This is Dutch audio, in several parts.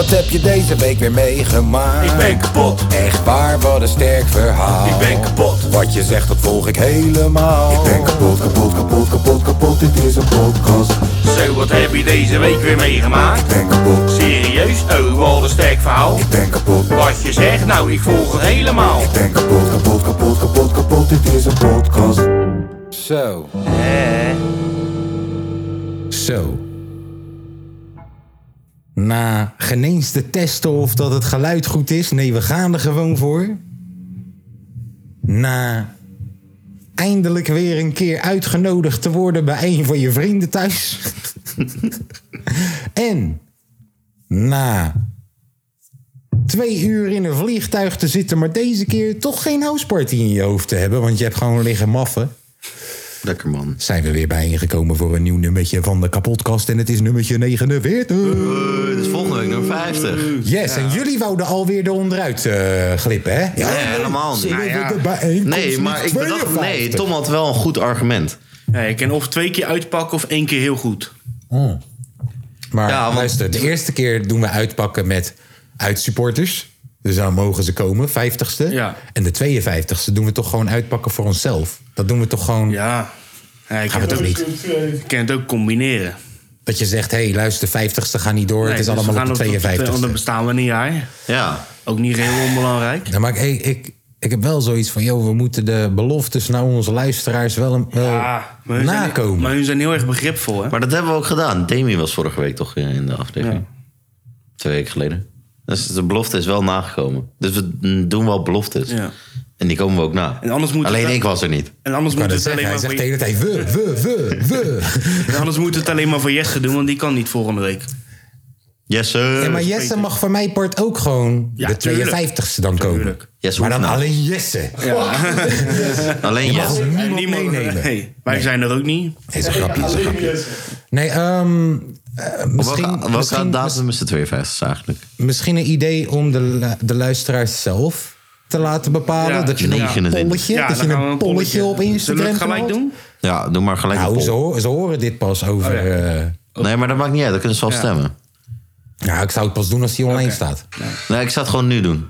Wat heb je deze week weer meegemaakt? Ik ben kapot. Echt waar, wat een sterk verhaal. Ik ben kapot. Wat je zegt, dat volg ik helemaal. Ik ben kapot, kapot, kapot, kapot, kapot. Dit is een podcast. Zo, wat heb je deze week weer meegemaakt? Ik ben kapot, Serieus? Oh, wat een sterk verhaal. ik ben kapot. Wat je zegt, nou, ik volg het helemaal. Ik ben kapot, kapot, kapot, kapot, kapot. Dit is een podcast. Zo. Zo. Na geen eens te testen of dat het geluid goed is. Nee, we gaan er gewoon voor. Na eindelijk weer een keer uitgenodigd te worden bij een van je vrienden thuis. En na 2 uur in een vliegtuig te zitten, maar deze keer toch geen houseparty in je hoofd te hebben, want je hebt gewoon liggen maffen. Lekker man. Zijn we weer bijeengekomen voor een nieuw nummertje van de kapotkast en het is nummertje 49. Dit is volgende week nummer 50. Yes, en jullie wouden alweer eronderuit glippen, hè? Ja, helemaal niet. Zullen Nou we ja. de bijeenkomst Nee, maar niet ik bedacht... 52? Nee, Tom had wel een goed argument. Ja, je kan of 2 keer uitpakken of 1 keer heel goed. Maar Ja, want- luister, de eerste keer doen we uitpakken met uitsupporters. Dus dan mogen ze komen, 50ste. Ja. En de 52ste doen we toch gewoon uitpakken voor onszelf. Dat doen we toch gewoon... Ja. Ja, ik Gaan we toch niet? Je kan het ook combineren. Dat je zegt, hé, luister, de 50ste gaat niet door. Nee, het is dus allemaal we op de gaan 52ste. Want dan bestaan we niet, hè? Ja. Ook niet heel onbelangrijk. Ja, maar ik heb wel zoiets van... joh, we moeten de beloftes naar onze luisteraars wel Ja, maar hun nakomen. Zijn, maar hun zijn heel erg begripvol, hè? Maar dat hebben we ook gedaan. Demi was vorige week toch in de aflevering. 2 weken geleden. Dus de belofte is wel nagekomen. Dus we doen wel beloftes. Ja. En die komen we ook na. En anders moet Alleen het- ik was er niet. En anders Maar moet dat het alleen hij maar zegt voor de hele tijd we. En anders moet het alleen maar voor Jesse doen, want die kan niet volgende week. Yes, sir. Ja, maar Jesse mag van mijn part ook gewoon Ja, de tuurlijk. 52ste dan komen. Tuurlijk. Jesse Maar dan hoeft nou. alleen Jesse. Alleen Je mag yes. niemand En niemand- meenemen. Nee, wij zijn er ook niet. Nee, is een grapje, is een grapje. Nee, Wat gaat datum is de 52 eigenlijk? misschien een idee om de luisteraars zelf te laten bepalen. Ja, dat je een 29. polletje, Ja, dat dan je gaan we een een polletje op Zullen Instagram we het gelijk knalt. doen? Ja, doe maar gelijk een Nou, poll. ze horen dit pas over... Nee, maar dat maakt niet uit. Dan kunnen ze wel stemmen. ja, ik zou het pas doen als die online staat. Nee, ik zou het gewoon nu doen.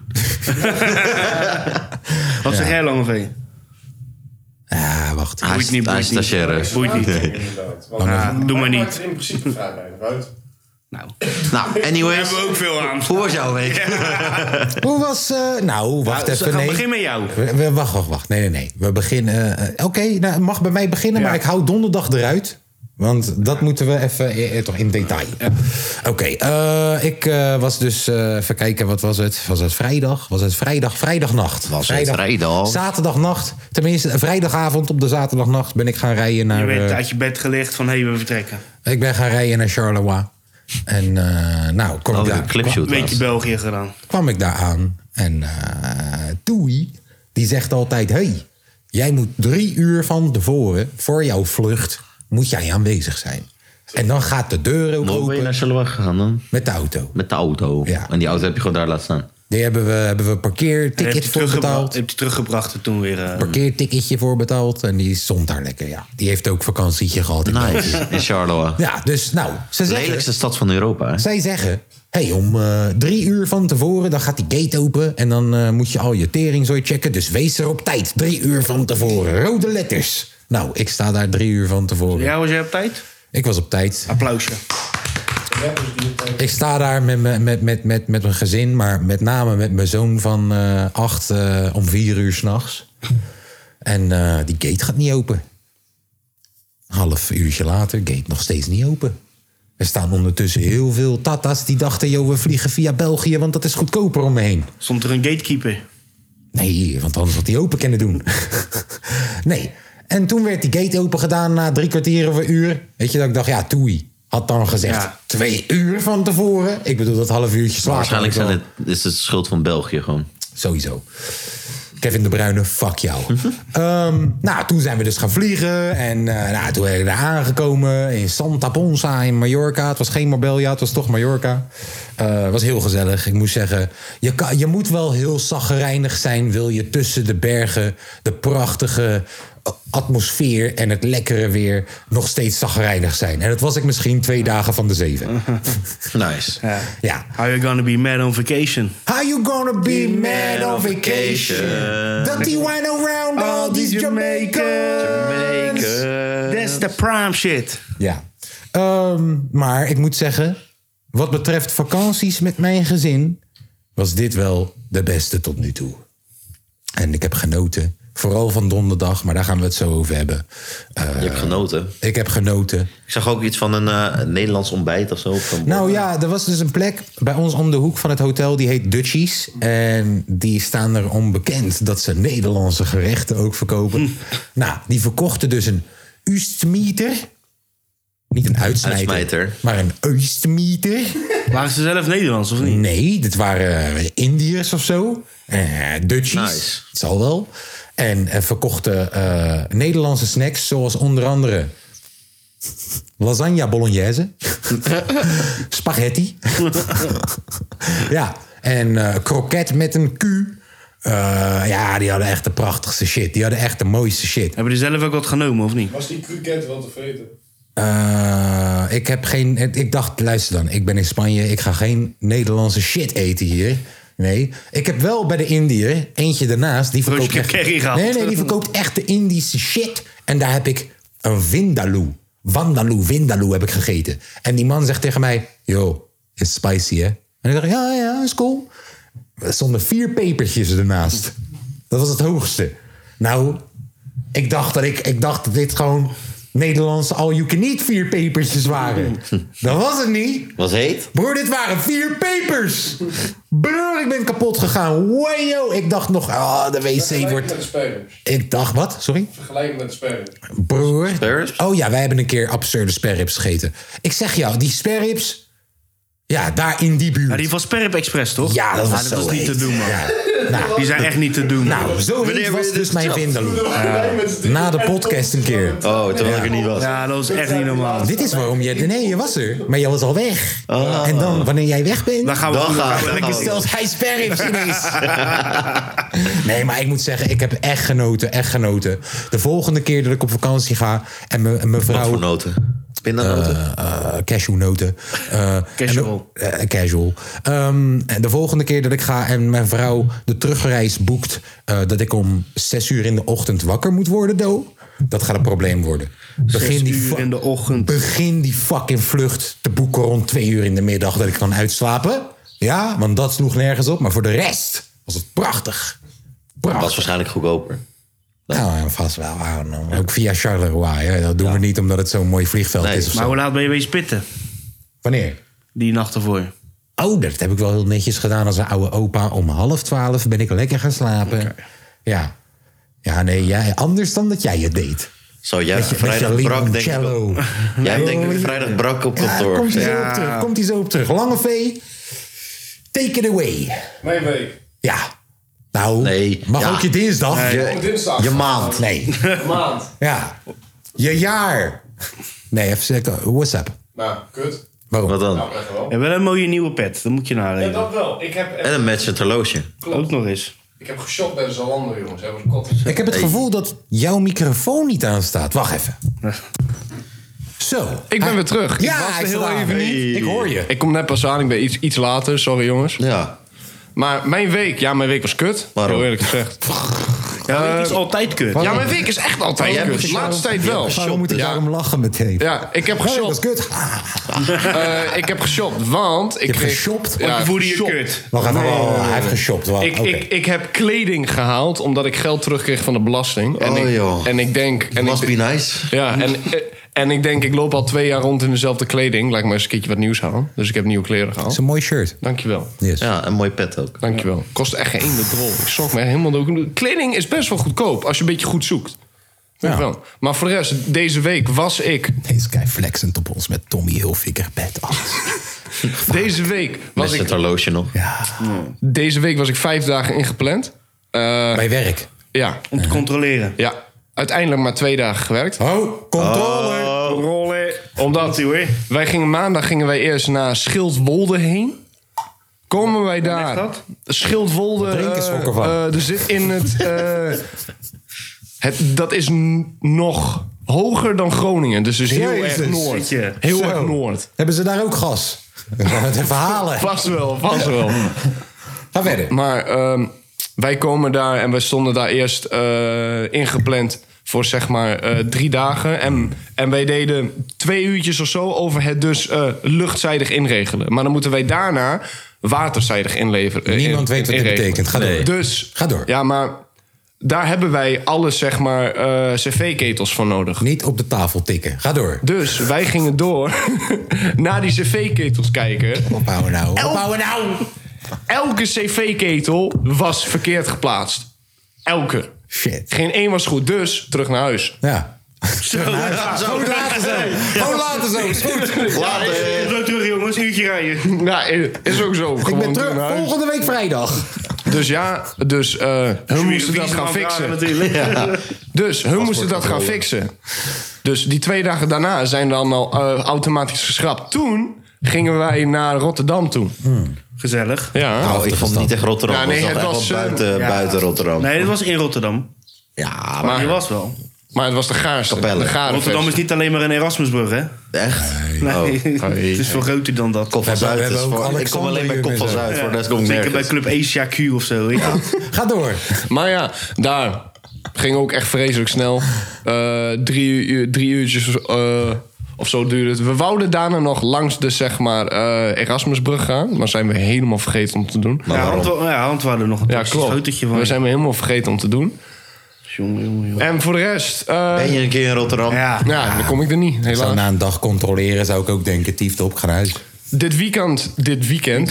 Wat zeg jij, Lange V? Ja, wacht. Hij is, niet, hij boeit is stagiaire. Boeit niet. Inderdaad. Want Ja, doe maar maakt niet. er in principe vrij weinig uit. Nou, Nou, daar anyways. hebben we ook veel aan. Hoe was jouw week? Hoe was... nou, wacht even. Nee. Begin met jou. Wacht. Nee. We beginnen... Oké, nou, het mag bij mij beginnen, Ja. maar ik hou donderdag eruit. Want dat moeten we even toch in detail. Oké, ik was dus... even kijken, wat was het? Was het vrijdag? Was het vrijdagnacht? Was het vrijdag? Zaterdagnacht. Tenminste, vrijdagavond op de zaterdagnacht ben ik gaan rijden naar... Je werd uit je bed gelegd van, hé, we vertrekken. ik ben gaan rijden naar Charleroi. En nou, Oh, een clipshoot Beetje was. België gedaan. kwam ik daar aan. En Toei, die zegt altijd... hey, jij moet 3 uur van tevoren, voor jouw vlucht... moet jij aanwezig zijn. En dan gaat de deur ook Hoe ben je open naar Charleroi gegaan dan? met de auto. Met de auto. Ja. En die auto heb je gewoon daar laten staan. Die hebben we een parkeerticket voor betaald. Heb je teruggebracht en toen weer... Parkeerticketje voor betaald. En die stond daar lekker, ja. Die heeft ook vakantietje gehad in België. Nice. In Charleroi. Ja, dus nou, De lelijkste stad van Europa, hè? zij zeggen... hey, om 3 uur van tevoren, dan gaat die gate open... en dan moet je al je teringzooi checken. Dus wees er op tijd, 3 uur van tevoren. Rode letters. Nou, ik sta daar 3 uur van tevoren. Ja, was jij op tijd? Ik was op tijd. Applausje. Ik sta daar met mijn gezin... maar met name met mijn zoon van 8 om 4 uur 's nachts. En die gate gaat niet open. Half uurtje later, gate nog steeds niet open. Er staan ondertussen heel veel tata's die dachten... joh, we vliegen via België, want dat is goedkoper om me heen. Stond er een gatekeeper? Nee, want anders had hij open kunnen doen. Nee. En toen werd die gate open gedaan na 3 kwartier of een uur. Weet je, dat ik dacht, ja, Toei had dan gezegd... Ja. 2 uur van tevoren. Ik bedoel, dat half uurtje slaap. Waarschijnlijk is het schuld van België gewoon. Sowieso. Kevin De Bruyne, fuck jou. Nou, toen zijn we dus gaan vliegen. En nou, toen werden we daar aangekomen in Santa Ponsa in Mallorca. Het was geen Marbella, het was toch Mallorca. Het was heel gezellig. Ik moet zeggen, je moet wel heel chagrijnig zijn... wil je tussen de bergen de prachtige atmosfeer en het lekkere weer nog steeds chagrijnig zijn. En dat was ik misschien 2 dagen van de 7. Nice. Ja. How you gonna be mad on vacation? How you gonna be mad on vacation? That you went around all these Jamaicans. That's the prime shit. Ja. Maar ik moet zeggen, wat betreft vakanties met mijn gezin, was dit wel de beste tot nu toe. En ik heb genoten. Vooral van donderdag, maar daar gaan we het zo over hebben. Je hebt genoten. Ik heb genoten. Ik zag ook iets van een Nederlands ontbijt of zo. Nou ja, er was dus een plek bij ons om de hoek van het hotel. Die heet Dutchies. En die staan erom bekend dat ze Nederlandse gerechten ook verkopen. Nou, die verkochten dus een Ustmieter. Niet een uitsmijter, maar een Ustmieter. Waren ze zelf Nederlands of niet? Nee, dit waren Indiërs of zo. Dutchies. Nice. Het zal wel. En verkochten Nederlandse snacks, zoals onder andere lasagne bolognese, spaghetti, ja, en kroket met een Q. Ja, die hadden echt de prachtigste shit. Die hadden echt de mooiste shit. Hebben die zelf ook wat genomen of niet? Was die kroket wel tevreden? Ik dacht, luister dan, ik ben in Spanje, ik ga geen Nederlandse shit eten hier. Nee, ik heb wel bij de Indiër eentje daarnaast. Die verkoopt echt, die verkoopt echt de Indische shit. En daar heb ik een vindaloo heb ik gegeten. En die man zegt tegen mij, yo, is spicy hè? En ik zeg, ja, is cool. Er stonden 4 pepertjes ernaast. Dat was het hoogste. Nou, ik dacht dat dit gewoon Nederlandse all-you-can-eat 4 pepertjes waren. Dat was het niet. Was heet? Broer, dit waren 4 pepers. Broer, ik ben kapot gegaan. Wajo. Ik dacht nog, de wc wordt... Met de sperrips. Ik dacht, wat? Sorry? Vergelijken met de sperrips. Broer. Sperrips? Oh ja, wij hebben een keer absurde sperrips gegeten. Ik zeg jou, die sperrips... Ja, daar in die buurt. Ja, die van Sperrip Express, toch? Ja, dat was zo niet heet. te doen, man. Ja. Nou, Die zijn echt niet te doen. nou, zo heet was dus mijn vindaloo. Na de podcast een keer. Oh, terwijl ik er niet was. Ja, dat was echt niet normaal. Dit is waarom je... Nee, je was er. Maar je was al weg. En dan, wanneer jij weg bent... Dan gaan we lekker stelt hij sperrips ineens. Nee, maar ik moet zeggen, ik heb echt genoten. De volgende keer dat ik op vakantie ga en mijn vrouw... Wat voor noten? Pindanoten? Cashewnoten. Casual. Casual. En de volgende keer dat ik ga en mijn vrouw de terugreis boekt... dat ik om 6 uur in de ochtend wakker moet worden, dat gaat een probleem worden. In de ochtend. Begin die fucking vlucht te boeken rond 2 uur in de middag... dat ik kan uitslapen. Ja, want dat sloeg nergens op. Maar voor de rest was het prachtig. Dat was waarschijnlijk goedkoper. Nou, vast wel. Ook via Charleroi. Hè. Dat doen we niet omdat het zo'n mooi vliegveld is. Of Maar zo. hoe laat ben je wezen pitten? Wanneer? Die nacht ervoor. Oh, dat heb ik wel heel netjes gedaan als een oude opa. Om 11:30 ben ik lekker gaan slapen. Okay. Ja. Ja, nee, jij, anders dan dat jij het deed. Zo, jij vrijdag brak, denk ik. Jij denk ik vrijdag brak op kantoor. Ja, komt hij zo op terug. Lange V, take it away. Mijn week. Ja. Nou, nee, mag ook je dinsdag? Nee, dinsdag. Je maand. Nee. Maand. Ja. Je jaar. Nee, even zeggen. What's up? Nou, kut. Waarom? Wat dan? Nou, echt wel. Je hebt wel een mooie nieuwe pet. Dat moet je Ja, narekenen. dat wel. Ik heb En een matchend horloge. Ook nog eens. Ik heb geshopt bij de Zalando, jongens. Hebben we kot. Ik heb het gevoel dat jouw microfoon niet aanstaat. Wacht even. Zo. Ik ben weer terug. Ja, ik was hij er heel staat even aan. niet. Ik hoor je. Ik kom net pas aan. Ik ben iets later. Sorry jongens. Ja. Maar mijn week was kut. Waarom? Heel eerlijk gezegd. Ja, het is altijd kut. Ja, mijn week is echt altijd jij hebt kut. De geshopt. laatste tijd wel. Waarom moet ik daarom lachen meteen? Ja, ik heb Oh, dat is geshopt. kut. Ik heb geshopt, want ik Je hebt kreeg... geshopt? Ja, Je voelde je geshopt. kut. Wacht even. Oh, hij heeft geshopt. Wacht, oké. Ik heb kleding gehaald omdat ik geld terugkreeg van de belasting. En ik denk... Must be nice. Ja, en ik denk, ik loop al 2 jaar rond in dezelfde kleding. Laat ik maar eens een keertje wat nieuws halen. Dus ik heb nieuwe kleren Dat gehaald. is een mooi shirt. Dankjewel. Yes. Ja, een mooi pet ook. Dankjewel. Kost echt geen ene drol. Ik schrok me helemaal dood. Kleding is best wel goedkoop als je een beetje goed zoekt. Ja. Wel. Maar voor de rest, deze week was ik... Deze guy flexend op ons met Tommy Hilfiger bed. Deze week was Matchend ik... horloge nog. Ja. Deze week was ik 5 dagen ingepland. Bij werk. Ja. Om te controleren. Ja. Uiteindelijk maar 2 dagen gewerkt. Oh, controle. Rollen. Omdat maandag gingen wij eerst naar Schildwolde heen. Komen wij daar. dat? Schildwolde. Wat drinken ze ook ervan? Er zit in het. Dat is nog hoger dan Groningen. Dus heel Jezus. erg noord. Zitje. Heel Zo. erg noord. Hebben ze daar ook gas? We gaan het even halen. Vast wel. Ga verder. Maar wij komen daar en wij stonden daar eerst ingepland voor zeg maar 3 dagen. En wij deden 2 uurtjes of zo over het dus luchtzijdig inregelen. Maar dan moeten wij daarna waterzijdig inleveren. Niemand weet wat dit betekent. Ga door. Dus, Ga door. Ja, maar daar hebben wij alle zeg maar cv-ketels voor nodig. Niet op de tafel tikken. Ga door. Dus wij gingen door naar die cv-ketels kijken. Ophouden nou. Ophouden nou. Elke cv-ketel was verkeerd geplaatst. Elke. Shit. Geen één was goed. Dus terug naar huis. Ja. Gewoon later zo. Gewoon later zo. Is goed. Zo terug, jongens. Uurtje rijden. Ja, is ook zo. Ik Gewoon ben terug naar huis. volgende week vrijdag. Dus ja, hun moesten dat gaan fixen. Natuurlijk. Dus hun moesten dat gaan fixen. Dus die 2 dagen daarna zijn dan al automatisch geschrapt. Toen gingen wij naar Rotterdam toe. Gezellig. Ja. Nou, ik vond het niet echt Rotterdam. Ja, nee, het het was was, echt wel buiten Rotterdam. Nee, dit was in Rotterdam. Ja, Maar je was wel. Maar het was de gaarste. Capelle. De gare Rotterdam is versie. niet alleen maar een Erasmusbrug, hè? echt? Nee, Oh. het is veel groter dan dat. Kop van We Zuid. hebben is ook voor- ik kom Alexander alleen bij Kop van hier en Zuid. zo. Voor de rest kom ik Zeker bij nergens. Club Asia Q of zo. Weet je? Ga door. Maar ja, daar ging ook echt vreselijk snel. 3 uurtjes of zo duurde het. We wouden daarna nog langs de zeg maar Erasmusbrug gaan. Maar zijn we helemaal vergeten om te doen. Want we hadden nog een Ja, klopt. fotootje van. We zijn we helemaal vergeten om te doen. Jongen. En voor de rest... Ben je een keer in Rotterdam? Ja. ja, dan kom ik er niet, Zou helaas. na een dag controleren zou ik ook denken, tief op, ga naar huis. Dit weekend Dit weekend.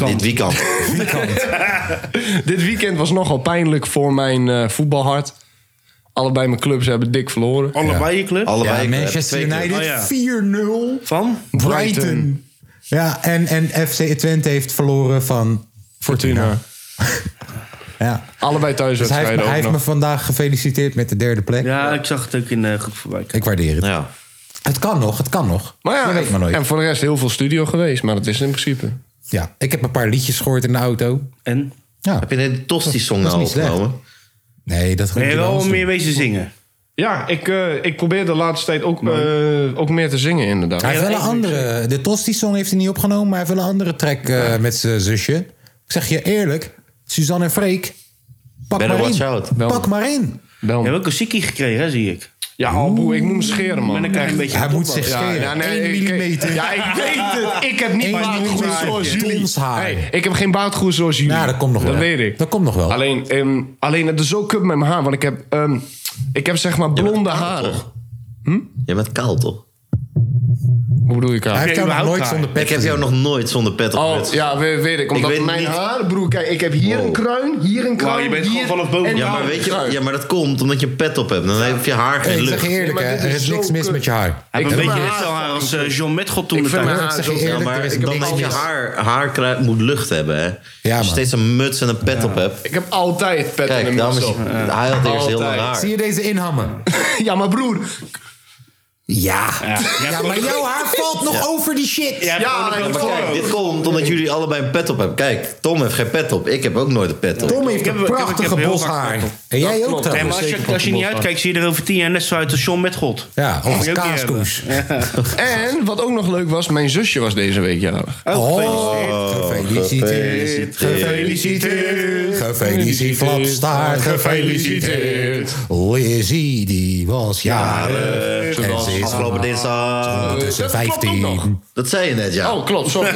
Dit weekend was nogal pijnlijk voor mijn voetbalhart. Allebei mijn clubs hebben dik verloren. Allebei je club? Allebei. Ja, ik heb Manchester 2 clubs. United Oh, ja. 4-0. Van? Brighton. Ja, en FC Twente heeft verloren van Fortuna. Fortuna. Ja. Allebei Dus hij thuiswedstrijden heeft, ook hij heeft nog. me vandaag gefeliciteerd met de 3e plek. Ja, ik zag het ook in de groep voorbij. Ik waardeer het. Ja. Het kan nog, het kan nog. Maar ja, Je weet maar nooit. en voor de rest heel veel studio geweest. Maar dat is in principe... Ja, ik heb een paar liedjes gehoord in de auto. En? Ja. Heb je net de Tosti-song Dat is nou niet slecht. opgenomen? Nee, dat Ben je moet wel anders doen. meer wezen zingen? Ja, ik probeer de laatste tijd ook meer te zingen inderdaad. Hij heeft wel een andere... De Tosti-song heeft hij niet opgenomen, maar hij heeft wel een andere track met zijn zusje. Ik zeg je eerlijk, Suzanne en Freek, pak Better maar in. watch out. Pak maar in. Bel Je me. hebt ook een ziekie gekregen, hè, zie ik. Ja, Alboe, ik moet hem scheren, man. En dan krijg je een beetje Hij een moet topbal. zich scheren. Ja, nee, 1 millimeter. Ja, ik weet het. Ik heb niet 1 baardgroei millimeter zoals jullie. tons haar. Hey, ik heb geen baardgroei zoals jullie. Ja, dat komt nog wel. Dat weet ik. Dat komt nog wel. Alleen het is zo kut met mijn haar. Want ik heb zeg maar blonde haren. Je bent kaal, toch? Hoe bedoel je, Hij Kaal? heeft jou nog überhaupt nooit haar. zonder pet Ik heb jou nog nooit zonder pet op Oh, gezet. ja, weet ik. Omdat weet mijn niet. haar, broer, kijk, ik heb hier een kruin, hier een kruin, je bent hier gewoon vanaf boven. en Ja, maar daar weet een je, kruin. ja, maar dat komt omdat je een pet op hebt. Dan heeft je haar Hey, geen ik zeg je lucht. eerlijk, Nee, maar hè, dit er is is niks zo mis kut. met je haar. Hij heeft Ik een vind beetje mijn net zo haar haar als zo John Metgod toen Ik de vind mijn tijd. haar Ik zeg je zo- eerlijk, maar er is ik denk niks dat je mis. haar moet lucht hebben, hè. Als je man. steeds een muts en een pet op hebt. Ik heb altijd pet in Kijk, de daarom is muts op. hij had eerst heel lang Altijd. haar. Zie je deze inhammen? Ja, maar broer, Ja. Ja, maar jouw haar valt nog over die shit. Ja, Ja, gewoon dat een Kijk, foto. dit komt omdat jullie allebei een pet op hebben. Kijk, Tom heeft geen pet op. Ik heb ook nooit een pet op. Tom heeft Ik een heb prachtige heel bos vaak haar. pet op. En jij ook klopt. Nee, trouwens. maar als je niet uitkijkt, zie je er over 10 jaar net zo uit als John Metgod. Ja, of Moet als je ook niet kaaskoes. en wat ook nog leuk was, mijn zusje was deze week jarig. Oh, gefeliciteerd. Gefeliciteerd. Gefeliciteerd. Flapstaart. Gefeliciteerd. Lizzie, die was jarig. En ze is Afgelopen dinsdag. tussen dat klopt ook 15. nog. Dat zei je net, ja. Oh, klopt, sorry.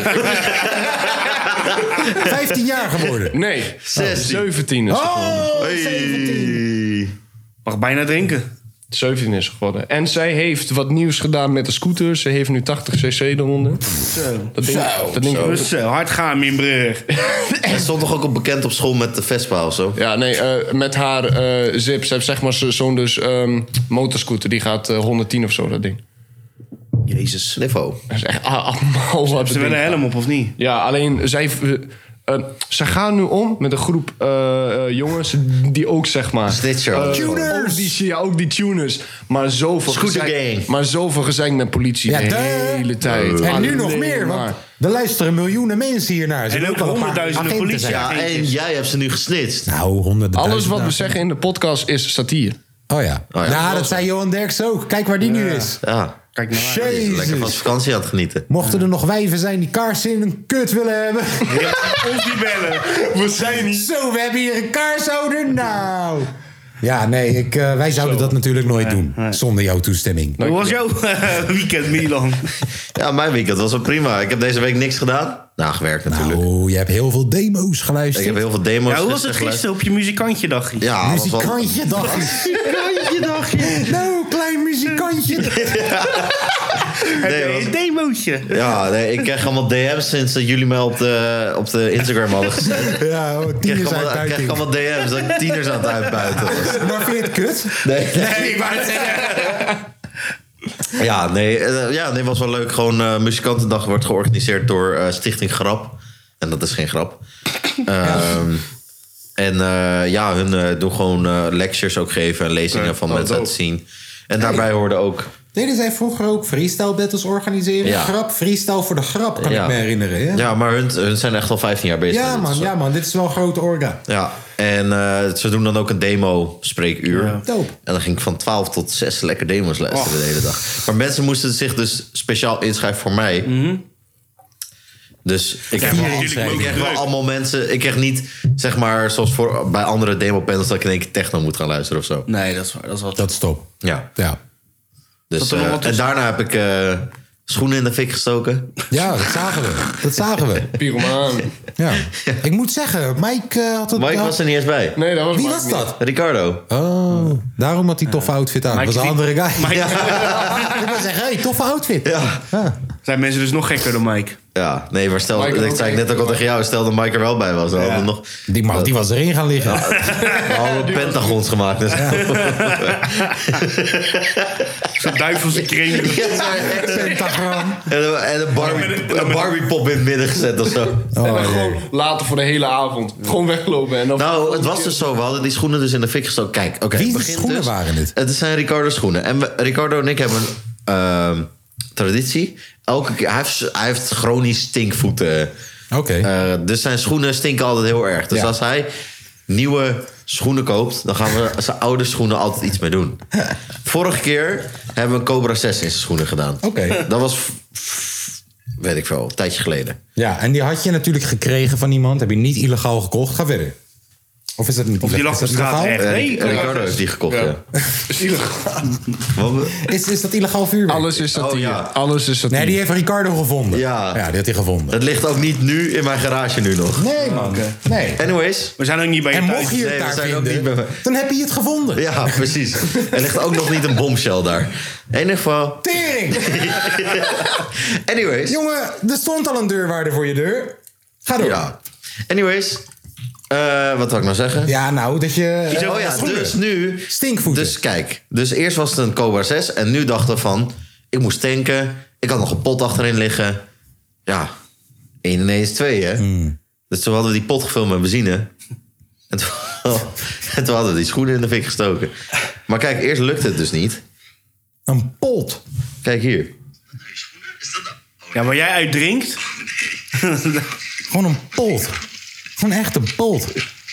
15 jaar geworden. Nee, 16. 17 is ze geworden. Oh, 17. Hey. Mag bijna drinken. 17 is ze geworden. En zij heeft wat nieuws gedaan met de scooter. Ze heeft nu 80 cc eronder. Dat ding, Dus hard gaan, mijn broer. Hij stond toch ook op bekend op school met de Vespa of zo? Ja, nee, met haar zip. Ze heeft zeg maar zo'n motorscooter. Die gaat 110 of zo, dat ding. Jezus. Niveau. Dat is echt allemaal wat Ze willen een helm op of niet? Ja, alleen zij... ze gaan nu om met een groep jongens die ook zeg maar... Snitcher. Tuners! Ook die tuners. Maar zoveel Scooter gezeik, gang. maar zoveel gezeik met politie Ja, de de- hele tijd. En nu Alleen nog meer, want maar. er luisteren miljoenen mensen hiernaar. Ze En willen ook wel een paar honderdduizenden agenten politie. zijn. Ja, en jij hebt ze nu gesnitst. Nou, honderden Alles wat we duizenden. zeggen in de podcast is satire. Oh ja. Oh ja. Nou, dat zei Johan Derks ook. Kijk waar die nu is. Ja, Kijk naar mij. Jezus. lekker van zijn vakantie aan het genieten. Mochten er nog wijven zijn die kaarsen in een kut willen hebben. Ons niet bellen. We zijn niet. Zo, we hebben hier een kaarshouder. Nou. Ja, nee, wij zouden dat natuurlijk nooit doen. Zonder jouw toestemming. Hoe was jouw weekend, Milan? Ja, mijn weekend was wel prima. Ik heb deze week niks gedaan. Nou, gewerkt natuurlijk. Nou, je hebt heel veel demo's geluisterd. Ik heb heel veel demo's Ja, hoe was het gisteren op je muzikantje dagje? Ja, was wel... Muzikantje dagje. Nou, klein muzikantje. Nee, Een demootje. Ja, nee, ik kreeg allemaal DM's sinds dat jullie mij op de Instagram hadden gezet. Ja, Ik tieners kreeg uitbuiting. allemaal DM's dat ik tieners aan het uitbuiten was. Maar vind je het kut? Nee. Nee, ik wou het zeggen. Ja, nee, was wel leuk. Gewoon muzikantendag wordt georganiseerd door Stichting Grap. En dat is geen grap. Hun doen gewoon lectures ook geven en lezingen van mensen uit te zien. En daarbij hoorde ook... Deden zij vroeger ook freestyle battles organiseren? Ja. Grap, freestyle voor de grap, kan ik me herinneren. Hè? Ja, maar hun zijn echt al 15 jaar bezig. Ja man, dit is wel een grote orga. Ja, en ze doen dan ook een demo-spreekuur. Ja. Dope. En dan ging ik van 12 tot 6 lekker demo's luisteren de hele dag. Maar mensen moesten zich dus speciaal inschrijven voor mij. Dus ik kreeg wel allemaal mensen... Ik kreeg niet, zeg maar, zoals bij andere demo-panels... dat ik in één keer techno moet gaan luisteren of zo. Nee, dat is waar. Dat is wat. Dat is top. Ja. Ja, Dus, en daarna heb ik schoenen in de fik gestoken. ja dat zagen we. Pyromaan. Ja. Ik moet zeggen, Mike had het... Mike was er niet eens bij. Nee, dat was Wie Mike was niet. dat? Ricardo. Oh, daarom had hij toffe outfit aan. Dat was een andere guy. Ik wil zeggen, hey, toffe outfit. Ja. Zijn mensen dus nog gekker dan Mike? Ja, nee, maar stel... Mike dat ook zei ik net ook al tegen jou. Stel dat Mike er wel bij was. Dan hadden we nog... Die was erin gaan liggen. We hadden pentagons gemaakt. Dus. Zo'n duivelse kring. Pentagram. En een Barbie pop in het midden gezet of zo. En dan gewoon later voor de hele avond. Gewoon weglopen. En dan Nou, het was dus zo. We hadden die schoenen dus in de fik gestoken. Kijk, oké. Wie het de begint schoenen dus. waren het? Het zijn Ricardo's schoenen. En Ricardo en ik hebben een traditie. Elke keer, hij heeft chronisch stinkvoeten. Oké. Dus zijn schoenen stinken altijd heel erg. Dus Ja. als hij nieuwe schoenen koopt... dan gaan we zijn oude schoenen altijd iets mee doen. Vorige keer hebben we een Cobra 6 in zijn schoenen gedaan. Oké. Dat was, weet ik veel, een tijdje geleden. Ja, en die had je natuurlijk gekregen van iemand. Heb je niet illegaal gekocht. Ga verder. Of is dat niet Of die lag is op dat straat illegaal? echt. Nee, Ricardo heeft die gekocht, ja. is illegaal. Wat? Is dat illegaal vuurwerk? Alles is satire. Oh, ja. Alles is satire. Nee, die heeft Ricardo gevonden. Ja. Ja, die had hij gevonden. Het ligt ook niet nu in mijn garage nu nog. Nee, man. Nee. Anyways. We zijn ook niet bij je En thuis. mocht je het Nee, we daar zijn ook vinden, niet bij- dan heb je het gevonden. Ja, precies. Er ligt ook nog niet een bombshell daar. In ieder geval. Tering! Anyways. Jongen, er stond al een deurwaarder voor je deur. Ga door. Ja. Anyways. Wat wil ik nou zeggen? Ja, nou, dat je... Oh ja, schoenen. dus nu... Stinkvoeten. Dus kijk. Dus eerst was het een Cobra 6. En nu dachten we van... Ik moest tanken. Ik had nog een pot achterin liggen. Ja. 1 ineens 2, hè? Dus toen hadden we die pot gevuld met benzine. En toen hadden we die schoenen in de fik gestoken. Maar kijk, eerst lukte het dus niet. Een pot. Kijk hier. Ja, waar jij uit drinkt. Gewoon een pot. Gewoon echt een pot.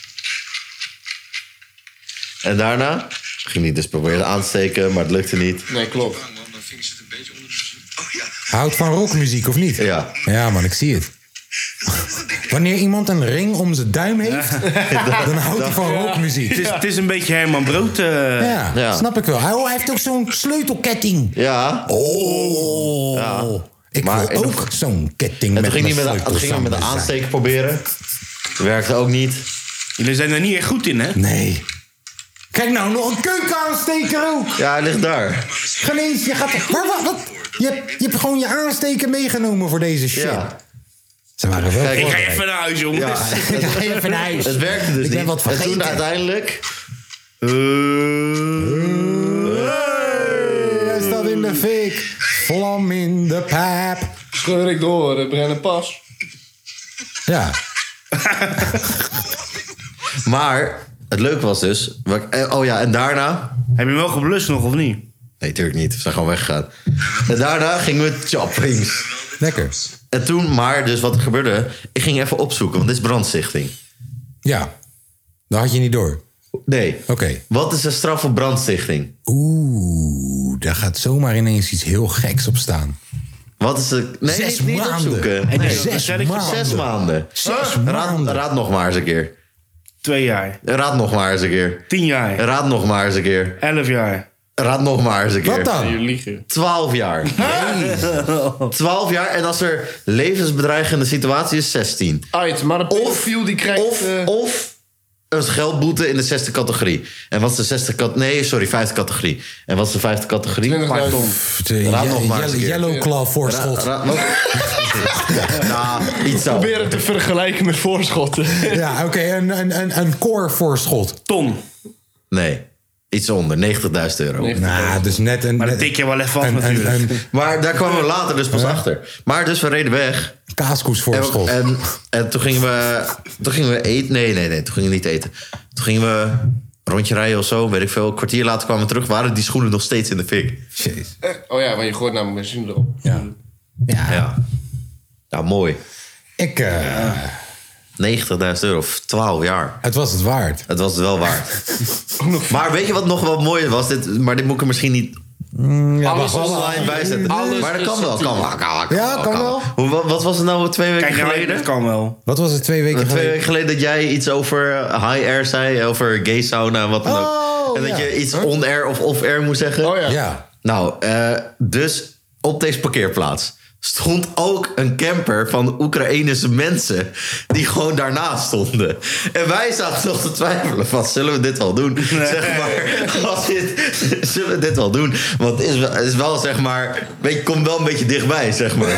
En daarna ging hij dus proberen aan te steken, maar het lukte niet. Nee, klopt. Houdt van rockmuziek, of niet? Ja. Ja, man, ik zie het. Wanneer iemand een ring om zijn duim heeft, dan houdt hij van rockmuziek. Het is een beetje Herman Brood. Ja, Ja. snap ik wel. Hij heeft ook zo'n sleutelketting. Ja. Oh. Ja. Ik Maar wil in ook zo'n ketting En met toen ging hij mijn met de sleutels aan aansteken proberen. Werkte ook niet. Jullie zijn er niet echt goed in, hè? Nee. Kijk nou, nog een keukenaansteker ook. Ja, hij ligt daar. Geen eens, je gaat... Wat? Je hebt gewoon je aansteker meegenomen voor deze shit. Ja. Ze waren wel Kijk, Ik ga voorbereid. even naar huis, jongens. Ja. Ik ga even naar huis. Het werkte dus Ik ben niet. wat En vergeten. toen uiteindelijk... Hij staat in de fik. Vlam in de pijp. Scheur ik door, de Brennen Pas. Ja. Maar het leuke was dus... Oh ja, en daarna... Heb je hem wel geblust nog, of niet? Nee, natuurlijk niet. We zijn gewoon weggegaan. En daarna gingen we choppings. Lekker. En toen, maar dus wat er gebeurde... Ik ging even opzoeken, want dit is brandstichting. Ja. Dat had je niet door. Nee. Oké. Wat is de straf voor brandstichting? Oeh, daar gaat zomaar ineens iets heel geks op staan. Wat is de... Nee, 6 niet maanden. opzoeken. Nee, Nee, 6 maanden. 6 maanden. 6 maanden. Raad nog maar eens een keer. 2 jaar. Raad nog maar eens een keer. 10 jaar. Raad nog maar eens een keer. 11 jaar. Raad nog maar eens een keer. Wat dan? Je liegen. 12 jaar. 12 jaar en als er levensbedreigende situatie is, 16. Uit, maar de pedofiel die krijgt... Of een geldboete in de 6e categorie. En wat is de 6e categorie? Nee, sorry, 5e categorie. En wat is de 5e categorie? 20.000. De Raad nog maar eens een keer. Yellow Claw voorschot. Nou, iets zo. Probeer het te vergelijken met voorschotten. Ja, oké, een core voorschot. Ton. Nee, iets onder, 90.000 euro. Nee. Nou, dus net een... Maar dat tik je wel even af natuurlijk. Een Maar daar kwamen we later dus pas achter. Maar dus we reden weg. kaaskoes voorschot. En toen gingen we eten. Nee, toen gingen we niet eten. Toen gingen we een rondje rijden of zo, weet ik veel. Een kwartier later kwamen we terug, waren die schoenen nog steeds in de fik. Jeez. Oh ja, want je gooit namelijk benzine erop. Ja. Ja. Nou, mooi. 90.000 euro, 12 jaar. Het was het waard. Het was het wel waard. Maar weet je wat nog wel mooi was? Maar dit moet ik er misschien niet Ja, Alles wacht, online bijzetten. Alles Maar dat is kan wel. Ja, kan wel. Wat was het nou 2 weken Kijk, nou, geleden? dat kan wel. Wat was het 2 weken 2 geleden? weken geleden dat jij iets over high air zei, over gay sauna en wat dan ook. Oh, En dat ja. je iets on-air of off-air moest zeggen. Oh ja. Ja. Nou, dus op deze parkeerplaats stond ook een camper van Oekraïnse mensen die gewoon daarnaast stonden. En wij zaten nog te twijfelen van, zullen we dit wel doen? Zeg maar, zullen we dit wel doen? Want het is wel, zeg maar, komt wel een beetje dichtbij, zeg maar.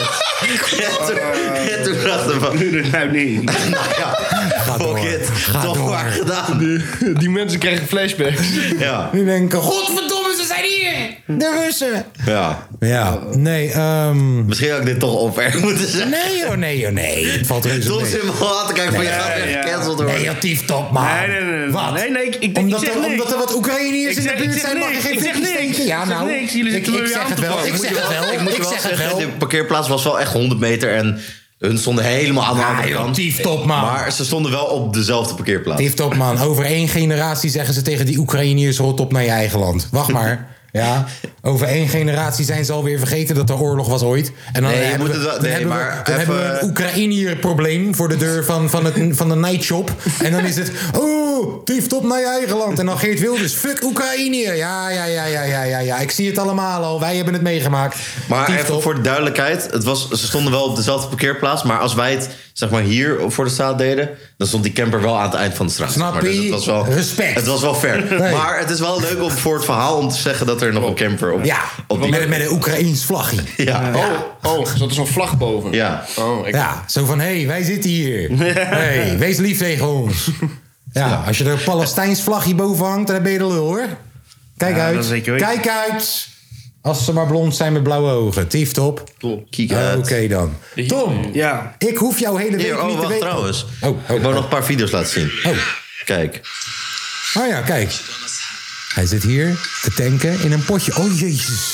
En toen dachten we van, Doe het nou niet. nou ja, door. fuck it, Ga toch door. maar gedaan. Die mensen krijgen flashbacks. Ja, Die denken, godverdomme, ze zijn hier! De Russen! ja. Ja, nee, Misschien had ik dit toch off-air moeten zeggen. nee. Het valt reuze Soms mee. in mijn aan te kijken van, je Nee, gaat echt ja. gecanceld worden. Negatief top, man. Nee. Wat? Nee, ik Omdat zeg er, niks. omdat er wat Oekraïniërs in de Ik buurt zeg zijn, mag je niks. geen Ik zeg fikjes niks. steken. Ja, Ik zeg nou, niks. Jullie zitten ik weer zeg aan het te wel. vallen. Ik zeg het wel. Ik moet Ik wel zeg het zeggen, wel. de parkeerplaats was wel echt 100 meter en hun stonden helemaal aan de andere kant. Negatief top, man. Maar ze stonden wel op dezelfde parkeerplaats. Tief top, man. Over 1 generatie zeggen ze tegen die Oekraïniërs, rot op naar je eigen land. Wacht maar. Ja, over 1 generatie zijn ze alweer vergeten dat er oorlog was ooit. En dan Nee, je hebben moet we, het wel- dan nee, hebben we, maar dan hebben we even- een Oekraïniër-probleem voor de deur van de nightshop. En dan is het, oh, tief top naar je eigen land. En dan Geert Wilders, fuck Oekraïne. Ja. Ik zie het allemaal al. Wij hebben het meegemaakt. Maar Tief even top. voor de duidelijkheid. Ze stonden wel op dezelfde parkeerplaats. Maar als wij het zeg maar hier voor de straat deden, dan stond die camper wel aan het eind van de straat. Snap zeg maar. je? Dus het was wel, Respect. Het was wel fair. Nee. Maar het is wel leuk voor het verhaal om te zeggen dat er nog een camper op, Ja, op die... met een Oekraïns vlagje. Ja. Oh, zat er zo'n vlag boven? Ja. Oh, Ja, zo van, hé, wij zitten hier. Hey, wees lief tegen ons. Ja, als je er een Palestijns vlagje boven hangt, dan ben je de lul, hoor. Kijk Ja, uit. dat zeker weten. Kijk uit. Als ze maar blond zijn met blauwe ogen. Tief top. Kijk uit. Oké dan. Tom, Ja. ik hoef jouw hele week Hier, niet te wacht weten. trouwens. Oh, Ik wou nog een paar video's laten zien. Oh. Kijk. Oh ja, kijk. Hij zit hier te tanken in een potje. Oh, jezus.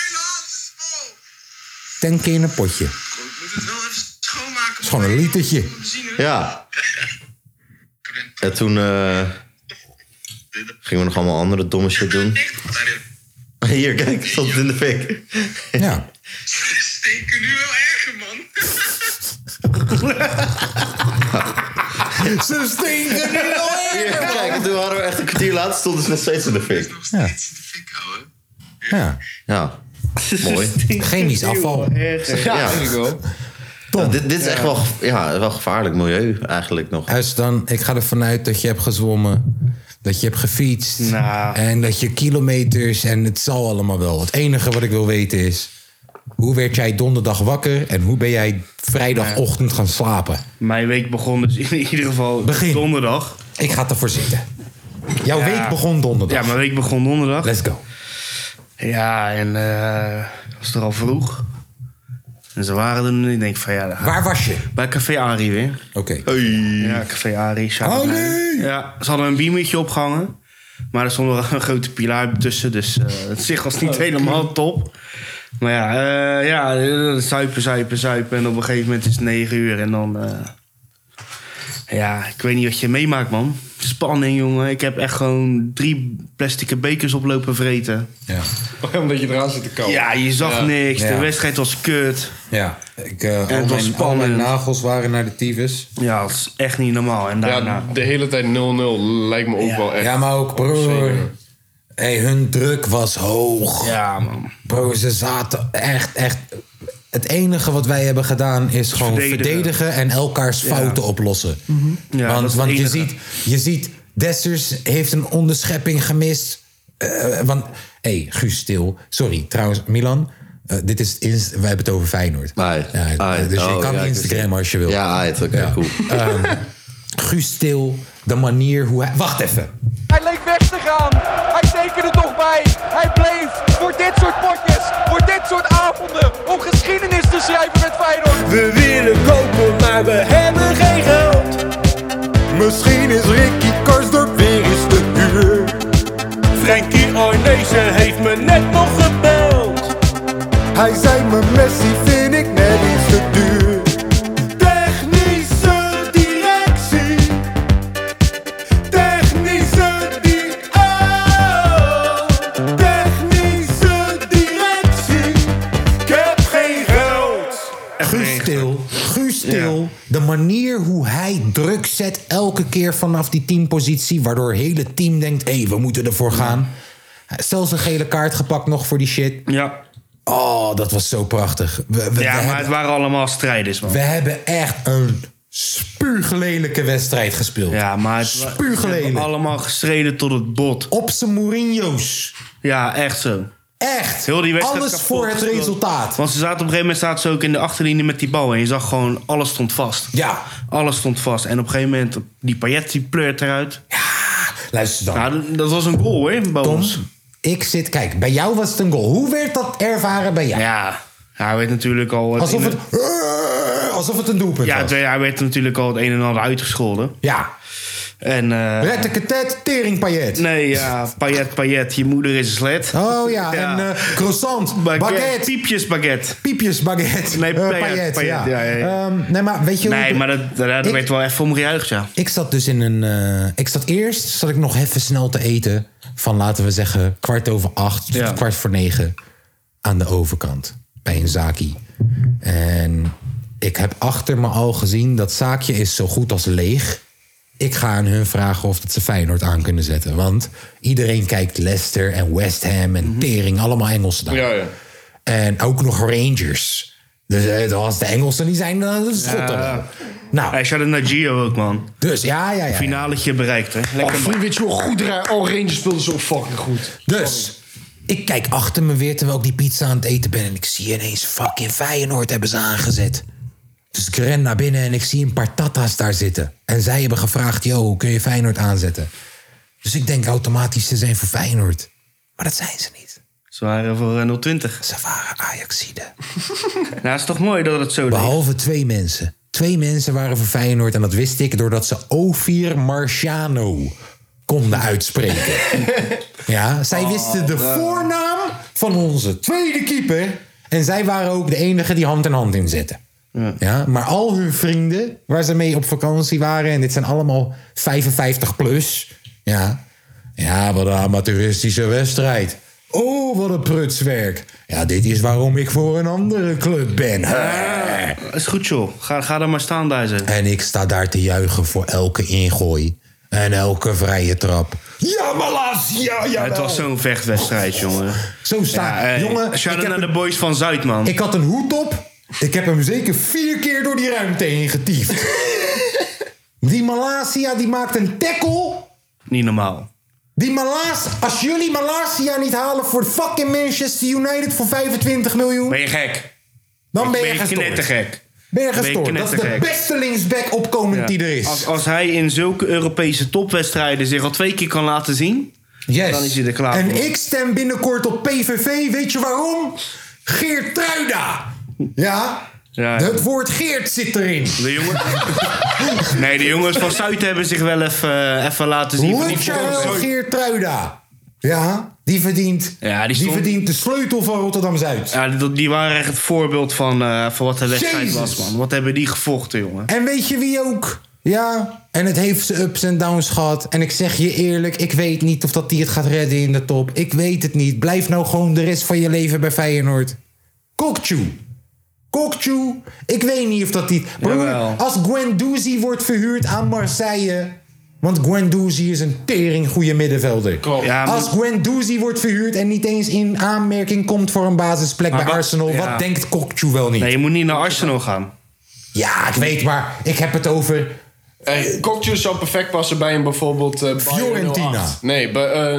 Tanken in een potje. Ik moet het wel even schoonmaken. Het is gewoon een litertje. Ja. En toen gingen we nog allemaal andere domme shit doen. Hier, kijk, stond het in de fik. Ja. Steken nu wel erger, man. Ze stinken nu al Hier, kijk, en toen hadden we echt een kwartier later, stonden ze nog steeds in de fik. Nog steeds in de fik houden. Ja. Ja, mooi. Chemisch afval. Ja, eigenlijk wel. Nou, dit is echt wel, wel gevaarlijk milieu eigenlijk nog. Dus dan, ik ga ervan uit dat je hebt gezwommen, dat je hebt gefietst Nou. en dat je kilometers en het zal allemaal wel. Het enige wat ik wil weten is, hoe werd jij donderdag wakker en hoe ben jij vrijdagochtend gaan slapen? Mijn week begon dus in ieder geval Begin. donderdag. Ik ga ervoor zitten. Jouw Ja. week begon donderdag. Ja, mijn week begon donderdag. Let's go. Ja, en was er al vroeg. En ze waren er nu. Ik denk van ja, Waar was je? bij Café Arie weer. Oké. Ja, Café Arie. Arie! Ja, ze hadden een beamertje opgehangen. Maar er stond wel een grote pilaar tussen. Dus het zicht was niet helemaal top. Maar zuipen. En op een gegeven moment is het 9 uur. En dan Ja, ik weet niet wat je meemaakt, man. Spanning, jongen. Ik heb echt gewoon 3 plastic bekers oplopen vreten. Ja. Omdat je eraan zit te kauwen. Ja, je zag niks. Ja. De wedstrijd was kut. Ja, het was al mijn spannend. nagels waren naar de tyfus. Ja, dat is echt niet normaal. En daarna... Ja, de hele tijd 0-0 lijkt me ook wel echt. Ja, maar ook, broer. Hey, hun druk was hoog. Ja, man. Bro, ze zaten echt... Het enige wat wij hebben gedaan is gewoon verdedigen en elkaars fouten oplossen. Ja, dat is het want enige. je ziet, Dessers heeft een onderschepping gemist. Want, Guus, stil. Sorry, trouwens, Milan. Dit is wij hebben het over Feyenoord. Dus je kan Instagram als je wil. Ja, oké, cool. Guus stil, de manier hoe hij... Wacht even. Hij leek weg te gaan. Hij tekende toch bij. Hij bleef voor dit soort potjes, voor dit soort avonden, om geschiedenis te schrijven met Feyenoord. We willen kopen, maar we hebben geen geld. Misschien is Ricky Karsdorp weer eens te huur. Frankie Arnezen heeft me net nog gebeld. Hij zei me Messi vind ik net iets te duur. Technische directie. Technische directie. Ik heb geen geld. Guus stil. De manier hoe hij druk zet elke keer vanaf die teampositie, waardoor het hele team denkt, we moeten ervoor gaan. Zelfs een gele kaart gepakt nog voor die shit. Ja. Oh, dat was zo prachtig. Maar het waren allemaal strijders, man. We hebben echt een spuuglelijke wedstrijd gespeeld. Ja, maar spuuglelijk. We hebben allemaal gestreden tot het bot. Op zijn Mourinho's. Ja, echt zo. Echt. Heel die wedstrijd alles kapot voor het gespeeld. resultaat. Want ze zaten op een gegeven moment zaten ze ook in de achterlinie met die bal. En je zag gewoon, alles stond vast. Ja. Alles stond vast. En op een gegeven moment, die Payet die pleurt eruit. Ja, luister dan. Nou, dat was een goal, hoor, bij Tom, ons. kijk, bij jou was het een goal. Hoe werd dat ervaren bij jou? Ja, hij werd natuurlijk al... Alsof het een doelpunt was. Hij werd natuurlijk al het een en ander uitgescholden. Ja. En... Retteketet, tering Payet. Nee, ja, Payet, je moeder is een slet. Oh ja, en croissant, baguette. Piepjes baguette. Nee, Payet, ja. Nee, maar weet je... Nee, maar daar werd wel even om gejuicht, ja. Ik zat dus in een... Eerst zat ik nog even snel te eten. Van, laten we zeggen, 8:15, 8:45. Aan de overkant. Bij een zaakie. En ik heb achter me al gezien, dat zaakje is zo goed als leeg. Ik ga aan hun vragen of dat ze Feyenoord aan kunnen zetten. Want iedereen kijkt Leicester en West Ham en tering. Allemaal Engelsen daar. Ja. En ook nog Rangers. Dus als de Engelsen niet zijn, dan is het Schotten. Nou. Hij zat naar Gio ook, man. Dus ja. Finaletje bereikt, hè. Lekker. Weet je wel, goed Rangers speelde zo fucking goed. Dus ik kijk achter me weer terwijl ik die pizza aan het eten ben. En ik zie ineens fucking Feyenoord hebben ze aangezet. Dus ik ren naar binnen en ik zie een paar tata's daar zitten. En zij hebben gevraagd, hoe kun je Feyenoord aanzetten? Dus ik denk automatisch, ze zijn voor Feyenoord. Maar dat zijn ze niet. Ze waren voor 020. Ze waren Ajaxide. Nou, het is toch mooi dat het zo Behalve 2 mensen. 2 mensen waren voor Feyenoord. En dat wist ik doordat ze Ophir Marciano konden uitspreken. Ja, zij wisten de voornaam van onze tweede keeper. En zij waren ook de enige die hand in hand inzetten. Ja, maar al hun vrienden waar ze mee op vakantie waren... en dit zijn allemaal 55 plus... Ja, wat een amateuristische wedstrijd. Oh, wat een prutswerk. Ja, dit is waarom ik voor een andere club ben. Is goed, joh. Ga er maar staan daar, zeg. En ik sta daar te juichen voor elke ingooi. En elke vrije trap. Ja, Malasia, ja. Het was zo'n vechtwedstrijd, jongen. Zo staat. Jongen, shout-out naar de boys van Zuid, man. Ik had een hoed op. Ik heb hem zeker 4 keer door die ruimte heen getiefd. Die Malasia, die maakt een tackle. Niet normaal. Als jullie Malasia niet halen voor fucking Manchester United voor 25 miljoen... Ben je gek? Dan ben je gestoord. knettergek. Ben je gestoord. Dat is de beste linksback opkomend die er is. Als hij in zulke Europese topwedstrijden zich al 2 keer kan laten zien... Yes. Dan is hij er klaar voor. En ik stem binnenkort op PVV. Weet je waarom? Geertruida. Ja? Het woord Geert zit erin. De jongens van Zuid hebben zich wel even laten zien. Luciano Geertruida. Ja, die verdient de sleutel van Rotterdam-Zuid. Ja, die waren echt het voorbeeld van wat de wedstrijd was, man. Wat hebben die gevochten, jongen. En weet je wie ook Ja, en het heeft zijn ups en downs gehad. En ik zeg je eerlijk, ik weet niet of dat hij het gaat redden in de top. Ik weet het niet. Blijf nou gewoon de rest van je leven bij Feyenoord. Kokchu. Ik weet niet of dat die... Broer, als Guendouzi wordt verhuurd aan Marseille... Want Guendouzi is een tering goede middenvelder. Ja, maar... Als Guendouzi wordt verhuurd en niet eens in aanmerking komt voor een basisplek bij Arsenal... Wat denkt Kokchu wel niet? Nee, je moet niet naar Arsenal gaan. Ja, ik weet, maar ik heb het over... Kokchu zou perfect passen bij een bijvoorbeeld Fiorentina. Nee, bij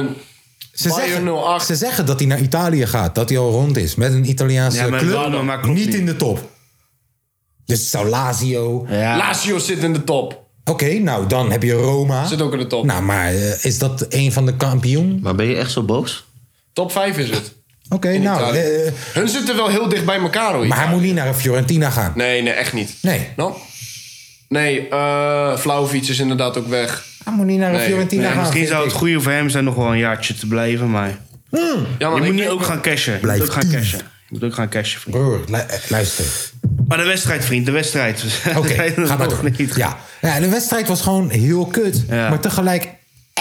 Ze zeggen dat hij naar Italië gaat. Dat hij al rond is met een Italiaanse club. Maar niet in de top. Dus het zou Lazio... Ja. Lazio zit in de top. Oké, nou dan heb je Roma. Zit ook in de top. Nou, maar is dat een van de kampioen? Maar ben je echt zo boos? Top 5 is het. Oké, nou... Hun zitten wel heel dicht bij elkaar, hoor. Maar hij moet niet naar een Fiorentina gaan. Nee, echt niet. Nee. No? Nee, Vlahovic is inderdaad ook weg. Hij moet niet naar een Fiorentina gaan. Misschien zou het goede voor hem zijn nog wel een jaartje te blijven, maar... Ja, je moet niet ook gaan cashen. Je moet ook gaan cashen, vriend. Broer, luister. Maar de wedstrijd, vriend, de wedstrijd. Oké, ga maar door. Niet. Ja, de wedstrijd was gewoon heel kut. Ja. Maar tegelijk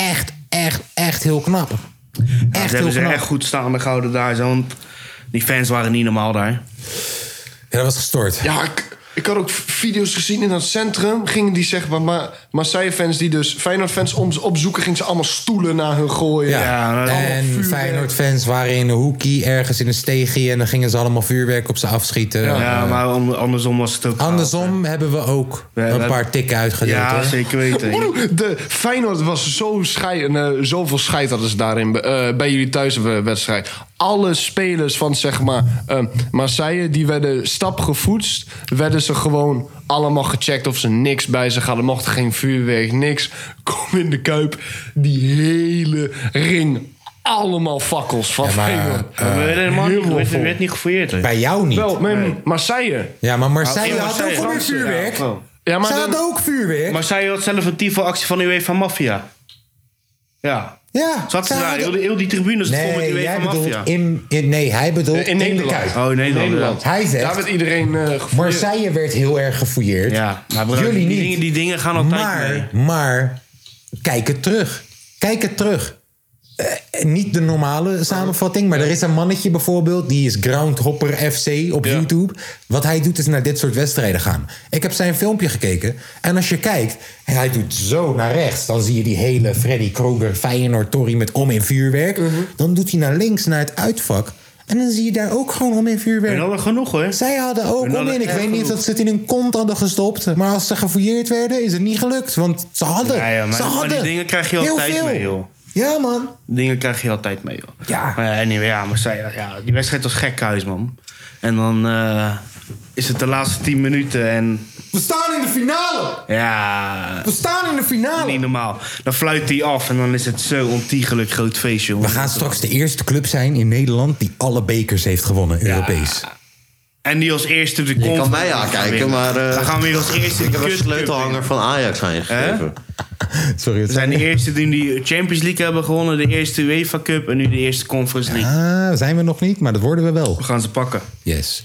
echt heel knap. Ze hebben ze echt goed staande gehouden daar. Zo, want die fans waren niet normaal daar. Ja, dat was gestoord. Ja, ik had ook video's gezien in het centrum. Gingen die zeg maar Marseille-fans die dus Feyenoord-fans opzoeken... gingen ze allemaal stoelen naar hun gooien. Ja, en Feyenoord-fans waren in een hoekie ergens in een steegje... en dan gingen ze allemaal vuurwerk op ze afschieten. Ja, maar andersom was het ook... Andersom hebben we ook een paar tikken uitgedeeld. Ja, hoor. zeker weten. De Feyenoord was zo zoveel scheid hadden ze daarin bij jullie thuiswedstrijd. Alle spelers van zeg maar Marseille, die werden stapgevoetst. Werden ze gewoon allemaal gecheckt of ze niks bij zich hadden. Mochten geen vuurwerk, niks. Kom in de Kuip, die hele ring. Allemaal fakkels van Feyenoord. We werd niet gefouilleerd. Hè? Bij jou niet. Wel, Marseille. Ja, maar Marseille had ook gewoon vuurwerk. Ja, maar ze hadden ook vuurwerk. Marseille had zelf een tyfo-actie van UEFA Mafia. Ja. Ja. Zat ze daar, heel die tribunes vol met UEFA Mafia. Nee, hij bedoelt in Nederland. de Kuip. Oh, in Nederland. Hij zegt, daar werd iedereen gefouilleerd. Marseille werd heel erg gefouilleerd. Ja, maar jullie niet. Die dingen gaan altijd mee. Maar, kijk het terug. Niet de normale samenvatting, maar er is een mannetje bijvoorbeeld... die is Groundhopper FC op YouTube. Wat hij doet is naar dit soort wedstrijden gaan. Ik heb zijn filmpje gekeken en als je kijkt... en hij doet zo naar rechts, dan zie je die hele Freddy Krueger Feyenoord Tory met om in vuurwerk. Dan doet hij naar links, naar het uitvak... en dan zie je daar ook gewoon om in vuurwerk. En hadden genoeg, hoor. Zij hadden ook om in. Ik weet niet of dat ze het in hun kont hadden gestopt. Maar als ze gefouilleerd werden, is het niet gelukt. Want ze hadden. Maar die dingen krijg je altijd mee, joh. Ja, man. Dingen krijg je altijd mee, joh. Ja. Maar die wedstrijd was gekhuis, man. En dan is het de laatste 10 minuten en... We staan in de finale! Ja... We staan in de finale! Niet normaal. Dan fluit hij af en dan is het zo ontiegelijk groot feestje, joh. We gaan straks de eerste club zijn in Nederland... die alle bekers heeft gewonnen, Europees. En die als eerste de conference... Je kan mij aankijken, maar... dan gaan we weer als eerste... Ik heb een sleutelhanger van Ajax aan je gegeven. Sorry, we zijn de eerste die Champions League hebben gewonnen... de eerste UEFA Cup en nu de eerste Conference League. Zijn we nog niet, maar dat worden we wel. We gaan ze pakken. Yes.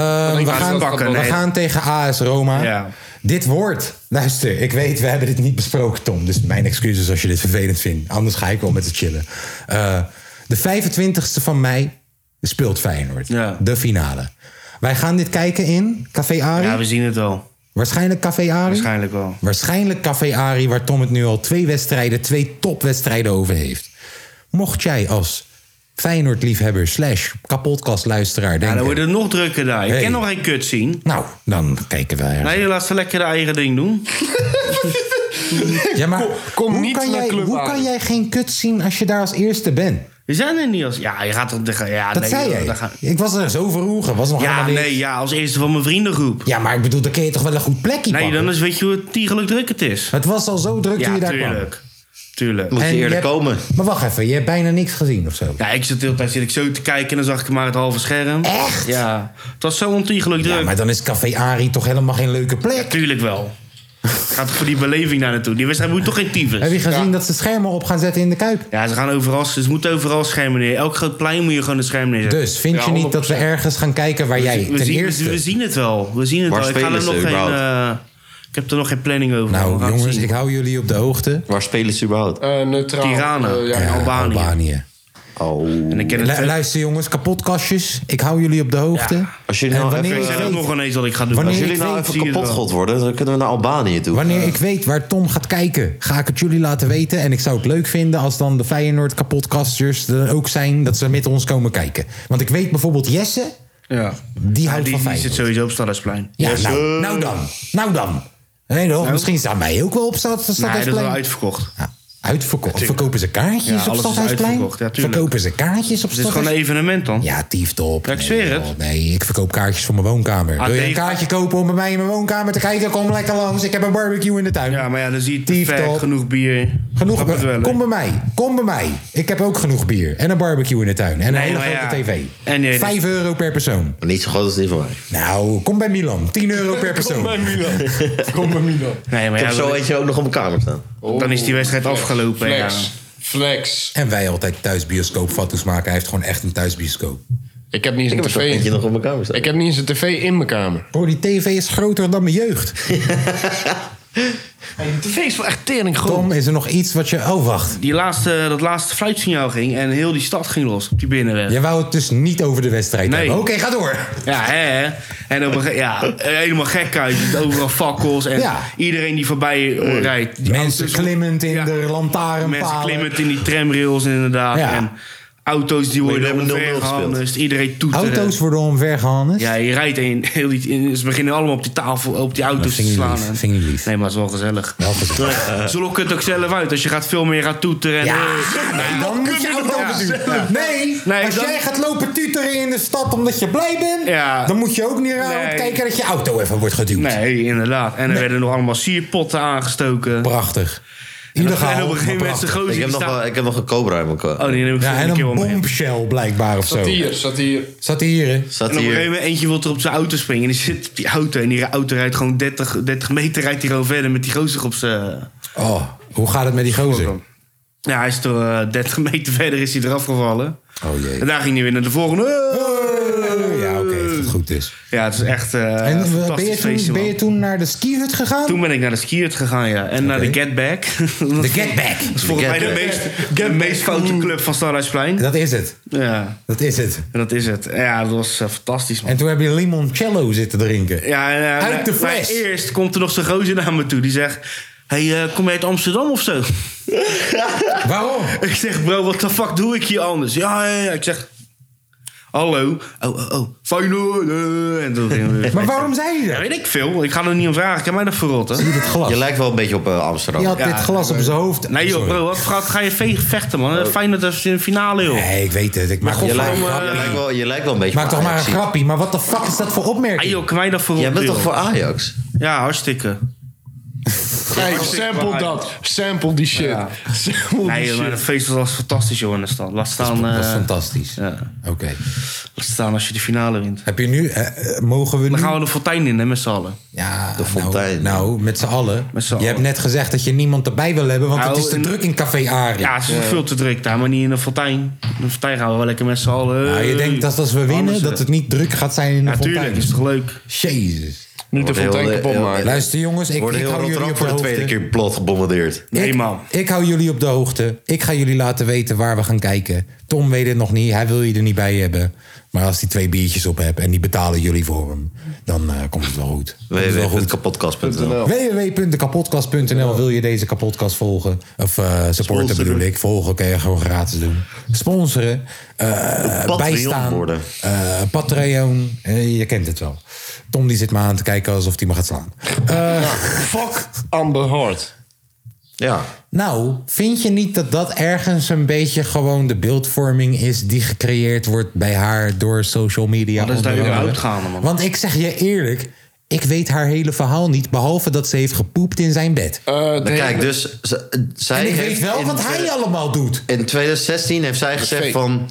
We gaan tegen AS Roma. Ja. Dit wordt... Luister, ik weet, we hebben dit niet besproken, Tom. Dus mijn excuses als je dit vervelend vindt. Anders ga ik wel met het chillen. De 25e van mei speelt Feyenoord. Ja. De finale. Wij gaan dit kijken in Café Ari. Ja, we zien het wel. Waarschijnlijk Café Ari? Waarschijnlijk wel. Waarschijnlijk Café Ari, waar Tom het nu al 2 topwedstrijden over heeft. Mocht jij als Feyenoord-liefhebber / kapotkastluisteraar denken... Ja, dan wordt het nog drukker daar. Je kan nog geen kut zien. Nou, dan kijken wij er. Nee, laat ze lekker de eigen ding doen. Ja, maar hoe kan jij geen kut zien als je daar als eerste bent? We zijn er niet als... Ja, je gaat toch... Ja, dat zei jij. Ik was er zo verroegen. Was nog als eerste van mijn vriendengroep. Ja, maar ik bedoel, dan kun je toch wel een goed plekje pakken? Nee, dan weet je hoe tiegelijk druk het is. Het was al zo druk toen je daar kwam. Tuurlijk. Moet je eerder komen. Maar wacht even, je hebt bijna niks gezien of zo? Ja, ik zit de hele tijd zo te kijken en dan zag ik maar het halve scherm. Echt? Ja. Het was zo ontiegelijk druk. Ja, maar dan is Café Ari toch helemaal geen leuke plek? Ja, tuurlijk wel. Gaat voor die beleving daar naartoe. Die wedstrijd moet toch geen tyfus. Heb je gezien dat ze schermen op gaan zetten in de Kuip? Ja, ze moeten overal schermen neer. Elk groot plein moet je gewoon een scherm neerzetten. Dus vind je niet dat we ergens gaan kijken waar jij ten eerste... We zien het wel. Ik ga er nog geen... Ik heb er nog geen planning over. We Nou, gaan het jongens, zien. ik hou jullie op de hoogte. Waar spelen ze überhaupt? Neutraal. Tirana. Ja, Albanië. Oh. En ik ken het vet. Luister jongens, kapotkastjes. Ik hou jullie op de hoogte. Ja. Als jullie En nou wanneer even, Ik zeg ook nog ineens wat ik ga doen. Wanneer als ik jullie nou weet, even zie je kapot het wel. god worden, dan kunnen we naar Albanië toe. Wanneer ik weet waar Tom gaat kijken, ga ik het jullie laten weten. En ik zou het leuk vinden als dan de Feyenoord kapotkasters er ook zijn, dat ze met ons komen kijken. Want ik weet bijvoorbeeld Jesse, Ja. die houdt van Die Feyenoord. zit sowieso op Stadhuisplein. Ja, nou dan. Nee, toch? Misschien staan wij ook wel op Nee, dat is Stadhuisplein. wel uitverkocht. Ja, uitverkocht. Verkopen ze kaartjes Ja, op alles is Stadhuisplein? uitverkocht, ja, tuurlijk. Verkopen ze kaartjes op Het is gewoon een Stadhuisplein? evenement dan. Ja, tieftop. Ja, ik zweer het. joh, nee, ik verkoop kaartjes voor mijn woonkamer. Wil je een tegen- kaartje kopen om bij mij in mijn woonkamer te kijken? Kom lekker langs. Ik heb een barbecue in de tuin. Ja, maar ja, dan zie je Tieftop. perfect, genoeg bier. Genoeg, Snap het wel, hè? kom bij mij. Kom bij mij. Ik heb ook genoeg bier. En een barbecue in de tuin. En een Nee, hele maar grote ja. tv. En nee, €5 per persoon. Niet zo groot als die van mij. Nou, kom bij Milan. €10 per persoon. Kom bij Milan. Nee, maar Ik heb ja, zo eentje ook nog op mijn kamer staan. dan is die wedstrijd afgelopen. Ja. Flex. En wij altijd thuisbioscoop-foto's maken. Hij heeft gewoon echt een thuisbioscoop. Ik heb niet Ik eens heb er een zo eentje tv. nog op mijn kamer staan. Ik heb niet eens een tv in mijn kamer. Bro, die tv is groter dan mijn jeugd. De tv is wel echt tering groot. Tom, is er nog iets wat je... Oh, wacht. Dat laatste fluitsignaal ging en heel die stad ging los op die binnenweg. Je wou het dus niet over de wedstrijd Nee. hebben. Oké, ga door. Ja, hè? En op een helemaal gek uit. Overal fakkels en Ja. iedereen die voorbij rijdt. Die Mensen auto's- klimmend in Ja. de lantaarnpalen. Mensen klimmend in die tramrails inderdaad. Ja. En auto's die Maar worden jullie hebben 0-0 omvergehandeld. Iedereen toeteren. Auto's worden omvergehandeld. Ja, je rijdt en ze beginnen allemaal op die tafel, op die auto's te vind je slaan. lief, vind je lief. Nee, maar het is wel gezellig. Wel gezellig. Ze lokken het ook zelf uit. Als je gaat filmen en je gaat toeteren. En, Ja, nee, dan moet je auto Ja. besturen. Ja. Nee, als dan- jij gaat lopen tuteren in de stad omdat je blij bent... Ja. dan moet je ook niet raar Nee. kijken dat je auto even wordt geduwd. Nee, inderdaad. En er werden nog allemaal sierpotten aangestoken. Prachtig. En Illegaal, op een gegeven maar moment de prachtig. gozer Ik heb, die nog staat... wel, ik heb nog een Cobra in mijn Oh, die neem ik Ja, volgende en keer een wel mee. bombshell blijkbaar of zo. Satire. Satire. Staat En op een gegeven hier. moment eentje wil er op zijn auto springen. En die zit op die auto. En die auto rijdt gewoon 30 meter rijdt hij gewoon verder met die gozer op zijn... Oh, hoe gaat het met die gozer? Ja, hij is er 30 meter verder is hij eraf gevallen. Oh jee. En daar ging hij weer naar de volgende. Ja, oké, als het goed is. Ja, het is echt een En ben fantastisch je, feestje, toen, ben man. je toen naar de skihut gegaan? Toen ben ik naar de skihut gegaan, ja. En naar de Oké. Get Back. De Get Back. Dat is volgens mij de meest foute club van Stadhuisplein. Dat is het. Ja, Dat is het. en dat is het. Ja, dat was fantastisch, man. En toen heb je limoncello zitten drinken. Ja, Uit de fles. maar eerst komt er nog zo'n gozer naar me toe. Die zegt... Hey, kom jij uit Amsterdam of zo? Waarom? Ik zeg, bro, wat de fuck doe ik hier anders? Ja. Ik zeg... Hallo. Oh. Feyenoord. En toen gingen we... Maar waarom zei je Ja, dat? weet ik veel. Ik ga er niet om vragen. Ik heb mij dat verrot, Zie hè? je dit glas? Je lijkt wel een beetje op Amsterdam. Je had Ja, dit glas op zijn hoofd. Nee joh, Sorry. bro, wat ga je vechten, man? Feyenoord is in de finale, joh. Nee, ik weet het. Ik maak God, Je toch maar lijkt, een Waarom, grapje. je lijkt wel een beetje Maak op toch maar een Ajax. grappie. Maar wat de fuck is dat voor Ah, opmerking? joh, kan mij dat verrot, Jij bent joh? toch voor Ajax? Ja, hartstikke. Hey, sample dat. Sample die shit. Ja. Sample Nee, die joh, maar shit. het feest was fantastisch, joh, in de stad. Laat staan, Dat is fantastisch. ja. Oké. Laat staan als je de finale wint. Heb je nu... mogen we nu... Dan gaan we de fontein in, hè, met z'n allen. Ja, De fontein. Nou, met z'n allen. Met z'n Je hebt allen. net gezegd dat je niemand erbij wil hebben... want Nou, het is te in- druk in Café Arie. Ja, het is veel te druk daar, maar niet in de fontein. In de fontein gaan we wel lekker met z'n allen. Nou, je denkt dat als we winnen... Anders, dat het niet druk gaat zijn in de Ja, tuurlijk, fontein. is toch leuk? Jezus. Niet de Wordt fontein heel- kapot heel- maken. Luister jongens, ik Wordt heel hou jullie Rotterdam op de voor de hoogte. tweede keer plat gebombardeerd. Nee, man. Ik hou jullie op de hoogte. Ik ga jullie laten weten waar we gaan kijken. Tom weet het nog niet. Hij wil je er niet bij hebben. Maar als hij 2 biertjes op hebt en die betalen jullie voor hem... dan komt het wel goed. Komt het wel goed. www.kapotkast.nl www.dekapotkast.nl wil je deze kapotkast volgen. Of supporten bedoel ik. Volgen kan je gewoon gratis doen. Sponsoren. Bijstaan. worden. Patreon. Je kent het wel. Tom die zit me aan te kijken alsof hij me gaat slaan. Fuck Amber Heard. Ja. Nou, vind je niet dat dat ergens een beetje gewoon de beeldvorming is... die gecreëerd wordt bij haar door social media? Wat is daar onder andere? überhaupt gaande, man? Want ik zeg je eerlijk... ik weet haar hele verhaal niet... behalve dat ze heeft gepoept in zijn bed. Maar kijk, dus zij en ik heeft weet wel in wat hij allemaal doet. In 2016 heeft zij gezegd fake. van...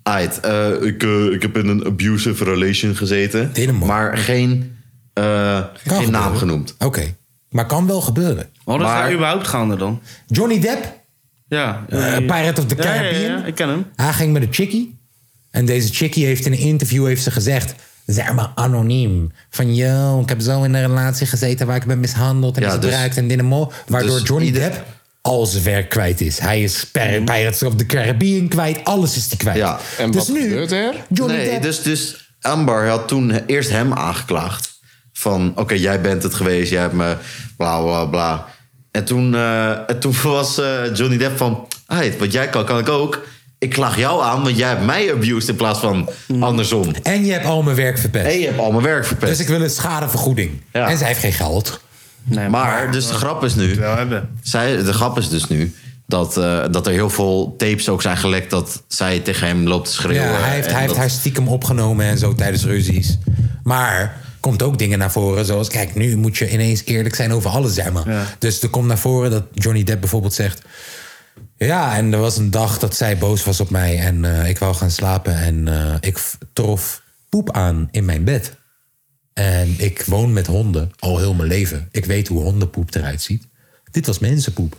ik heb in een abusive relation gezeten. Helemaal. Maar geen naam gebeuren. genoemd. Oké, maar kan wel gebeuren. Wat is Maar- daar überhaupt gaande dan? Johnny Depp, Ja. Pirate of the Ja, Caribbean... ik ken hem. hij ging met een chickie. En deze chickie heeft in een interview heeft ze gezegd... zeg maar anoniem. Van, yo, ik heb zo in een relatie gezeten waar ik ben mishandeld en misbruikt en dit en mo. Waardoor dus Johnny Depp al zijn werk kwijt is. Hij is Pirates of the Caribbean kwijt. Alles is hij kwijt. Ja. En dus wat nu, gebeurt er? Johnny Depp... Dus Amber had toen eerst hem aangeklaagd. Van, oké, jij bent het geweest. Jij hebt me bla, bla, bla. En toen was Johnny Depp van... Hey, wat jij kan ik ook. Ik klaag jou aan, want jij hebt mij abused in plaats van andersom. En je hebt al mijn werk verpest. Dus ik wil een schadevergoeding. Ja. En zij heeft geen geld. Nee, Maar dus de grap is nu... De grap is dus nu... Dat er heel veel tapes ook zijn gelekt... dat zij tegen hem loopt te schreeuwen. Ja, hij heeft haar stiekem opgenomen en zo tijdens ruzies. Maar komt ook dingen naar voren zoals... Kijk, nu moet je ineens eerlijk zijn over alles, zeg maar. Ja. Dus er komt naar voren dat Johnny Depp bijvoorbeeld zegt... Ja, en er was een dag dat zij boos was op mij... en ik wou gaan slapen en ik trof poep aan in mijn bed. En ik woon met honden al heel mijn leven. Ik weet hoe hondenpoep eruit ziet. Dit was mensenpoep.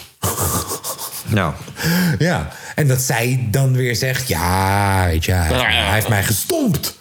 Ja. Ja, en dat zij dan weer zegt... Ja, weet je, hij heeft mij gestompt.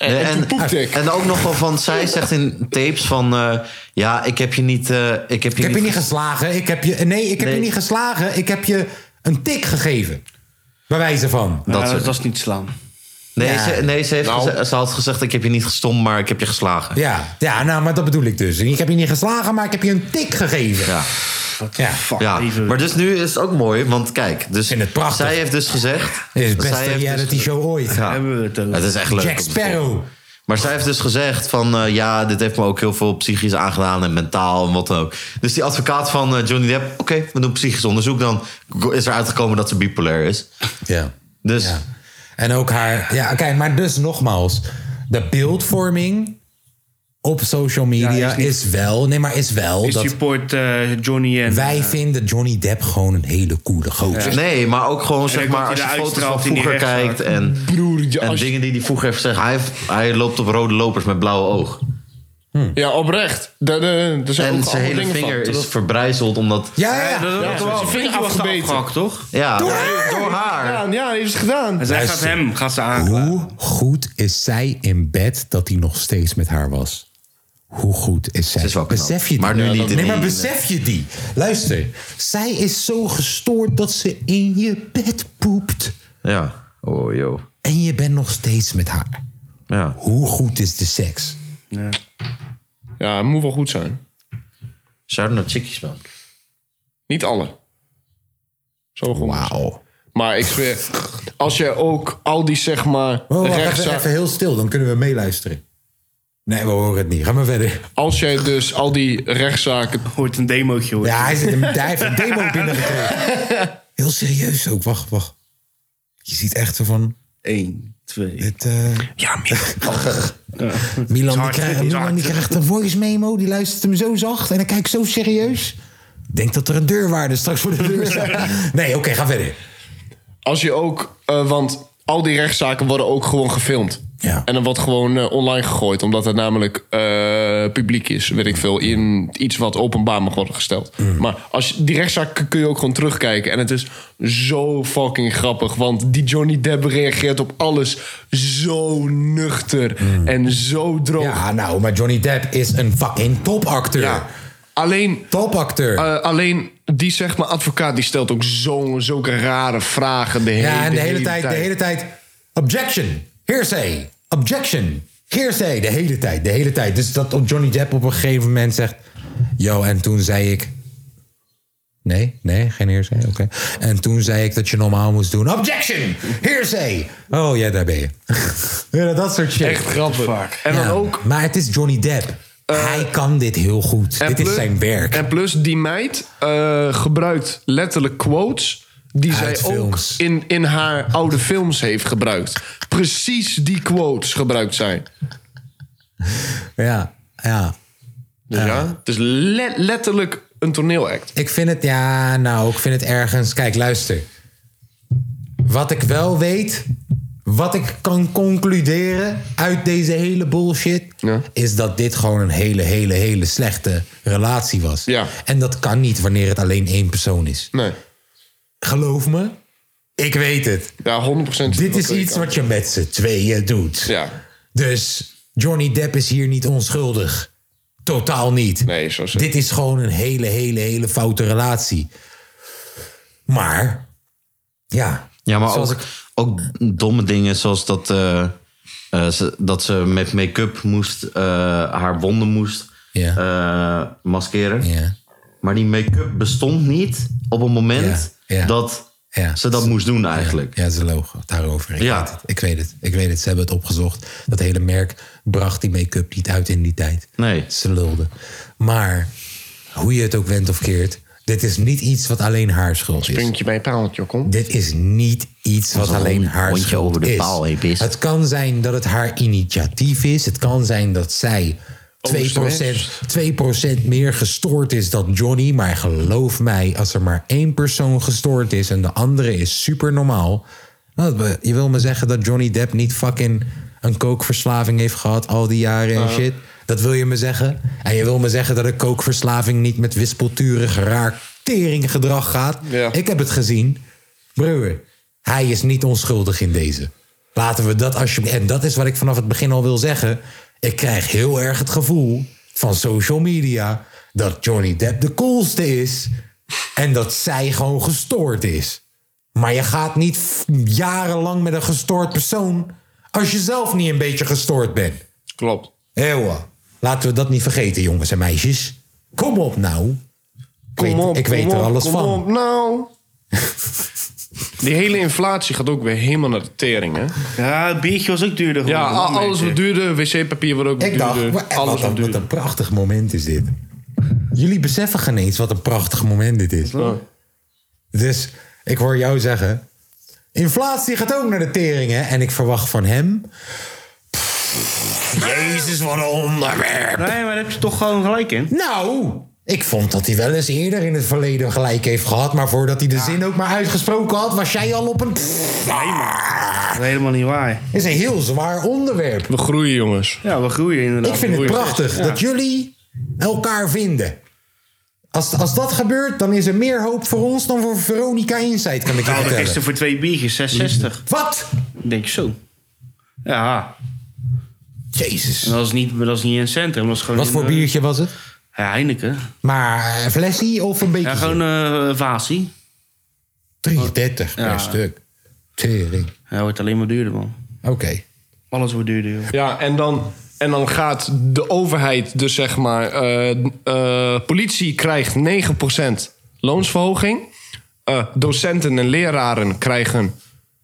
En ook nog wel van... Zij zegt in tapes van... ja, ik heb je niet... ik heb je niet geslagen. Ik heb je niet geslagen. Ik heb je een tik gegeven. Bij wijze van. Dat was niet slaan. Nee, Ja. ze had gezegd... ik heb je niet gestompt, maar ik heb je geslagen. Ja, nou, maar dat bedoel ik dus. Ik heb je niet geslagen, maar ik heb je een tik gegeven. Ja, maar dus nu is het ook mooi, want kijk, dus zij heeft dus gezegd... Dit is het beste reality show ooit. Ja, het is echt leuk. Jack Sparrow. Maar zij heeft dus gezegd van... ja, dit heeft me ook heel veel psychisch aangedaan en mentaal en wat dan ook. Dus die advocaat van Johnny Depp... oké, we doen psychisch onderzoek. Dan is er uitgekomen dat ze bipolair is. Ja. Dus... Ja. En ook haar... Ja, kijk, maar dus nogmaals... De beeldvorming... op social media is wel... Nee, maar is wel... Ik support Johnny en... Wij vinden Johnny Depp gewoon een hele coole gozer. Ja. Nee, maar ook gewoon zeg maar... als je foto's van vroeger kijkt... en dingen die hij vroeger heeft gezegd... Hij loopt op rode lopers met blauwe oog. Ja, oprecht. Er zijn en ook zijn hele dingen vinger van. is verbrijzeld omdat... Ja, zijn vinger afgebeten. toch? Ja, door haar. Ja, die heeft het gedaan. En zij gaat ze aanklagen. Hoe goed is zij in bed dat hij nog steeds met haar was? Hoe goed is zij? Ze is wel knap. Besef je die? Maar nu niet in Nee, maar die- besef je die? Luister, zij is zo gestoord dat ze in je bed poept. Ja, oh joh. En je bent nog steeds met haar. Ja. Hoe goed is de seks? Ja, het moet wel goed zijn. Shout-out naar chickies, man. Niet alle. Zo goed. Wauw. Maar ik zweer, als jij ook al die zeg maar Wacht rechtszaken... even heel stil, dan kunnen we meeluisteren. Nee, we horen het niet. Ga maar verder. Als jij dus al die rechtszaken... Hoort een demootje hoor. Ja, hij heeft een demo binnengekregen. Heel serieus ook. Wacht. Je ziet echt zo van... 1, 2... Ja, Milan die krijgt een voice memo. Die luistert hem zo zacht. En hij kijkt zo serieus. Denk dat er een deurwaarder straks voor de deur staat. Nee, oké, ga verder. Als je ook... want al die rechtszaken worden ook gewoon gefilmd. Ja. En dan wordt gewoon online gegooid. Omdat het namelijk publiek is. Weet ik veel. In iets wat openbaar mag worden gesteld. Maar die rechtszaak kun je ook gewoon terugkijken. En het is zo fucking grappig. Want die Johnny Depp reageert op alles zo nuchter. En zo droog. Ja, nou, maar Johnny Depp is een fucking topacteur. Ja. Alleen... Topacteur. Alleen die zeg maar advocaat die stelt ook zulke rare vragen. De hele tijd. Objection. Hearsay. Objection. Hearsay. De hele tijd. Dus dat Johnny Depp op een gegeven moment zegt... Yo, en toen zei ik... Nee, geen hearsay, oké. En toen zei ik dat je normaal moest doen... Objection! Hearsay! Oh ja, daar ben je. Ja, dat soort shit. Echt grappig. En dan ook... Maar het is Johnny Depp. Hij kan dit heel goed. Dit is zijn werk. En plus, die meid gebruikt letterlijk quotes... die Uit zij films. ook in haar oude films heeft gebruikt. Precies die quotes gebruikt zij. Ja. Dus ja, het is letterlijk een toneelact. Ik vind het ergens... Kijk, luister. Wat ik wel weet... Wat ik kan concluderen uit deze hele bullshit... is dat dit gewoon een hele slechte relatie was. Ja. En dat kan niet wanneer het alleen één persoon is. Nee. Geloof me, ik weet het. Ja, 100%. Dit is iets wat je met z'n tweeën doet. Ja. Dus Johnny Depp is hier niet onschuldig. Totaal niet. Nee, zo zeg. Dit is gewoon een hele foute relatie. Maar, ja. Ja, maar zoals ook domme dingen zoals dat ze met make-up haar wonden moest maskeren. Ja. Maar die make-up bestond niet op het moment dat ze dat moest doen eigenlijk. Ja, ze logen daarover. Ik weet het. Ze hebben het opgezocht. Dat hele merk bracht die make-up niet uit in die tijd. Nee. Ze lulden. Maar, hoe je het ook wendt of keert... dit is niet iets wat alleen haar schuld is. Puntje bij paaltje, kom. Dit is niet iets wat alleen haar schuld over de is. paal heen pist. Het kan zijn dat het haar initiatief is. Het kan zijn dat zij 2% meer gestoord is dan Johnny. Maar geloof mij, als er maar 1 persoon gestoord is... en de andere is super normaal... je wil me zeggen dat Johnny Depp niet fucking een kookverslaving heeft gehad... al die jaren en shit? Dat wil je me zeggen? En je wil me zeggen dat een kookverslaving niet met wispelturig raar teringgedrag gaat? Ja. Ik heb het gezien. Broer, hij is niet onschuldig in deze. Laten we dat alsjeblieft... En dat is wat ik vanaf het begin al wil zeggen. Ik krijg heel erg het gevoel van social media... dat Johnny Depp de coolste is... en dat zij gewoon gestoord is. Maar je gaat niet jarenlang met een gestoord persoon... als je zelf niet een beetje gestoord bent. Klopt. Eeuwen. Laten we dat niet vergeten, jongens en meisjes. Kom op nou. Ik weet er alles van. Kom op nou. Die hele inflatie gaat ook weer helemaal naar de tering, hè? Ja, het biertje was ook duurder. Ja, geworden, alles wordt duurder. Wc-papier wordt ook Ik dacht, duurder. Alles wordt wat duurder. een prachtig moment is dit. Jullie beseffen geen eens wat een prachtig moment dit is. Ja. Dus ik hoor jou zeggen... inflatie gaat ook naar de tering, hè? En ik verwacht van hem... Jezus, wat een onderwerp. Nee, maar daar heb je toch gewoon gelijk in. Nou, ik vond dat hij wel eens eerder in het verleden gelijk heeft gehad... maar voordat hij de zin ook maar uitgesproken had... was jij al op een... Nee, man. Dat is helemaal niet waar. Het is een heel zwaar onderwerp. We groeien, jongens. Ja, we groeien inderdaad. Ik vind het prachtig dat jullie elkaar vinden. Als dat gebeurt, dan is er meer hoop voor ons dan voor Veronica Insight, kan ik je Nou, dat vertellen. is er voor 2 biertjes, 6,60. Wat? Denk je zo. Ja. Jezus. En dat is niet in het centrum. Dat is gewoon Wat voor biertje was het? Ja, Heineken. Maar een flesje of een beetje? Ja, gewoon vasie. 33 per stuk. Tering. Ja, wordt alleen maar duurder, man. Oké. Alles wordt duurder, joh. Ja, en dan gaat de overheid dus zeg maar... politie krijgt 9% loonsverhoging. Docenten en leraren krijgen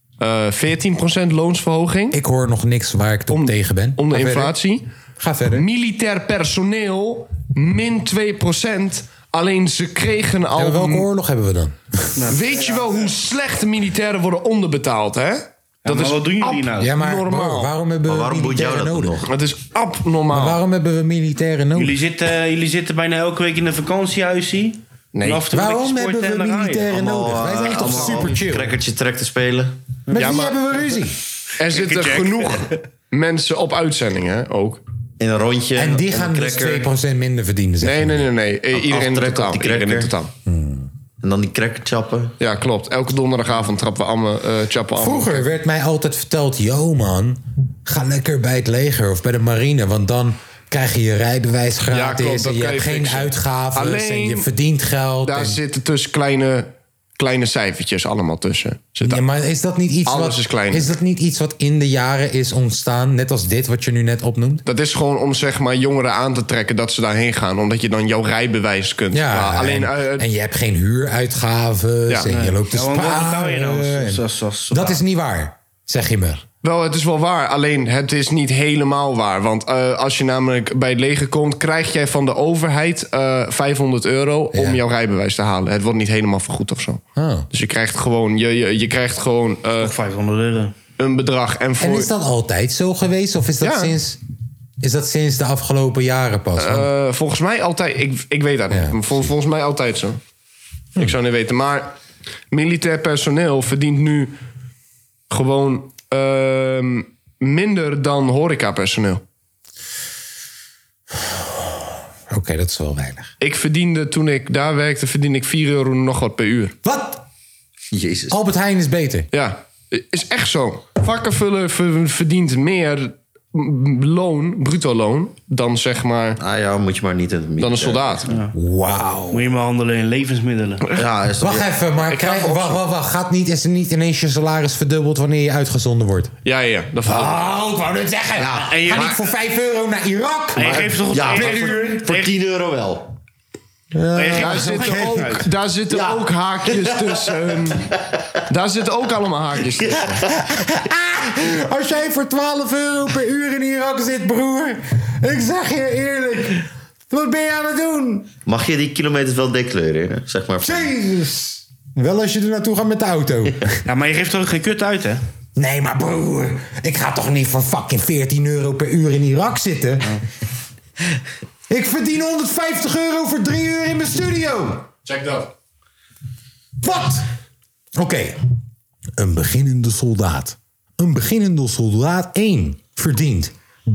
14% loonsverhoging. Ik hoor nog niks waar ik tegen ben. Om de Ga verder. inflatie. Ga verder. Militair personeel min 2%. Alleen ze kregen al... En welke oorlog hebben we dan? Weet je wel hoe slecht de militairen worden onderbetaald, hè? Dat maar is wat doen jullie nou? Ja, maar abnormaal. waarom hebben we waarom moet jou militairen dat nodig? nog? Het is abnormaal. Maar waarom hebben we militairen nodig? Jullie zitten bijna elke week in een vakantiehuisje. Nee. En af en toe Waarom lekker hebben sporten we en dan ga je. militairen nodig? Wij zijn toch super chill? Crackertje trek te spelen. Met Ja, wie maar- hebben we ruzie? Er zitten Jack. genoeg mensen op uitzendingen ook. In een rondje. En die om gaan een dus cracker. 2% minder verdienen, zeg je. Nee. Iedereen in Aftrekken totaal. op die Iedereen in cracker. totaal. En dan die cracker chappen. Ja, klopt. Elke donderdagavond trappen we allemaal, chappen allemaal. Vroeger werd mij altijd verteld... yo man, ga lekker bij het leger of bij de marine... want dan krijg je je rijbewijs Ja, gratis... klopt, dat en je kan hebt je geen fixen. uitgaven Alleen, en je verdient geld. Daar en... zitten dus kleine cijfertjes allemaal tussen. Ja, maar is dat niet iets Alles wat, is klein. Is dat niet iets wat in de jaren is ontstaan... net als dit wat je nu net opnoemt? Dat is gewoon om zeg maar jongeren aan te trekken dat ze daarheen gaan. Omdat je dan jouw rijbewijs kunt. Ja, Maar alleen, en je hebt geen huuruitgaven Ja, en je loopt te Ja, want wat betaal je sparen. nou? en- Zoals- Dat is niet waar, zeg je me. wel, het is wel waar. Alleen het is niet helemaal waar. Want als je namelijk bij het leger komt... krijg jij van de overheid €500 om jouw rijbewijs te halen. Het wordt niet helemaal vergoed of zo. Oh. Dus je krijgt gewoon, je krijgt gewoon €500. een bedrag. En En is dat altijd zo geweest? Of is dat, Ja. sinds de afgelopen jaren pas? Want- volgens mij altijd... Ik weet dat niet. Ja, Maar volgens mij altijd zo. Ik zou niet weten. Maar militair personeel verdient nu gewoon minder dan horecapersoneel. Oké, dat is wel weinig. Ik verdiende, toen ik daar werkte, verdiende ik €4 nog wat per uur. Wat? Jezus. Albert Heijn is beter. Ja, is echt zo. Vakkenvullen verdient meer loon, bruto loon, dan zeg maar... Ah ja, moet je maar niet in het dan een soldaat. Ja. Wauw. Moet je maar handelen in levensmiddelen. Ja, is Wacht even, maar wacht. Is er niet ineens je salaris verdubbeld wanneer je uitgezonden wordt? Ja. Dat Oh, ik wou net zeggen. Ja, en je- Ga niet voor €5 naar Irak. En je geeft toch Ja, een maar uur. voor €10 wel. Daar zitten ook haakjes tussen. Daar zitten ook allemaal haakjes tussen. Als jij voor €12 per uur in Irak zit, broer. Ik zeg je eerlijk. Wat ben je aan het doen? Mag je die kilometers wel declareren? Zeg maar. Jezus. Wel als je er naartoe gaat met de auto. Ja, maar je geeft toch ook geen kut uit, hè? Nee, maar broer. Ik ga toch niet voor fucking €14 per uur in Irak zitten? Ik verdien €150 voor 3 uur in mijn studio. Check dat. Wat? Oké. Een beginnende soldaat. Een beginnende soldaat 1 verdient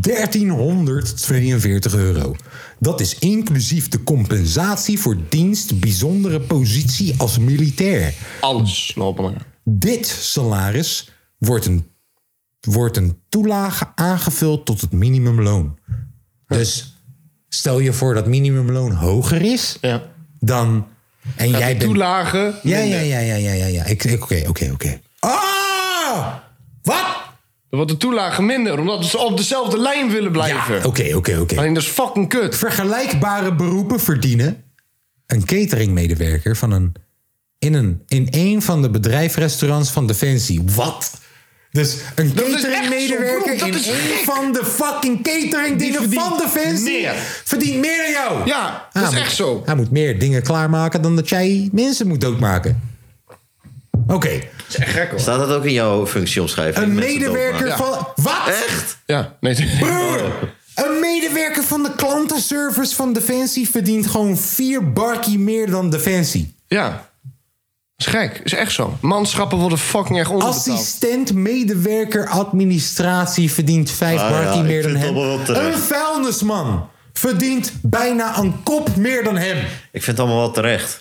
€1342. Dat is inclusief de compensatie voor dienst bijzondere positie als militair. Alles lopen maar. Dit salaris wordt een toelage aangevuld tot het minimumloon. Dus stel je voor dat minimumloon hoger is Ja. dan... En Gaat jij die bent... toelage... Ja. Oké. Ah! Wat? Dan wordt de toelage minder, omdat ze op dezelfde lijn willen blijven. Ja, oké. Alleen dat is fucking kut. Vergelijkbare beroepen verdienen een cateringmedewerker in een van de bedrijfsrestaurants van Defensie. Wat? Dus een Dat is echt cateringmedewerker zo, in dat is een gek. van de fucking cateringdingen verdient van Defensie meer. verdient meer dan jou. Ja, dat is echt zo. Hij moet meer dingen klaarmaken dan dat jij mensen moet doodmaken. Oké. Dat is echt gek hoor. Staat dat ook in jouw functieomschrijving? Een Mensen medewerker doodmaken? van... Wat? Echt? Ja, nee. Een medewerker van de klantenservice van Defensie verdient gewoon 4 barkie meer dan Defensie. Ja. Dat is gek. Dat is echt zo. Manschappen worden fucking erg onderbetaald. Assistent, medewerker, administratie verdient 5 Ah, barkie ja, meer ik dan vind hem. het allemaal wel terecht. Een vuilnisman verdient bijna een kop meer dan hem. Ik vind het allemaal wel terecht.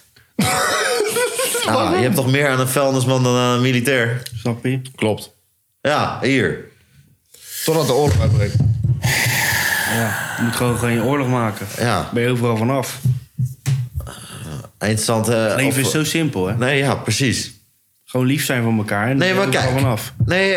Je hebt toch meer aan een vuilnisman dan aan een militair? Snap je? Klopt. Ja, hier. Totdat de oorlog uitbreekt. Ja, je moet gewoon geen oorlog maken. Ja. Ben je overal vanaf. Interessant. Leven is zo simpel, hè? Nee, ja, precies. Gewoon lief zijn voor elkaar. En Nee, maar ben je overal kijk. vanaf. Nee,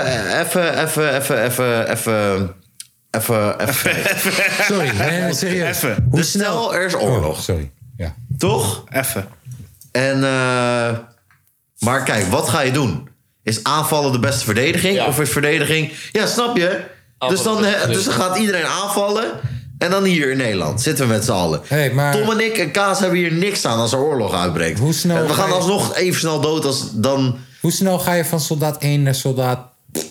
even. Sorry, nee, serieus. Even. Dus stel, er is oorlog. Sorry. Ja. Toch? Even. En, maar kijk, wat ga je doen? Is aanvallen de beste verdediging? Ja. Of is verdediging... Ja, snap je? Dus dan gaat iedereen aanvallen. En dan hier in Nederland zitten we met z'n allen. Hey, maar- Tom en ik en Kaas hebben hier niks aan als er oorlog uitbreekt. Hoe snel En we ga gaan je- alsnog even snel dood als dan... Hoe snel ga je van soldaat 1 naar soldaat...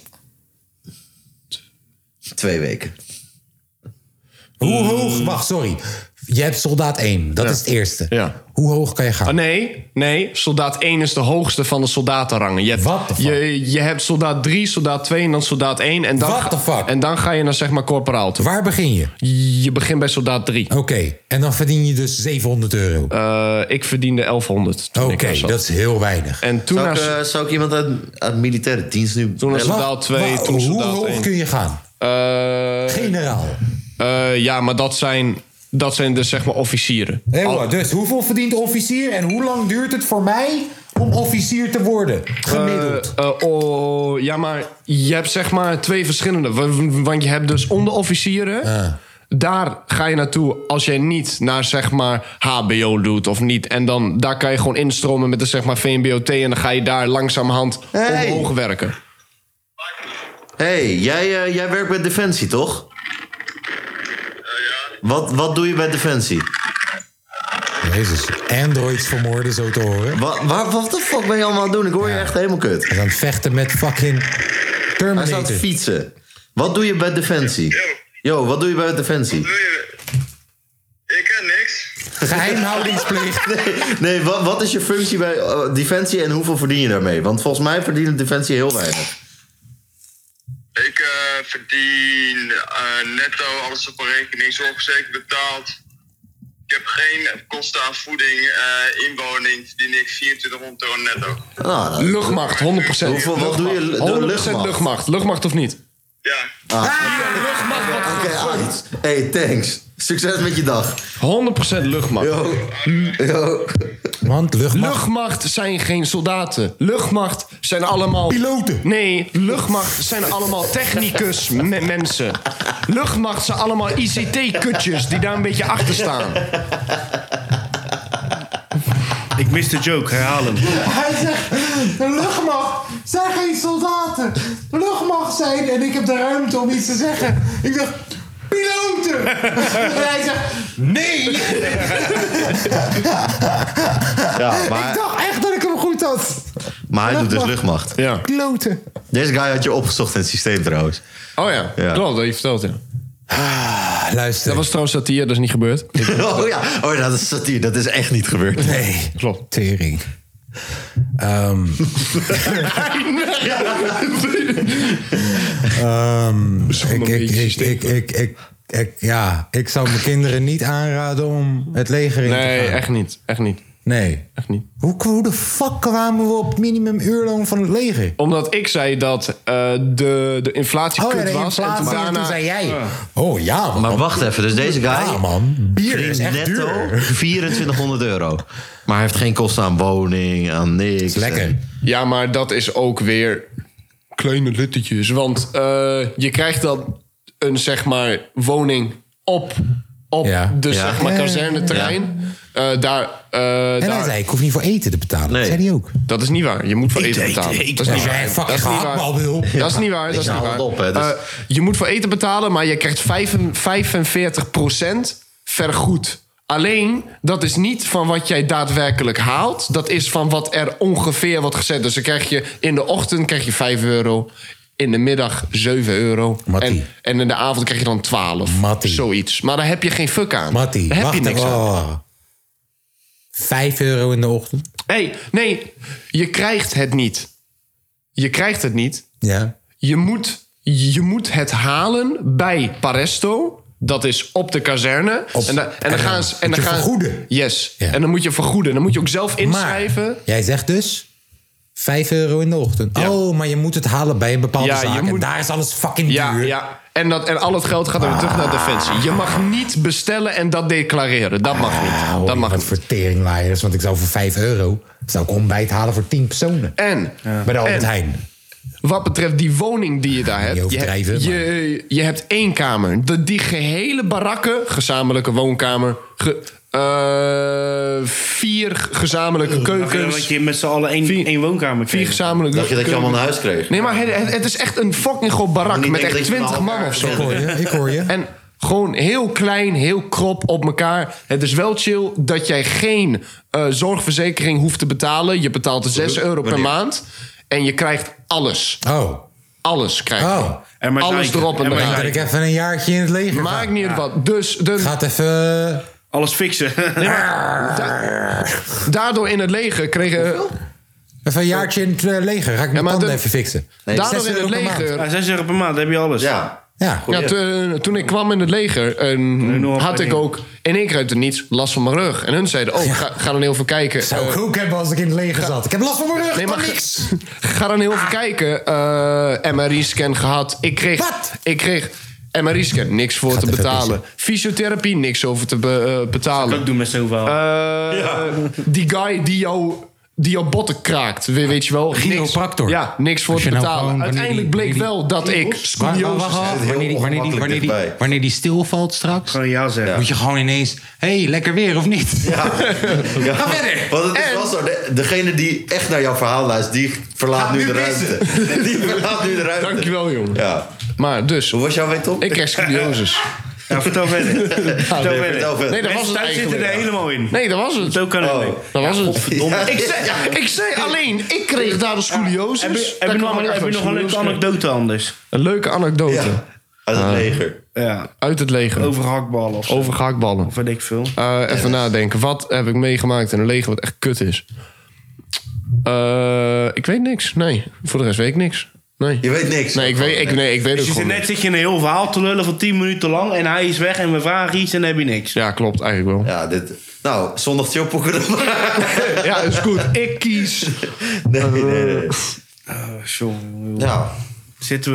2 weken. Hoe hoog... Wacht, sorry. Je hebt soldaat 1. Dat is het eerste. Ja. Hoe hoog kan je gaan? Nee. Soldaat 1 is de hoogste van de soldatenrangen. Je hebt, What the fuck? je hebt soldaat 3, soldaat 2 en dan soldaat 1. En dan, What the fuck? En dan ga je naar zeg maar corporaal toe. Waar begin je? Je begint bij soldaat 3. Oké. En dan verdien je dus €700. Ik verdiende 1100. toen ik Oké, er zat. dat is heel weinig. En toen Zou ik iemand uit militaire dienst nu... Toen was bellen? soldaat 2, Wacht, toen hoe soldaat hoog 1. kun je gaan? Generaal. Ja, maar dat zijn dus zeg maar officieren. Dus hoeveel verdient de officier en hoe lang duurt het voor mij om officier te worden? Gemiddeld. Ja, maar je hebt zeg maar 2 verschillende. Want je hebt dus onderofficieren. Daar ga je naartoe als jij niet naar zeg maar HBO doet of niet. En dan daar kan je gewoon instromen met de zeg maar VMBOT. En dan ga je daar langzamerhand omhoog werken. Hey, jij werkt bij Defensie, toch? Wat doe je bij Defensie? Jezus, androids vermoorden, zo te horen. Wat de fuck ben je allemaal aan het doen? Ik hoor je echt helemaal kut. Hij is aan het vechten met fucking Hij staat Terminator. te fietsen. Wat doe je bij Defensie? Yo, wat doe je bij Defensie? Ik ken niks. Geheimhoudingsplicht. Nee, wat is je functie bij Defensie en hoeveel verdien je daarmee? Want volgens mij verdient Defensie heel weinig. Ik verdien netto, alles op een rekening, zorgverzekering betaald. Ik heb geen kosten aan voeding, inwoning, verdien ik €2400 netto. Ah, Luchtmacht, 100%. Wat doe je door 100% luchtmacht? luchtmacht. Luchtmacht of niet? Ja. Oké, hey, thanks. Succes met je dag. 100% luchtmacht. Yo. Want Luchtmacht zijn geen soldaten. Luchtmacht zijn allemaal... Piloten. Nee, luchtmacht zijn allemaal technicus mensen. Luchtmacht zijn allemaal ICT-kutjes die daar een beetje achter staan. Ik mis de joke, herhaal hem. Hij zegt, de luchtmacht zijn geen soldaten. De luchtmacht zijn, en ik heb de ruimte om iets te zeggen. Ik zeg, piloten. En hij zegt, nee. Ja, maar, Ik dacht echt dat ik hem goed had. maar hij doet dus luchtmacht. Ja. Piloten. Deze guy had je opgezocht in het systeem trouwens. Oh ja, Ja. klopt, dat je verteld, ja. Luister. Dat was trouwens satire, dat is niet gebeurd. Oh ja, dat is satire. Dat is echt niet gebeurd. Nee. Klopt. Tering. Ik zou mijn kinderen niet aanraden om het leger in te gaan. Nee, echt niet. Echt niet. Nee. Echt niet. Hoe de fuck kwamen we op het minimumuurloon van het leger? Omdat ik zei dat de inflatie kut de was. inflatie. En toen En daarna... toen zei jij... Oh ja, man. Maar wacht even, dus deze guy... Ja, man. Bier is echt netto duur. €2400. Maar hij heeft geen kosten aan woning, aan niks. Is lekker. En- Ja, maar dat is ook weer kleine littetjes. Want je krijgt dan een, zeg maar, woning op Ja. de, Ja. zeg maar, kazerneterrein. En hij zei, ik hoef niet voor eten te betalen. Nee. Dat zei hij ook. Dat is niet waar. Je moet voor eten betalen. Dat is Als niet jij waar. een fucking Dat is niet waar. gehaktbal wil. Dat is niet waar. Dat is niet haal waar. het op, hè, dus- Je moet voor eten betalen, maar je krijgt 45% vergoed. Alleen, dat is niet van wat jij daadwerkelijk haalt. Dat is van wat er ongeveer wordt gezet. Dus dan krijg je in de ochtend krijg je €5. In de middag €7. Mattie. En in de avond krijg je dan 12. Mattie. Zoiets. Maar daar heb je geen fuck aan. Mattie, daar heb wacht je niks even. aan. Oh. €5 in de ochtend. Hey, nee, je krijgt het niet. Je krijgt het niet. Ja. Je moet het halen bij Paresto. Dat is op de kazerne. En dan gaan ze... Moet je vergoeden. Yes. Ja. En dan moet je vergoeden. Dan moet je ook zelf inschrijven. Maar jij zegt dus €5 in de ochtend. Ja. Oh, maar je moet het halen bij een bepaalde Ja, je zaak. En moet- daar is alles fucking Ja, duur. ja. En al het geld gaat dan weer terug naar Defensie. Je mag niet bestellen en dat declareren. Dat mag niet. Dat mag Wat niet. voor teringlaaiers. Want ik zou voor €5 zou ik ontbijt halen voor 10 personen. En, Bij de Albert en Heijn. wat betreft die woning die je daar hebt. overdrijven, Je hebt 1 kamer. Die gehele barakken, gezamenlijke woonkamer... 4 gezamenlijke keukens. Dat je met z'n allen één woonkamer 4 kreeg. gezamenlijke Dacht je dat je allemaal keukens. naar huis kreeg? Nee, maar het is echt een fucking groot barak niet met denken echt dat je 20 van man elkaar of zo. Ik hoor je. En gewoon heel klein, heel krop op elkaar. Het is wel chill dat jij geen zorgverzekering hoeft te betalen. Je betaalt €6 per Wanneer? maand. En je krijgt alles. Oh. Alles krijg je. Oh. En maar Alles zeiken. erop en En maar eraan. Dat ik even een jaartje in het leger ga. Maakt niet uit wat. Dus Gaat even... Alles fixen. daardoor in het leger kregen... Even een jaartje in het leger. Ga ik mijn maar tanden de- even fixen. Daardoor in €6 het per maand. leger... Ja, €6 per maand, dan heb je alles. Ja. Ja. Ja, toen ik kwam in het leger, had ik ook in één keer uit het niets last van mijn rug. En hun zeiden, ga dan heel even kijken. Zou ik ook hebben als ik in het leger zat. Ik heb last van mijn rug, Nee, maar maar niks. ga dan heel even kijken. MRI-scan gehad. Ik kreeg MRI-scan, niks voor Gaat te even betalen. Fysiotherapie, niks over te betalen. Dat doen met zoveel. Die guy die jouw botten kraakt, weet je wel. Chiropractor. Ja, niks voor Als te je nou betalen. gewoon Uiteindelijk bleek wel dat ik scoliosis heb. Wanneer die stilvalt straks, Gewoon ja zeggen. moet je gewoon ineens... Hé, lekker weer of niet? Ja. Ga verder. Want het is wel zo, degene die echt naar jouw verhaal luistert, die verlaat nu de ruimte. Die verlaat nu de ruimte. Dankjewel, jongen. Ja. Maar dus, Hoe was jouw week, Tom? ik kreeg scoliosis. Ja, vertel verder. Vertel verder. vertel verder. Nee, dat was het Mensen thuis zitten er eigenlijk. helemaal in. Nee, dat was het. Zo kan het niet. Dat was het. Godverdomme. Ik zei alleen, ik kreeg daar de scoliosis. Heb je nog een leuke anekdote anders? Een leuke anekdote. Ja. Uit het leger. Ja. Uit het leger. Over hakballen of zo. Over gehaktballen. Of weet ik veel. Even nadenken. Wat heb ik meegemaakt in een leger wat echt kut is? Ik weet niks. Nee. Voor de rest weet ik niks. Nee. Je weet niks. Nee, ik weet het Dus gewoon net niet. zit je een heel verhaal te lullen van 10 minuten lang en hij is weg en we vragen iets en dan heb je niks. Ja, klopt. Eigenlijk wel. Ja, nou, zondag chillpoeken dan maar. Ja, is goed. Ik kies. Jongen, Ja. zitten we dan.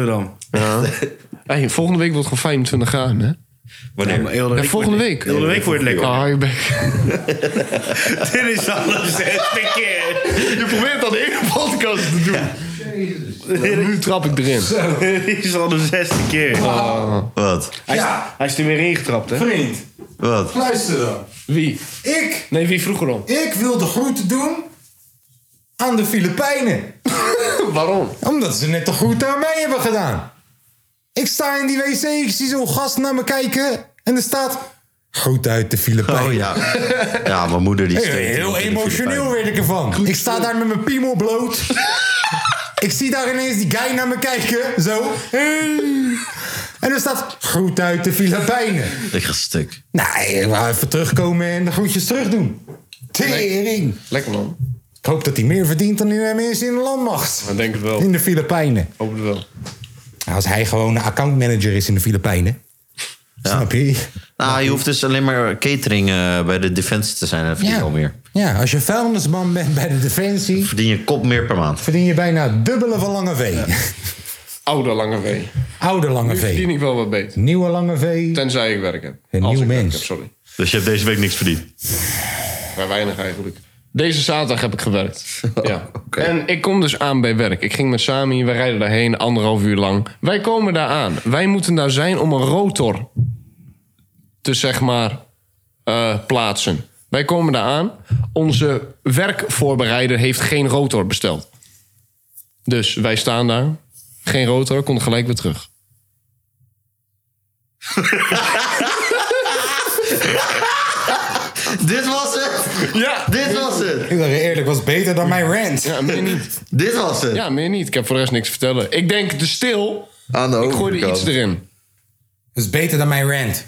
Ja. Hey, volgende week wordt gewoon 25 graden, hè? Wanneer? Ja, volgende week. Heel de week wordt het lekker. Ah, je bent... Dit is al de 6e keer. Je probeert al de hele podcast te doen. Nu trap ik erin. Dit is al de 6e keer. Wat? Hij is er weer ingetrapt, hè? Vriend, Wat? luister dan. Wie? Ik Nee, wie vroeg erom? wil de groeten doen aan de Filipijnen. Waarom? Omdat ze net de groeten aan mij hebben gedaan. Ik sta in die wc, ik zie zo'n gast naar me kijken en er staat... Groet uit de Filipijnen. Oh ja. Ja, mijn moeder die steekt. Heel emotioneel werd ik ervan. Ik sta daar met mijn piemel bloot. Ik zie daar ineens die guy naar me kijken. Zo. En er staat... Groet uit de Filipijnen. Ik ga stuk. Nou, ik wou even terugkomen en de groetjes terug doen. Tering. Lekker man. Ik hoop dat hij meer verdient dan die mensen in de landmacht. Ik denk het wel. In de Filipijnen. Hoop het wel. Nou, als hij gewoon een accountmanager is in de Filipijnen. Snap je? Nou, je hoeft dus alleen maar catering bij de Defensie te zijn. Dat verdien je al meer. Ja, als je vuilnisman bent bij de Defensie... Verdien je een kop meer per maand. verdien je bijna het dubbele van Lange V. Oude Lange V. Oude Lange Nu verdien V. ik wel wat beter. Nieuwe Lange V. Tenzij ik werk heb. Een Als nieuw ik werk mens. heb, sorry. Dus je hebt deze week niks verdiend. Maar weinig eigenlijk. Deze zaterdag heb ik gewerkt. Ja. En ik kom dus aan bij werk. Ik ging met Sami, wij rijden daarheen 1,5 uur lang. Wij komen daar aan. Wij moeten daar zijn om een rotor te, zeg maar, plaatsen. Wij komen daar aan. Onze werkvoorbereider heeft geen rotor besteld. Dus wij staan daar. Geen rotor, konden gelijk weer terug. Dit was het! Ja, Dit was het! Ik zeg je eerlijk, was beter dan mijn rant. ja, meer niet. Dit was het! Ja, meer niet. Ik heb voor de rest niks te vertellen. Ik denk te stil. Aan de Ik gooi er overkant. iets erin. Dat is beter dan mijn rant.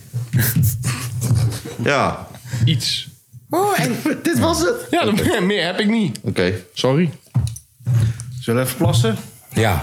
Ja. Iets. Oh, en... Dit was het! Ja, meer heb ik niet. Oké. Sorry. Zullen we even plassen? Ja.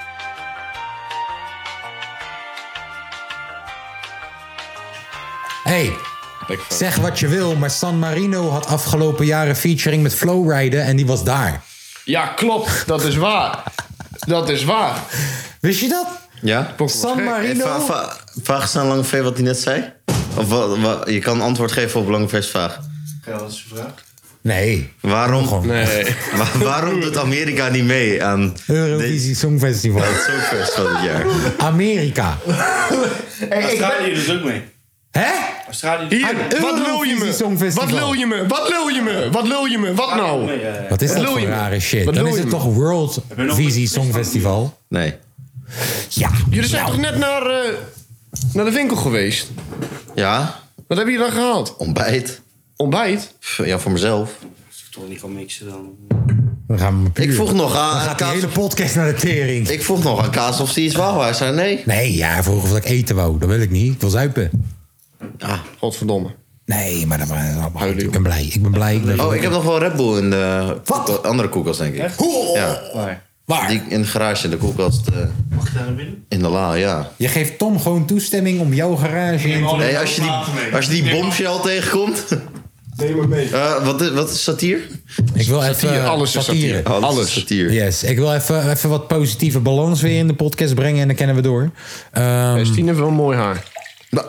Hey, zeg wat je wil, maar San Marino had afgelopen jaren featuring met Flowrider en die was daar. Ja, klopt. Dat is waar. Dat is waar. Wist je dat? Ja? San Marino... Vraag eens aan Lange V wat hij net zei. Of je kan antwoord geven op Lange V's vraag. Ja, dat is een vraag. Nee. Waarom, Nee. waarom doet Amerika niet mee aan Eurovisie Songfestival. het Songfestival dit jaar? Amerika. Australië doet ook mee. Hè? Australië doet Hier, wat lul je me? Songfestival. Wat lul je me? Wat lul je me? Wat lul je me? Wat nou? Wat is dat lul voor je me? rare shit? Wat Dan lul is je het me? toch World Visie Songfestival? Nee. Ja. Jullie zijn toch net naar de winkel geweest? Ja? Wat heb je dan gehaald? Ontbijt. Ontbijt? Ja, voor mezelf. toch niet kan mixen dan. Dan gaan we puur. Ik vroeg nog Dan aan gaat die Kaas. hele podcast naar de tering. Ik vroeg nog aan Kaas of hij iets wou. Hij zei nee. Nee, ja, hij vroeg of ik eten wou. Dat wil ik niet. Ik wil zuipen. Ja. Godverdomme. Nee, maar dat was allemaal goed. Huilen, Ik ben blij. Ik ben blij. Oh, ik heb nog wel Red Bull in de Wat? andere koelkast, denk ik. Hoe? Ja. Waar? Die in de garage, in de koelkast. Mag ik daar naar binnen? In de la, ja. Je geeft Tom gewoon toestemming om jouw garage in te... Nee, als je die bombshell tegenkomt. Neem maar mee. Wat is dat hier? Ik wil Satire, even... alles is satire. Alles. Satire. Yes, ik wil even wat positieve balans weer in de podcast brengen en dan kennen we door. Stien heeft wel mooi haar. Nou,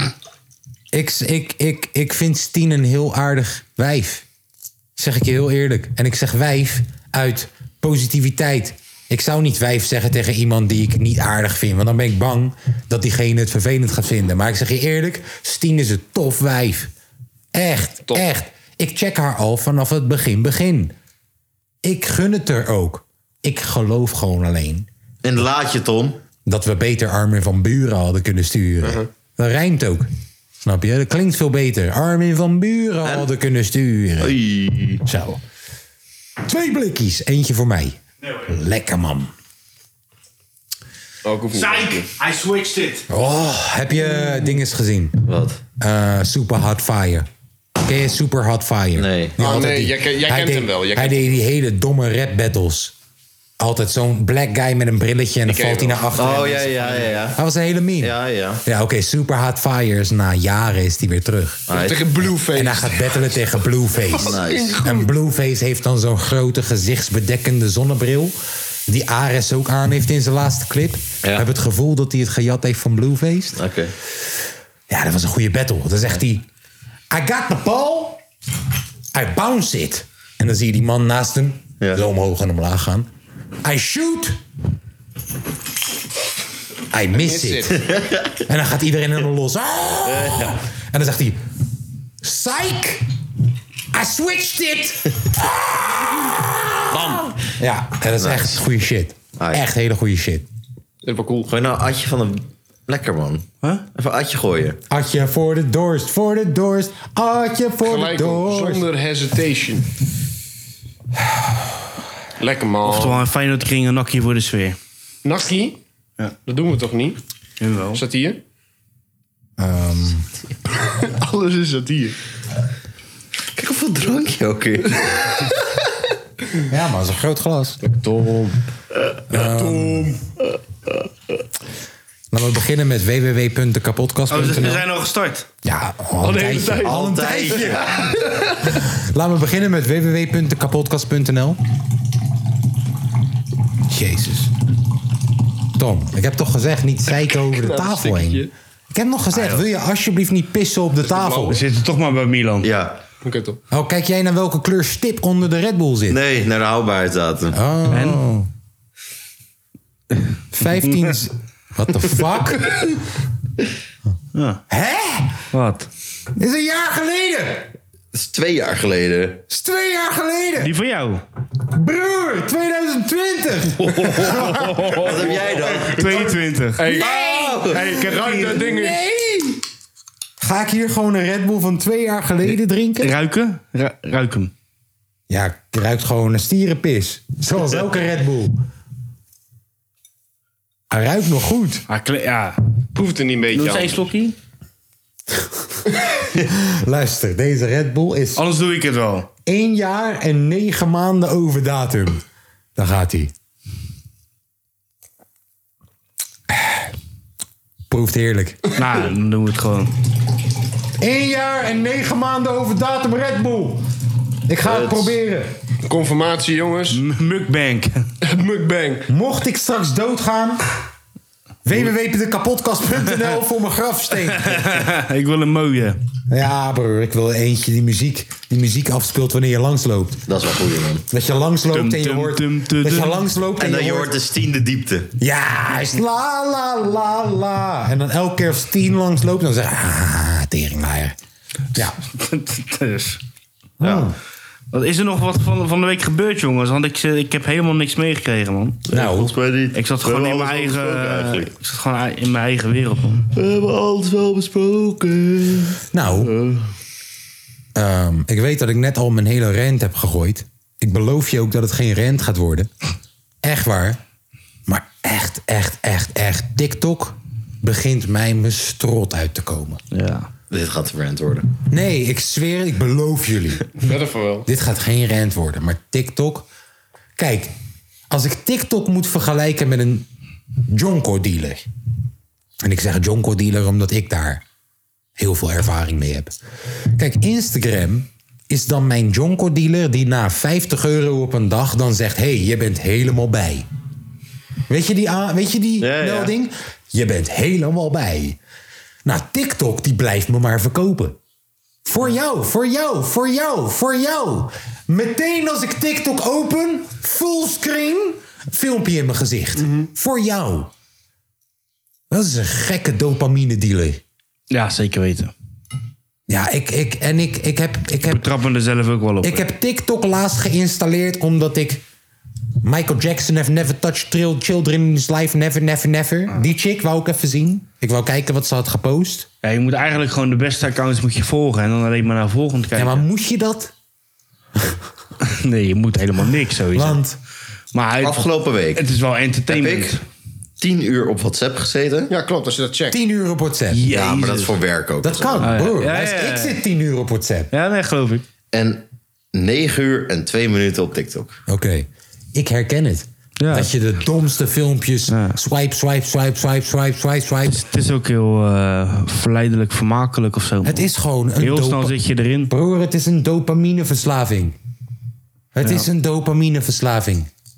Ik vind Stien een heel aardig wijf. Zeg ik je heel eerlijk. En ik zeg wijf uit positiviteit. Ik zou niet wijf zeggen tegen iemand die ik niet aardig vind. Want dan ben ik bang dat diegene het vervelend gaat vinden. Maar ik zeg je eerlijk, Stien is een tof wijf. Echt, Top. echt. Ik check haar al vanaf het begin. Ik gun het er ook. Ik geloof gewoon alleen in de laadje, Tom. dat we beter Armin van Buren hadden kunnen sturen. Dat rijmt ook. Snap je? Dat klinkt veel beter. Armin van Buren hadden kunnen sturen. Oei. Zo. 2 blikjes. Eentje voor mij. Lekker, man. Psych! Hij switched it. Oh, heb je dinges gezien? Wat? Super Hot Fire. Ken je Super Hot Fire? Nee. Die Oh, altijd nee, jij hij kent deed- hem wel, jij Hij kent deed die hele domme rap battles. Altijd zo'n black guy met een brilletje en dan ken valt hij hem naar achteren. Oh, ja. Dat was een hele meme. Ja. Ja, oké, Super Hot Fire is na jaren is die weer terug. Tegen Blueface. En hij gaat battelen tegen Blueface. Nice. En Blueface heeft dan zo'n grote gezichtsbedekkende zonnebril. Die Ares ook aan heeft in zijn laatste clip. Ja. Ik heb het gevoel dat hij het gejat heeft van Blueface. Oké. Ja, dat was een goede battle. Dan zegt hij... I got the ball. I bounce it. En dan zie je die man naast hem. Zo omhoog en omlaag gaan. I shoot. I miss it. En dan gaat iedereen helemaal los. Ah! En dan zegt hij... Psych. I switched it. Bam. Ja, en dat is echt goede shit. Echt hele goede shit. Dat is wel cool. Gooi nou Adje van de... Lekker, man. Even Adje gooien. Adje voor de dorst, voor de dorst. Adje voor Gelijk de op, dorst. zonder hesitation. Lekker, man. Oftewel een Feyenoordkring een nakje voor de sfeer. Nakkie? Ja. Dat doen we toch niet? Jawel. Satire? Alles is satire. Kijk hoeveel drankje ook in. Ja, maar dat is een groot glas. Tom. Laten we beginnen met www.dekapotkast.nl. We zijn al gestart. Ja, al een tijdje. Al een tijdje. Laten we beginnen met www.dekapotkast.nl. Jezus. Tom, ik heb toch gezegd niet zeiken over de tafel heen. Ik heb nog gezegd, wil je alsjeblieft niet pissen op de tafel? We zitten toch maar bij Milan. Ja. Oké, top. Oh, kijk jij naar welke kleur stip onder de Red Bull zit? Nee, naar de houdbaarheidsdatum. Oh. En? 15... What the fuck? Ja. Hè? Wat? Dit is een jaar geleden. Dat is 2 jaar geleden. Dat is 2 jaar geleden. Die van jou? Broer, 2020. Wat heb jij dan? 22. Hey, Nee. hey, ik heb ruik dat ding in. Nee. Ga ik hier gewoon een Red Bull van 2 jaar geleden drinken? Ruiken? Ruik hem. Ja, het ruikt gewoon een stierenpis. Zoals elke Red Bull. Hij ruikt nog goed. Ja. Proeft er niet een beetje Doe eens aan. één slokje. Luister, deze Red Bull is Anders doe ik het wel. 1 jaar en 9 maanden over datum. Daar gaat hij. Proeft heerlijk. Nou, dan doen we het gewoon. 1 jaar en 9 maanden over datum Red Bull. Ik ga het proberen. Confirmatie, jongens. Mukbang. Mukbang. Mocht ik straks doodgaan... www.dekapotkast.nl voor mijn grafsteen. Ik wil een mooie. Ja, broer, ik wil eentje die muziek afspeelt wanneer je langsloopt. Dat is wel goed, man. Dat je langsloopt en je hoort... Dat je langsloopt En dan je hoort de 10e diepte. Ja, hij is la la la la. En dan elke keer als 10 langsloopt, dan zeg je... teringlaaier. Ja. Dus. Ja. Wat is er nog wat van de week gebeurd, jongens? Want ik heb helemaal niks meegekregen, man. Nou, volgens mij niet. Ik zat gewoon in mijn eigen wereld, man. We hebben alles wel besproken. Nou, ik weet dat ik net al mijn hele rant heb gegooid. Ik beloof je ook dat het geen rant gaat worden. Echt waar. Maar echt. TikTok begint mij mijn strot uit te komen. Ja. Dit gaat een rant worden. Nee, ik zweer het, ik beloof jullie. Verder voor wel. Dit gaat geen rant worden, maar TikTok... Kijk, als ik TikTok moet vergelijken met een jonko-dealer... en ik zeg jonko-dealer omdat ik daar heel veel ervaring mee heb. Kijk, Instagram is dan mijn jonko-dealer... die na €50 op een dag dan zegt... hey, je bent helemaal bij. Weet je die melding? Je bent helemaal bij. Nou, TikTok die blijft me maar verkopen. Voor jou. Meteen als ik TikTok open, fullscreen, filmpje in mijn gezicht. Voor jou. Dat is een gekke dopamine dealer. Ja, zeker weten. Ja, ik heb... Ik trap me er zelf ook wel op. Ik heb TikTok laatst geïnstalleerd omdat ik... Michael Jackson have never touched children in his life, never. Die chick wou ik even zien. Ik wou kijken wat ze had gepost. Ja, je moet eigenlijk gewoon de beste accounts moet je volgen... en dan alleen maar naar volgend kijken. Ja, maar moet je dat? Nee, je moet helemaal niks sowieso. Want... Maar Afgelopen week het is wel entertainment. heb ik 10 uur op WhatsApp gezeten. Ja, klopt, als je dat checkt. 10 uur op WhatsApp. Ja, maar dat is voor werk ook. Dat kan, broer. ja. Ik zit 10 uur op WhatsApp. Ja, nee, geloof ik. En 9 uur en 2 minuten op TikTok. Oké. Ik herken het. Ja. Dat je de domste filmpjes... Swipe. Het is ook heel verleidelijk, vermakelijk of zo. Het is gewoon een... Heel snel zit je erin. Broer, het is een dopamineverslaving. Het is een dopamineverslaving.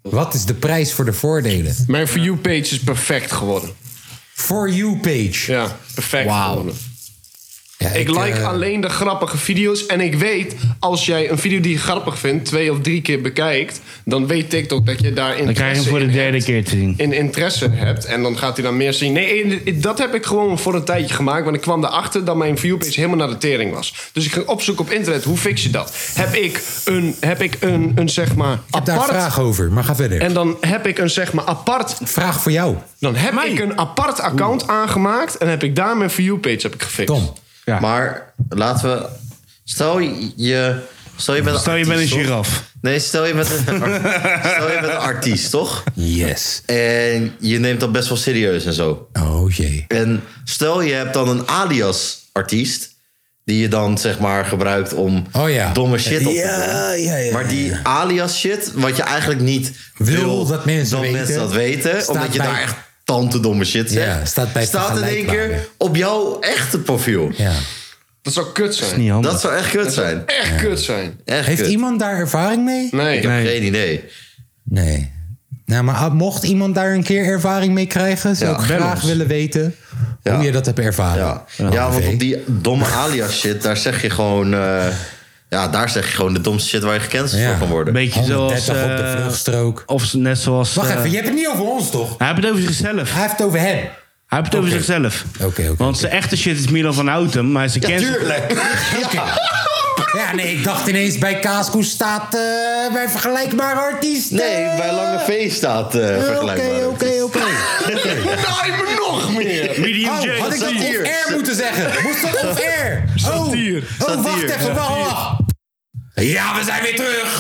Wat is de prijs voor de voordelen? Mijn For You page is perfect geworden. For You page? Ja, perfect geworden. Ja, Ik like alleen de grappige video's. En ik weet, als jij een video die je grappig vindt 2 of 3 keer bekijkt, dan weet TikTok dat je daar Dan krijg je hem voor de derde keer te zien. in interesse hebt. En dan gaat hij dan meer zien. Nee, dat heb ik gewoon voor een tijdje gemaakt. Want ik kwam erachter dat mijn viewpage helemaal naar de tering was. Dus ik ging opzoeken op internet. Hoe fix je dat? Heb ik een zeg maar Ik heb daar apart... een vraag over, maar ga verder. En dan heb ik een zeg maar apart... Vraag voor jou. Dan heb ik een apart account aangemaakt. En heb ik daar mijn For You page gefixt. Tom. Ja. Maar laten we... Stel je bent een giraf. Nee, stel je bent een artiest, toch? Yes. En je neemt dat best wel serieus en zo. Oh jee. En stel je hebt dan een alias artiest... die je dan zeg maar gebruikt om domme shit op te doen. Ja. Maar die alias shit, wat je eigenlijk niet wil dat mensen dat weten... staat omdat je bij- daar echt tante domme shit zegt... Ja, staat in één keer op jouw echte profiel. Ja. Dat zou kut zijn. Dat is niet handig. Dat zou echt kut zijn. Echt kut zijn. Echt Heeft kut. iemand daar ervaring mee? Nee. Ik heb geen idee. Nee. Nou, maar mocht iemand daar een keer ervaring mee krijgen... zou ik graag willen weten hoe je dat hebt ervaren. Ja, want op die domme alias shit, daar zeg je gewoon... daar zeg je gewoon de domste shit waar je gecanceld voor kan worden. Beetje zoals... 130 op de vluchtstrook. Of net zoals... Wacht even, je hebt het niet over ons, toch? Hij heeft het over zichzelf. Hij heeft het over hem. Hij heeft het over zichzelf. Oké. Want zijn echte shit is Milan van Houten, maar zijn cancel... Tuurlijk. Ja, nee, ik dacht ineens bij Kaaskoes staat bij vergelijkbare artiesten. Nee, bij Lange V staat vergelijkbaar. Oké. Nou, ik ben nog meer. Medium J. Had ik dat off-air moeten zeggen? Moest dat off-air? Satire. Oh, wacht even, wacht. Ja, we zijn weer terug.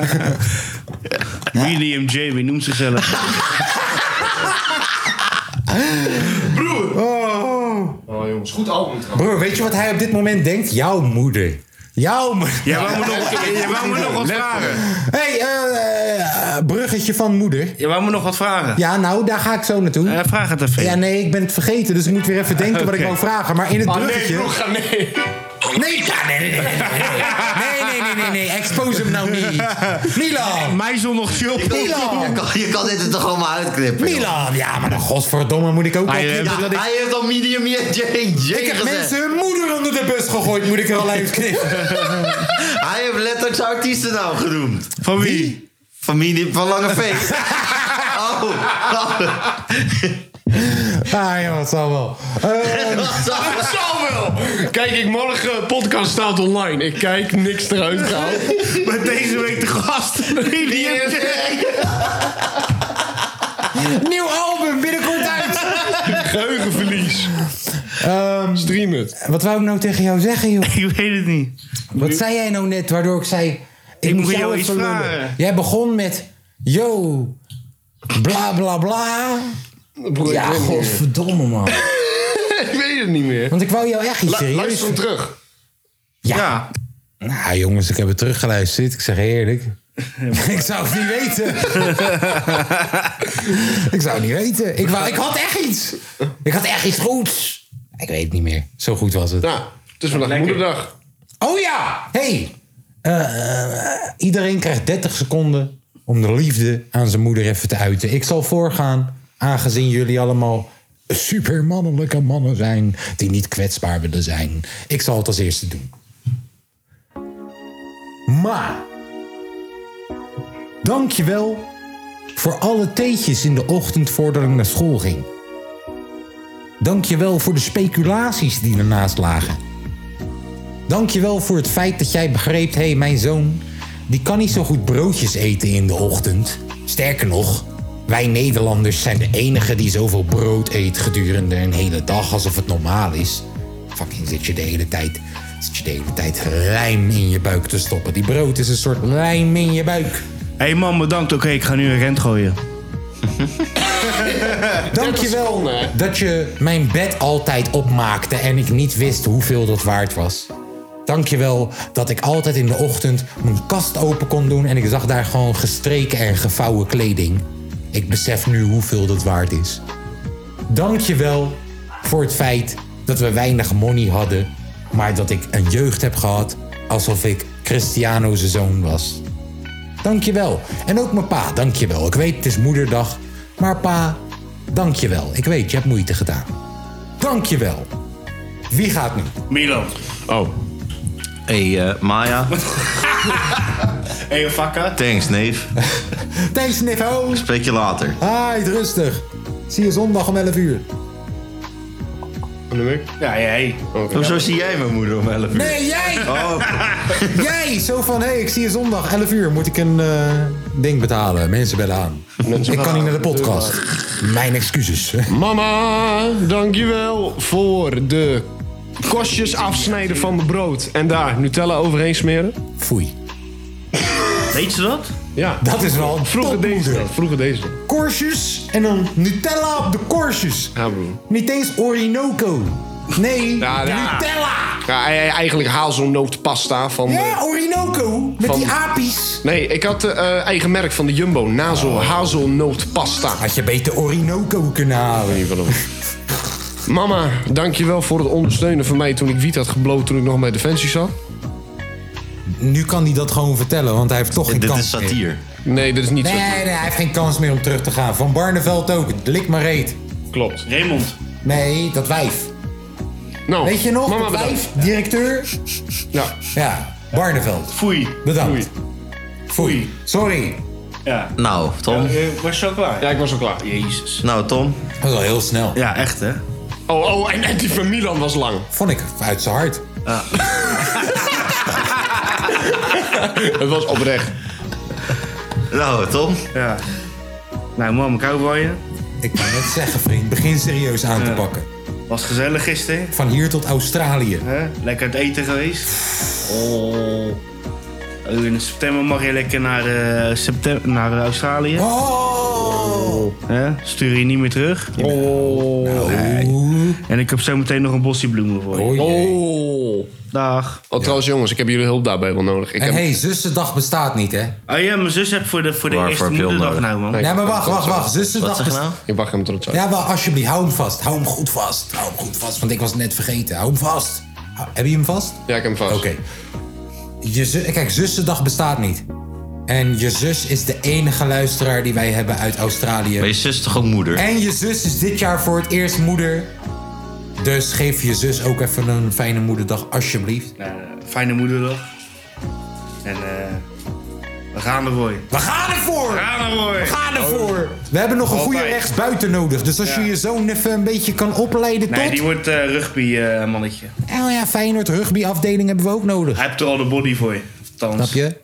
Medium J, wie noemt zichzelf? Oh jongens, goed album trouwens. Broer, weet je wat hij op dit moment denkt? Jouw moeder. Jouw moeder. Jij wou me nog wat vragen. Hey, bruggetje van moeder. Je wou me nog wat vragen. Ja, nou, daar ga ik zo naartoe. Vraag het even. Ja, nee, ik ben het vergeten, dus ik moet weer even denken wat ik wou vragen. Maar in het bruggetje... Nee, expose hem nou niet. Milan! Mij nog shop. Milan! Je kan dit er toch allemaal uitknippen. joh. Milan! Ja, maar dan godverdomme moet ik ook wel knippen dat ik... Hij heeft al medium J Ik heb gezegd. mensen hun moeder onder de bus gegooid, moet ik er al uitknippen. Hij heeft letterlijk zijn artiestennaam genoemd. Van wie? Van Lange V. Ah ja, het zal wel. Dat zal wel. Kijk, morgen podcast staat online. Ik kijk, niks eruit gehaald. Met deze week de gast. Nieuw album, binnenkort uit. Geheugenverlies. Stream het. Wat wou ik nou tegen jou zeggen, joh? Ik weet het niet. Wat zei jij nou net, waardoor ik zei... Ik moet jou jou even iets lullen. vragen. Jij begon met... Yo, bla bla bla. Broer, Ja, ik weet het niet meer. godverdomme, man. Ik weet het niet meer. Want ik wou jou echt iets serieus... Luister hem terug. Ja. Nou, jongens, ik heb het teruggeluisterd. Ik zeg eerlijk. Ik zou het niet weten. Ik zou het niet weten. Ik had echt iets. Ik had echt iets goeds. Ik weet het niet meer. Zo goed was het. Nou, het is vandaag moederdag. Oh ja! Hey! Iedereen krijgt 30 seconden om de liefde aan zijn moeder even te uiten. Ik zal voorgaan, aangezien jullie allemaal supermannelijke mannen zijn... die niet kwetsbaar willen zijn. Ik zal het als eerste doen. Maar... dankjewel voor alle theetjes in de ochtend voordat ik naar school ging. Dankjewel voor de speculaties die ernaast lagen. Dankjewel voor het feit dat jij begreep... hé, mijn zoon, die kan niet zo goed broodjes eten in de ochtend. Sterker nog, wij Nederlanders zijn de enigen die zoveel brood eet... gedurende een hele dag, alsof het normaal is. Fucking zit je de hele tijd lijm in je buik te stoppen. Die brood is een soort lijm in je buik. Hé man, bedankt. Oké, ik ga nu een rent gooien. Dankjewel dat je mijn bed altijd opmaakte en ik niet wist hoeveel dat waard was. Dankjewel dat ik altijd in de ochtend mijn kast open kon doen en ik zag daar gewoon gestreken en gevouwen kleding. Ik besef nu hoeveel dat waard is. Dankjewel voor het feit dat we weinig money hadden, maar dat ik een jeugd heb gehad alsof ik Cristiano's zoon was. dankjewel. En ook mijn pa, dankjewel. Ik weet, het is moederdag. Maar pa, dankjewel. Ik weet, je hebt moeite gedaan. Dankjewel. Wie gaat nu? Milan. Oh. Hey, Maya. Hey, Vakka. Thanks, neef. Thanks, Niffo. Spreek je later. Hi, rustig. Zie je zondag om 11 uur. En ik? Ja, jij. Okay. Hoezo zie jij mijn moeder om 11 uur? Nee, jij! Oh. Jij! Zo van, ik zie je zondag 11 uur. Moet ik een ding betalen. Mensen bellen aan. Ik kan niet naar de podcast. Mijn excuses. Mama, dankjewel voor de kostjes afsnijden van mijn brood. En daar Nutella overheen smeren. Foei. Weet je dat? Ja. Dat is wel Vroeger deze. Korstjes en dan Nutella op de korstjes. Ja, bro. Niet eens Orinoco. Nee, Ja. Nutella. Ja, eigenlijk hazelnootpasta van... Ja, Orinoco. Met van- die apies. Nee, ik had eigen merk van de Jumbo. Hazelnootpasta. Had je beter Orinoco kunnen halen. Mama, dankjewel voor het ondersteunen van mij toen ik wiet had gebloot toen ik nog bij Defensie zat. Nu kan hij dat gewoon vertellen, want hij heeft toch geen Dit kans is satire. meer. Nee, dit is niet Nee, satire. hij heeft geen kans meer om terug te gaan. Van Barneveld ook. Lik maar reet. Klopt. Raymond. Nee, dat wijf. Nou, Weet je nog? mama, dat bedankt. wijf, directeur. Ja. Ja, Barneveld. Foei. Bedankt. Foei. Sorry. Ja. Nou, Tom. Was je al klaar? Ja, ik was al klaar. Jezus. Nou, Tom. Dat was al heel snel. Ja, echt hè? Oh, en die van Milan was lang. Vond ik uit zijn hart. Het was oprecht. Nou, Tom. Ja. Nou, mam, ik hou van je. Ik kan net zeggen, vriend. Begin serieus aan te pakken. Was gezellig gisteren. Van hier tot Australië. Hè? Lekker uit eten geweest. Oh. In september mag je lekker naar Australië. Oh! Hè? Stuur je niet meer terug. Oh. En ik heb zo meteen nog een bosje bloemen voor je. Oh. Dag. Oh, trouwens jongens, ik heb jullie hulp daarbij wel nodig. En hé, zussendag bestaat niet, hè? Oh ja, mijn zus heeft voor de Waarvoor eerste heb je hulp moederdag nodig? nou, man. Nee, maar wacht. Wat Zussendag zeg je nou? Ik wacht hem tot het zo. Ja, maar alsjeblieft, hou hem vast. Hou hem goed vast. Hou hem goed vast, want ik was het net vergeten. Hou hem vast. Heb je hem vast? Ja, ik heb hem vast. Oké. Kijk, zussendag bestaat niet. En je zus is de enige luisteraar die wij hebben uit Australië. Maar je zus is toch ook moeder? En je zus is dit jaar voor het eerst moeder. Dus geef je zus ook even een fijne moederdag, alsjeblieft. Fijne moederdag. En we gaan ervoor. We gaan ervoor! We gaan ervoor! We gaan ervoor! We hebben nog een goede Altijd. rechtsbuiten nodig. Dus als je je zoon even een beetje kan opleiden tot... Nee, die wordt rugby-mannetje. Oh ja, Feyenoord rugbyafdeling hebben we ook nodig. Hij heeft er al de body voor je. Althans. Snap je?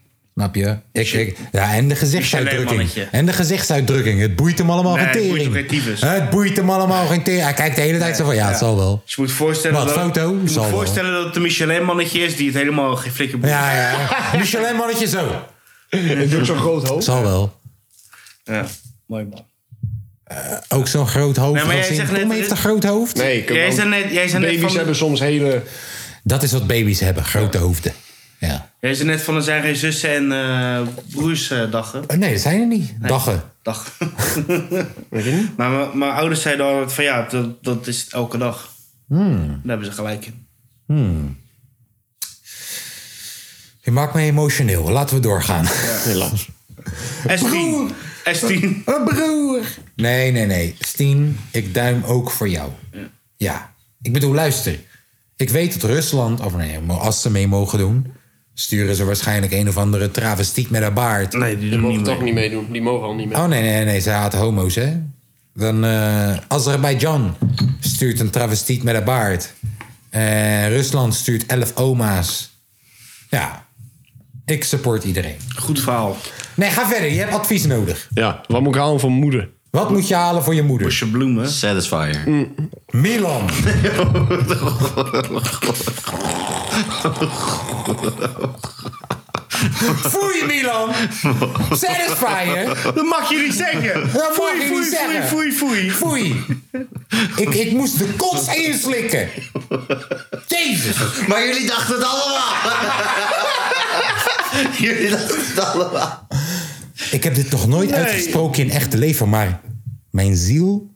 Ja, en de gezichtsuitdrukking. mannetje. En de gezichtsuitdrukking. Het boeit hem allemaal Nee, geen het boeit tering. hem geen tyfus. Het boeit hem allemaal geen tering. Hij kijkt de hele tijd zo van, ja, het zal wel. Dus je moet voorstellen Wat, dat, foto? Je moet Zal wel. voorstellen dat het een Michelin-mannetje is die het helemaal geen flikker boeit. Ja. Michelin mannetje zo. Ik doe zo'n groot hoofd. Zal wel. Ja, mooi man. Ook zo'n groot hoofd. Nee, maar jij als in zegt net- Tom heeft een groot hoofd. Nee, ik heb Jij ook- zei net baby's van... hebben soms hele... Dat is wat baby's hebben, grote hoofden. Ja. Jij zei net van er zijn geen zussen en broersdagen. Nee, dat zijn er niet. Daggen. Dag. Maar mijn ouders zeiden altijd van ja, dat is elke dag. Daar hebben ze gelijk in. Je maakt me emotioneel. Laten we doorgaan. Helaas. S10. Een broer. Nee. Stien, ik duim ook voor jou. Ja. Ik bedoel, luister. Ik weet dat Rusland, of nee, als ze mee mogen doen... sturen ze waarschijnlijk een of andere travestiet met haar baard. Nee, die Die doen mogen niet toch mee. niet meedoen. Die mogen al niet mee. Oh, nee. Ze haat homo's, hè? Dan Azerbeidzjan stuurt een travestiet met haar baard. Rusland stuurt 11 oma's. Ja. Ik support iedereen. Goed verhaal. Nee, ga verder. Je hebt advies nodig. Ja, wat moet ik halen voor mijn moeder? Wat moet je halen voor je moeder? Bosje bloemen. Satisfier. Milan. Foei, Milan. Satisfier. Dat mag je niet zeggen. Dat mag je niet zeggen. Foei. Ik moest de kots inslikken. Jezus. Maar jullie dachten het allemaal. Jullie dachten het allemaal. Ik heb dit nog nooit uitgesproken in echte leven, maar mijn ziel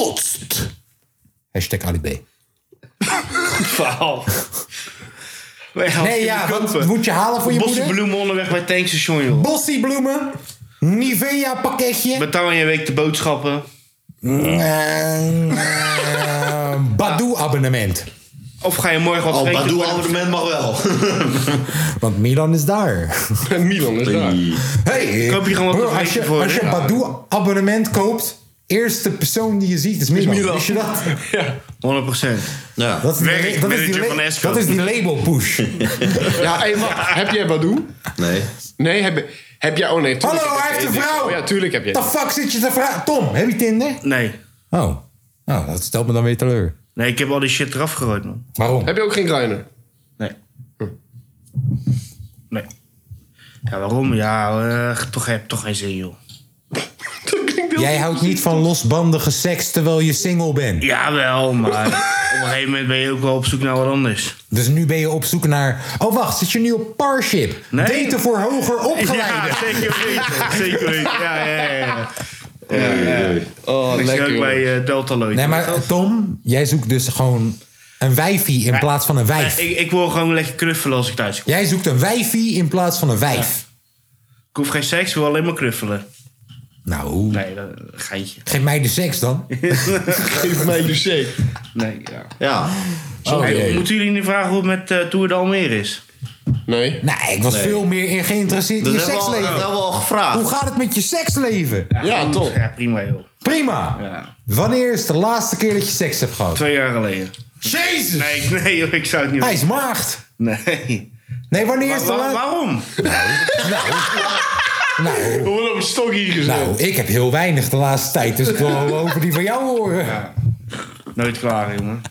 kotst. #Ali B. Goed verhaal. Nee, ja, wat moet je halen voor je moeder? Bossenbloemen onderweg bij het tankstation, joh. Bossiebloemen. Nivea pakketje. Betaal je week de boodschappen. Badoo abonnement. Of ga je morgen wat vreten? Badoo abonnement mag wel. Want Milan is daar. Milan is daar. Hey, koop je gewoon wat bro, als je Badoo abonnement koopt, eerste persoon die je ziet is Milan. Wist je dat? Ja. 100%. Ja. Dat is die label push. Ja, hey, heb jij Badoo? Nee. Nee, heb jij... Oh nee, hallo, hij heeft een vrouw. Oh ja, tuurlijk heb je. The fuck zit je te vragen? Tom, heb je Tinder? Nee. Oh, dat stelt me dan weer teleur. Nee, ik heb al die shit eraf gegooid, man. Waarom? Heb je ook geen Grindr? Nee. Nee. Ja, waarom? Ja, toch geen zin, joh. Jij houdt niet van losbandige seks terwijl je single bent. Jawel, maar op een gegeven moment ben je ook wel op zoek naar wat anders. Dus nu ben je op zoek naar... Oh, wacht, zit je nu op Parship? Nee. Daten voor hoger opgeleiden. Ja, zeker weten. Zeker weten. Ja. Oh, ik zit lekker, ook bij Delta Lloyd. Nee, maar Tom, jij zoekt dus gewoon een wijfie in plaats van een wijf. Ik wil gewoon lekker knuffelen als ik thuis kom. Jij zoekt een wijfie in plaats van een wijf. Ik hoef geen seks, ik wil alleen maar knuffelen. Nou, Nee, dat geintje. geef mij de seks dan. Geef mij de seks. Nee, ja. Ja. Hey, moeten jullie niet vragen hoe het met Tour de Almere is? Nee. Nee, ik was veel meer geïnteresseerd in je seksleven. Dat hebben we al gevraagd. Hoe gaat het met je seksleven? Ja, top. Ja, prima, joh. Prima. Ja. Wanneer is de laatste keer dat je seks hebt gehad? 2 jaar geleden. Jezus! Nee, joh, ik zou het niet Hij is maagd. Nee. Nee, wanneer is de laatste... Waarom? We worden op een stok hier gezet. Nou, ik heb heel weinig de laatste tijd, dus ik wil wel over die van jou horen. Ja. Nooit klaar, jongen.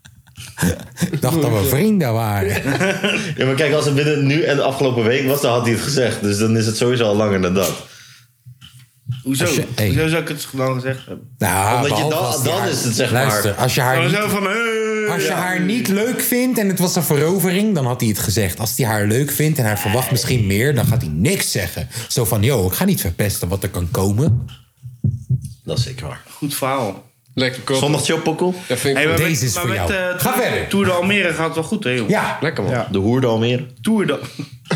Ik dacht dat we vrienden waren. Ja, maar kijk, als het binnen nu en de afgelopen week was, dan had hij het gezegd. Dus dan is het sowieso al langer dan dat. Hoezo? Hey. Hoezo zou ik het dan gezegd hebben? Nou, Omdat je behalve als die dan haar- is het zeg Luister, maar... als je haar niet, Zo van... als je haar niet leuk vindt en het was een verovering, dan had hij het gezegd. Als hij haar leuk vindt en hij verwacht misschien meer, dan gaat hij niks zeggen. Zo van, yo, ik ga niet verpesten wat er kan komen. Dat is zeker waar. Goed verhaal. Lekker kop. Zondag chillpokkel? Dat vind ik Hey, goed. maar Deze is voor jou. Ga verder. Tour de Almere gaat het wel goed, hè, jongen? Ja, Lekker, man. Ja. De Hoerde Almere. Tour de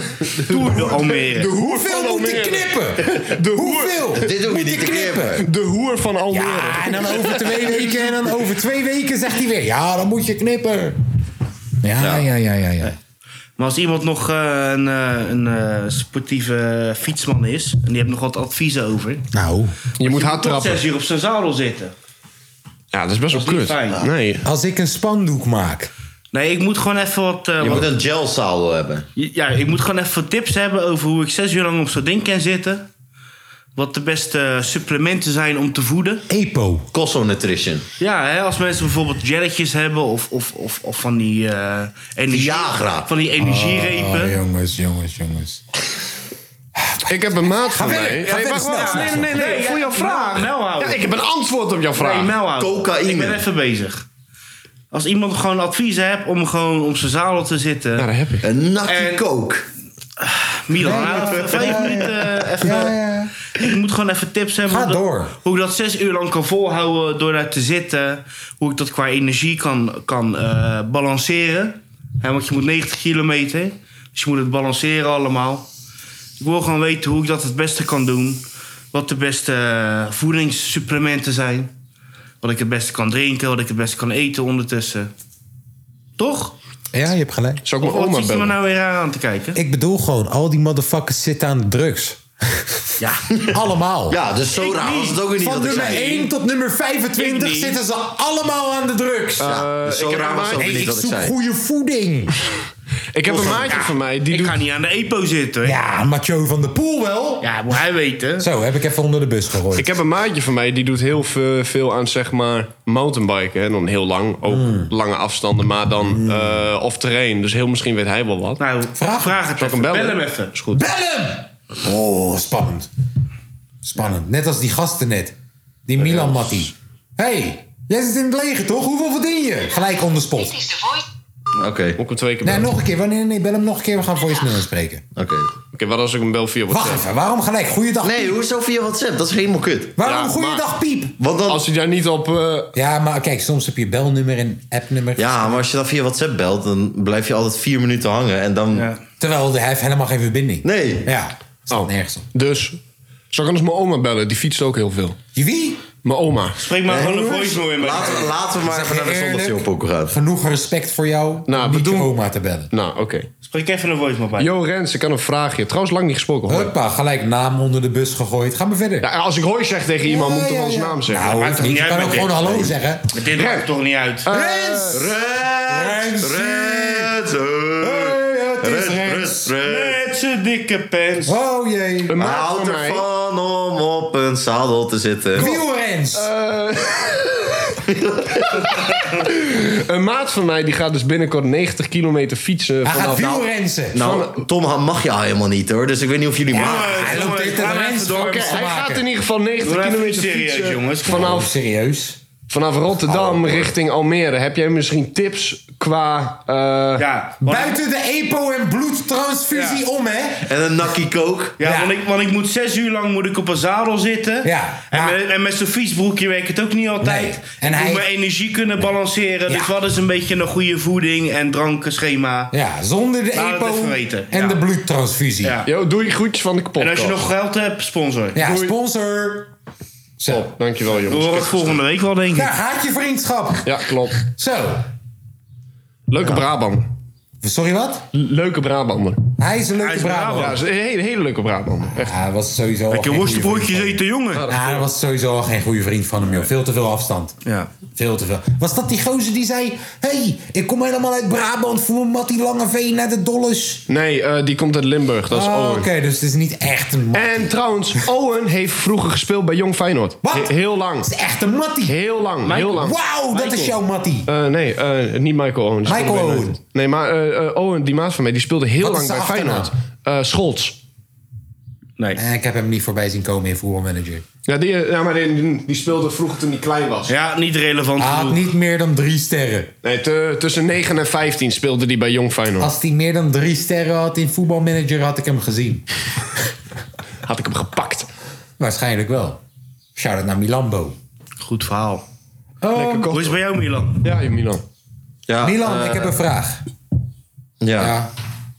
Almere. hoeveel moet je knippen? De Hoeveel? Dit hoef je niet te knippen. De hoer van Almere. Ja, en dan over 2 weken en dan over 2 weken zegt hij weer, ja, dan moet je knippen. Ja. Maar als iemand nog een sportieve fietsman is... en die heeft nog wat adviezen over... Nou, Je moet hard tot trappen. 6 uur op zijn zadel zitten. Ja, dat is best wel Dat is kut. niet fijn. Nee. als ik een spandoek maak. Nee, ik moet gewoon even wat... Je moet een gelzadel hebben. Ja, ik moet gewoon even wat tips hebben over hoe ik 6 uur lang op zo'n ding kan zitten. Wat de beste supplementen zijn om te voeden. EPO. Cosso Nutrition. Ja, hè, als mensen bijvoorbeeld jelletjes hebben of van die Viagra. van die energierepen. Oh, jongens. Ik heb een maat van verder, mij. ga Hey, verder, wacht, snel, wacht. snel. Nee, voor jouw vraag. Melhouden. Ja, ik heb een antwoord op jouw vraag. Nee, melhouden. Cocaïne. Ik ben even bezig. Als iemand gewoon advies hebt om gewoon op zijn zadel te zitten. Ja, dat heb ik. Een nakkie En- coke. Milan, even 5 minuten. Even. Ja. Ik moet gewoon even tips hebben. Ga hoe dat- door. Hoe ik dat 6 uur lang kan volhouden door daar te zitten. Hoe ik dat qua energie kan balanceren. Hè, want je moet 90 kilometer. Dus je moet het balanceren allemaal. Ik wil gewoon weten hoe ik dat het beste kan doen. Wat de beste voedingssupplementen zijn. Wat ik het beste kan drinken. Wat ik het beste kan eten ondertussen. Toch? Ja, je hebt gelijk. Zou ik Of mijn wat oma zit je me bellen? nou weer aan te kijken? Ik bedoel gewoon, al die motherfuckers zitten aan de drugs. Ja. Allemaal. Ja, dus zo Ik raar was niet. het ook weer niet Van wat ik nummer zei. 1 tot nummer Ik 25 niet. zitten ze allemaal aan de drugs. Dus zo ik heb raar een was het ook maatje- weer niet Ik wat ik zoek zei. goede voeding. Ik heb een maatje van mij. Die Ik doet... ga niet aan de EPO zitten. Hoor. Ja, Mathieu van der Poel wel. Ja, moet hij weten. Zo, heb ik even onder de bus gegooid. Ik heb een maatje van mij die doet heel veel aan zeg maar mountainbiken. En dan heel lang, ook lange afstanden, maar dan off-terrain. Dus heel misschien weet hij wel wat. Nou, vraag het Zal ik even. hem bellen? Bel hem even. Is goed. Bel hem! Oh, spannend. Spannend. Net als die gasten net. Die Milan Matti. Hey, jij zit in het leger toch? Hoeveel verdien je? Gelijk on the spot. Oké. Moet ik hem 2 keer Nee, bellen? nog een keer. Nee, bel hem nog een keer. We gaan voicemail inspreken. Oké, wat als ik hem bel via WhatsApp? Wacht even, waarom gelijk? Goeiedag, Nee, Piep. hoezo via WhatsApp? Dat is helemaal kut. Waarom Ja, goeiedag, Piep? Want dan... Als hij daar niet op... Ja, maar kijk, soms heb je belnummer en appnummer. Ja, maar als je dan via WhatsApp belt, dan blijf je altijd 4 minuten hangen en dan... Ja. Terwijl hij heeft helemaal geen verbinding. Nee. Ja, staat nergens op. Dus, zal ik anders mijn oma bellen? Die fietst ook heel veel. Je wie? Mijn oma. Spreek maar gewoon een voicemail in. Laten we maar even naar de Eerlijk, zondagshowpoker gaan. Genoeg respect voor jou om niet je oma te bellen. Nou, oké. Spreek even een voicemail bij. Yo Rens, ik kan een vraagje. Trouwens, lang niet gesproken. Hoi. Hoppa, gelijk naam onder de bus gegooid. Ga maar verder. Ja, als ik hoi zeg tegen iemand, moet ik toch wel zijn naam zeggen. Nou, maakt toch je niet kan uit ook met gewoon dit. hallo zeggen. Met dit maakt het toch niet uit. Rens. Met zijn dikke pens. Oh jee. Een Hij maat houdt van mij... ervan om op een zadel te zitten. Wielrens. Een maat van mij die gaat dus binnenkort 90 kilometer fietsen. Hij gaat vanaf... wielrensen. Nou, Tom mag je helemaal niet hoor, dus ik weet niet of jullie Ja, mogen. hij loopt dit gaan de we rens even door. voor Oké, te hij maken. gaat in ieder geval 90 Doe even kilometer serieus, fietsen. jongens. Oh, Vanaf serieus? Rotterdam richting Almere. Heb jij misschien tips qua... Ja, Buiten de EPO en bloedtransfusie Ja. om, hè? En een nakkie kook. Ja, Ja. Want ik moet 6 uur lang moet ik op een zadel zitten. Ja, En, maar- en met zo'n fietsbroekje werkt het ook niet altijd. Nee. En En ik hij- moet mijn energie kunnen balanceren. Ja. Dus wat is een beetje een goede voeding en drankenschema. Ja, zonder de Laat het EPO even weten. en Ja. de bloedtransfusie. Ja. Yo, doe je groetjes van de podcast. En als je nog geld hebt, sponsor. Ja, Doei. sponsor. Zo. Dankjewel, We jongens. horen het volgende week wel, denk ik. Daar gaat je vriendschap. Ja, klopt. Zo. Leuke Brabander. Sorry, wat? Leuke Brabander. Hij is een Hij leuke is een Brabant. Ja, dat is een hele leuke Brabander. Echt. Ja, hij was sowieso al Lekker geen goede worstenbroodjes vriend eten, jongen. van hem. Ja, dat was sowieso al geen goede vriend van hem, joh. Veel te veel afstand. Ja. Veel te veel. Was dat die gozer die zei... Hey, ik kom helemaal uit Brabant voor mijn Mattie Langeveen naar de Dolles. Nee, die komt uit Limburg. Dat is Oh, Owen. oké, dus het is niet echt een Mattie. En trouwens, Owen heeft vroeger gespeeld bij Jong Feyenoord. Wat? Heel lang. Het is echt een Mattie. Heel lang. Heel lang. Wauw, dat is jouw Mattie. Nee, niet Michael Owen. Die Michael speelde bij Owen. United. Nee, maar Owen, die maat van mij, die speelde heel Wat lang is bij zijn Feyenoord. Scholz. Nee. Ik heb hem niet voorbij zien komen in voetbalmanager. Ja, maar die speelde vroeger toen hij klein was. Ja, niet relevant Hij had genoeg. niet meer dan 3 sterren. Nee, tussen 9 en 15 speelde hij bij Jong Feyenoord. Als hij meer dan 3 sterren had in voetbalmanager, had ik hem gezien. Had ik hem gepakt. Waarschijnlijk wel. Shout-out naar Milambo. Goed verhaal. Lekker Hoe is kost. het bij jou, Milan? Ja, in Milan. Ja, Milan, ik heb een vraag. Ja. Ja.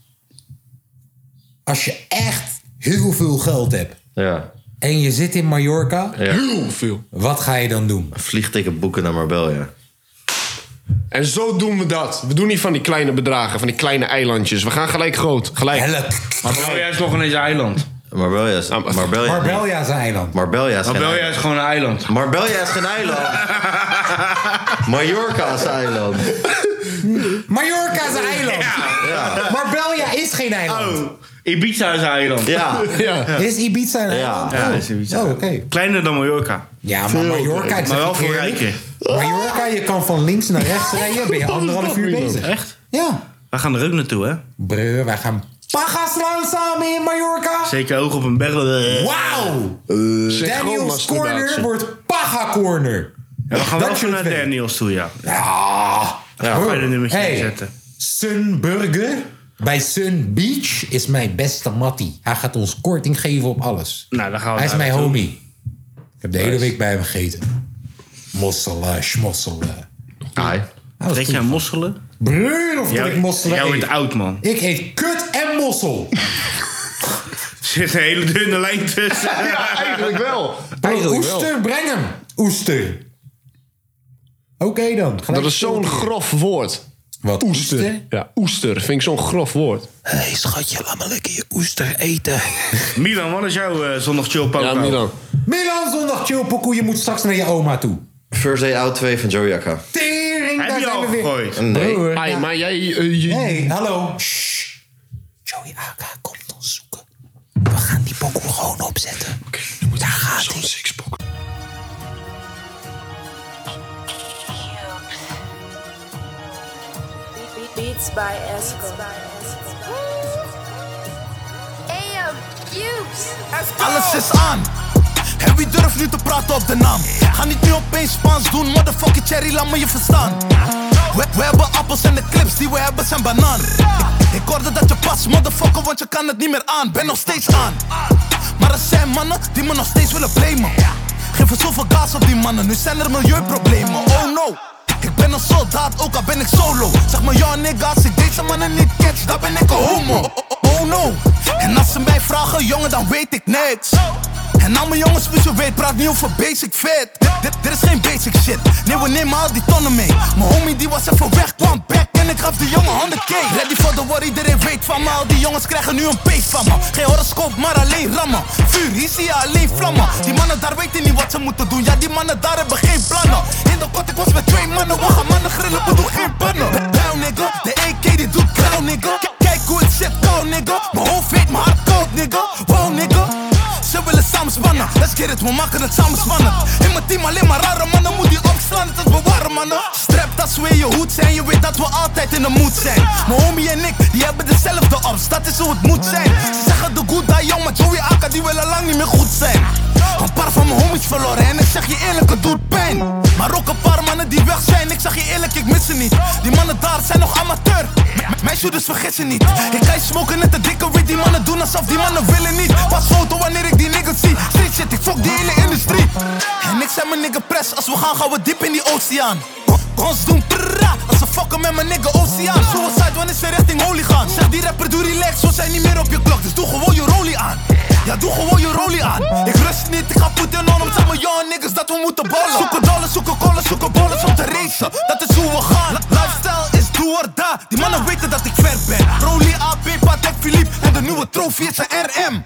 Als je echt heel veel geld hebt Ja. en je zit in Mallorca, Heel veel. wat ga je dan doen? Vliegticket boeken naar Marbella. En zo doen we dat. We doen niet van die kleine bedragen, van die kleine eilandjes. We gaan gelijk groot. Gelijk. Help. Marbella is nog ineens een eiland. Marbella is... Marbella is een eiland. Marbella is geen Marbella eiland. is gewoon een eiland. Marbella is geen eiland. Mallorca is een eiland. Mallorca is een eiland. Ja. Marbella is geen eiland. Oh, Ibiza is een eiland. Ja. Ja. Is Ibiza een Ja. eiland? Ja, is Ibiza. Oh, oké. Kleiner dan Mallorca. Ja, maar Mallorca... ik zeg Maar wel je voor eerlijk, rijken. Mallorca, je kan van links naar rechts rijden. Ben je 1,5 uur bezig. Echt? Ja. We gaan er ook naartoe, hè? Breur, wij gaan pagas slaan samen in Mallorca. Zeker oog op een berg. Wauw. Daniel's Corner wordt Paga Corner. Ja, we gaan wel Dat even naar soort Daniels toe, ja. Ja. Ja, ga je de nummertje Hey, zetten. Sunburger bij Sun Beach is mijn beste mattie. Hij gaat ons korting geven op alles. Nou, dan gaan we Hij is daar mijn naartoe. homie. Ik heb de hele week bij hem gegeten. Mosselen, schmosselen. Ai. Trek jij mosselen? Breur, of dat ik mosselen Jij eet. wordt oud, man. Ik eet kut en mossel. Er zit een hele dunne lijn tussen. Ja, eigenlijk wel. Oester, breng hem. Oester. Oké dan. Dat is zo'n grof woord. Wat? Oester. Ja, oester. Vind ik zo'n grof woord. Hé, schatje, laat me lekker je oester eten. Milan, wat is jouw zondag chill poker? Ja, Milan. Milan, zondag chillpokoe. Je moet straks naar je oma toe. First Day Out 2 van Joe Jacka. Tering, Heb daar je zijn al we weer. gegooid? Nee. Broer, Ai, ja. maar jij... Hey, hallo. Shh. Joey Aka komt ons zoeken. We gaan die pokoe gewoon opzetten. Oké, daar gaat hij. Beats by Esco. Hey, Cubes. Alles is aan. En wie durft nu te praten op de naam? Ga niet nu opeens Spaans doen, motherfucking cherry, laat me je verstaan. We hebben appels en de clips die we hebben zijn bananen. Ik hoorde dat je pas, motherfucker, want je kan het niet meer aan. Ben nog steeds aan. Maar er zijn mannen die me nog steeds willen blamen. Geef er zoveel gas op die mannen, nu zijn er milieuproblemen. Oh no, ik ben een soldaat, ook al ben ik solo. Zeg maar ja nigga, als ik deze mannen niet catch, dan ben ik een homo. Oh no, en als ze mij vragen, jongen, dan weet ik niks. En al mijn jongens, wie je weet, praat niet over basic fit. Dit is geen basic shit, nee we nemen al die tonnen mee. Mijn homie die was even weg, kwam back en ik gaf die jongen 100k. Ready for the war, iedereen weet van me. Al die jongens krijgen nu een pees van me. Geen horoscoop, maar alleen rammen. Vuur, hier zie je alleen vlammen. Die mannen daar weten niet wat ze moeten doen. Ja, die mannen daar hebben geen plannen. In de kot, ik was met 2 mannen. We gaan mannen grillen, bedoel geen pannen. Down nigga, de AK die doet crown nigga. Kijk hoe het zit koud nigga. Mijn hoofd weet, mijn hart koud nigga. Wow nigga. Ze willen samenspannen, let's get it, we maken het samenspannen. In mijn team alleen maar rare mannen, moet die opslaan, het is bewaren mannen. Strap dat we in je hoed zijn, je weet dat we altijd in de mood zijn. Mijn homie en ik, die hebben dezelfde ops, dat is hoe het moet zijn. Ze zeggen de good die young, maar Joey Aka die willen lang niet meer goed zijn. Een paar van mijn homies verloren en ik zeg je eerlijk, het doet pijn. Maar ook een paar mannen die weg zijn, ik zeg je eerlijk, ik mis ze niet. Die mannen daar zijn nog amateur, mijn shooters vergissen niet. Ik ga je smoken net de dikke wit, die mannen doen alsof die mannen willen niet. Pas foto wanneer ik die niggas zie, street shit, ik fuck die hele industrie. En ik zeg mijn nigga press, als we gaan we diep in die oceaan. Ons doen prrra, als ze fucken met mijn nigga oceaan. Suicide wanneer ze richting holy gaan. Zeg die rapper doe relax, we zijn niet meer op je klok, dus doe gewoon je rollie aan. Ja, doe gewoon je rollie aan. Ik rust niet, ik ga put in on, zeg maar young niggas dat we moeten ballen. Zoeken dollars, zoeken kolen, zoeken bollen om te racen. Dat is hoe we gaan. Lifestyle is do or die. Die mannen weten dat ik ver ben. Rollie AP, Patek Philippe en de nieuwe trofee is een RM.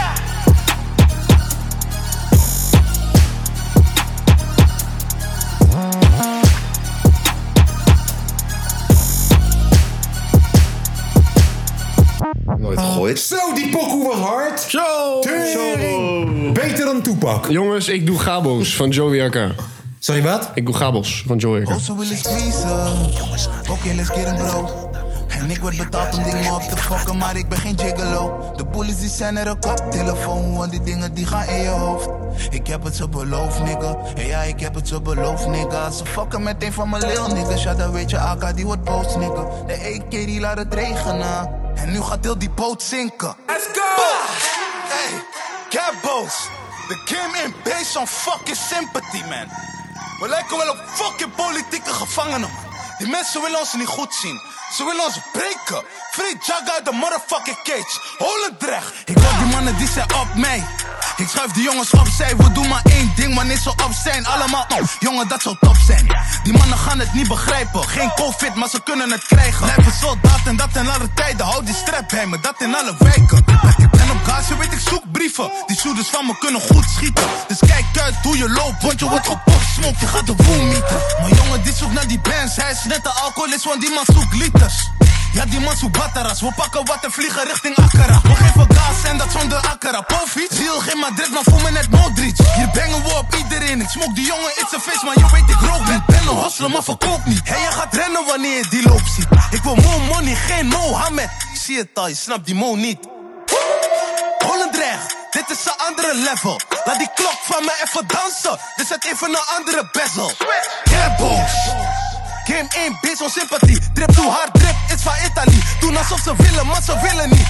Nooit gegooid. Zo, die pokoe was hard. Zo. Tering. Beter dan Tupac. Jongens, ik doe Gabos van Joey Aka. Sorry, wat? Ik doe Gabos van Joey Aka. Oh, zo wil ik squeezen. Oké, let's get him bro. En ik word betaald om dingen op te fokken, maar ik ben geen gigolo. De bullies die zijn er ook op telefoon, want die dingen die gaan in je hoofd. Ik heb het zo beloofd, nigga. Hey, ja, ik heb het zo beloofd, nigga. Ze fokken met een van mijn lil niggas. Ja, dan weet je, Aka die wordt boos, nigga. De AK die laat het regenen. En nu gaat heel die boot zinken. Let's go! Hey, Gabos. The game ain't based on fucking sympathy, man. We lijken wel op fucking politieke gevangenen, man. Die mensen willen ons niet goed zien. Ze willen ons breken. Free Jagga uit de motherfucking cage. Holendrecht. Ik hoor die mannen die zijn op mij. Ik schuif die jongens opzij. We doen maar één ding wanneer ze op zijn. Allemaal op. Jongen, dat zou top zijn. Die mannen gaan het niet begrijpen. Geen COVID, maar ze kunnen het krijgen. Blijven soldaat en dat in alle tijden. Hou die strap bij me, dat in alle wijken. Ik ben op gas, je weet ik zoek brieven. Die shooters van me kunnen goed schieten. Dus kijk uit hoe je loopt, want je wordt gepopt smoke. Je gaat de woel mieten. Maar jongen, die zoekt naar die bands. Hij is net de alcoholist, want die man zoekt liters. Ja, die man zoekt bataras. We pakken wat en vliegen richting Accra. We geven gas en dat zonder Accra. Pofiet, Real geen Madrid, maar voel me net Modric. Hier brengen we op iedereen. Ik smoke die jongen, it's a face, maar je weet ik rook niet. Ben een hustler, maar verkoop niet. Hey, je gaat rennen wanneer je die loop ziet. Ik wil more money, geen Mohammed. Ik zie het al, je snapt die mo niet. Holendrecht, dit is een andere level. Laat die klok van me even dansen. Dus zet even een andere bezel. Gabos. Game 1, based on sympathie. Drip too hard, drip is van Italy. Doen alsof ze willen, maar ze willen niet.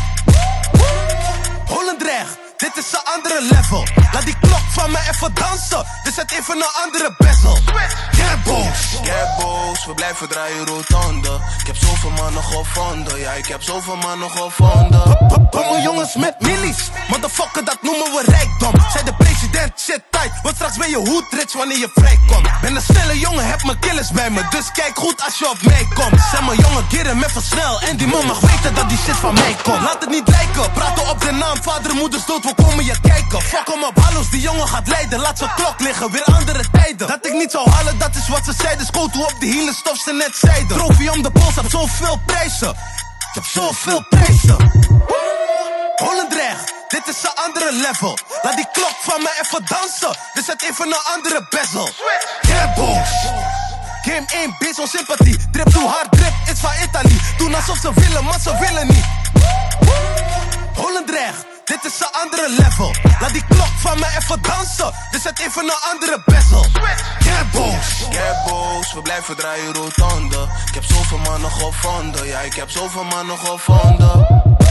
Holendrecht, dit is een andere level. Laat die klok van me even dansen. Dus zet even een andere bezel. Gabos. Gabos, we blijven draaien rotonde. Ik heb zoveel mannen gevonden. Ja, ik heb zoveel mannen gevonden. Komen jongens met millies. Motherfucker, dat noemen we rijkdom. Zij de president, shit tight. Want straks ben je hoedrich wanneer je vrijkomt. Ben een snelle jongen, heb mijn killers bij me. Dus kijk goed als je op mij komt. Zeg maar jongen, get hem even snel. En die man mag weten dat die shit van mij komt. Laat het niet lijken, praten op de naam. Vader, moeders dood, we komen je kijken. Fuck hem op, hallo's, die jongen gaat leiden. Laat zijn klok liggen, weer andere tijden. Dat ik niet zou halen, dat is wat ze zeiden. Scoot hoe op de hielen, stof ze net zeiden. Trofee om de pols, heb zoveel prijzen. Ik heb zoveel prijzen. Holendrecht, dit is een andere level. Laat die klok van me even dansen. Dus zet even een andere bezel. Gabos. Game 1, based on sympathie. Drip too hard, drip is van Italy. Doen alsof ze willen, maar ze willen niet. Holendrecht, dit is een andere level. Laat die klok van me even dansen, dus zet even een andere bezel. Gabbo's, we blijven draaien rotonde. Ik heb zoveel mannen gevonden, ja ik heb zoveel mannen gevonden.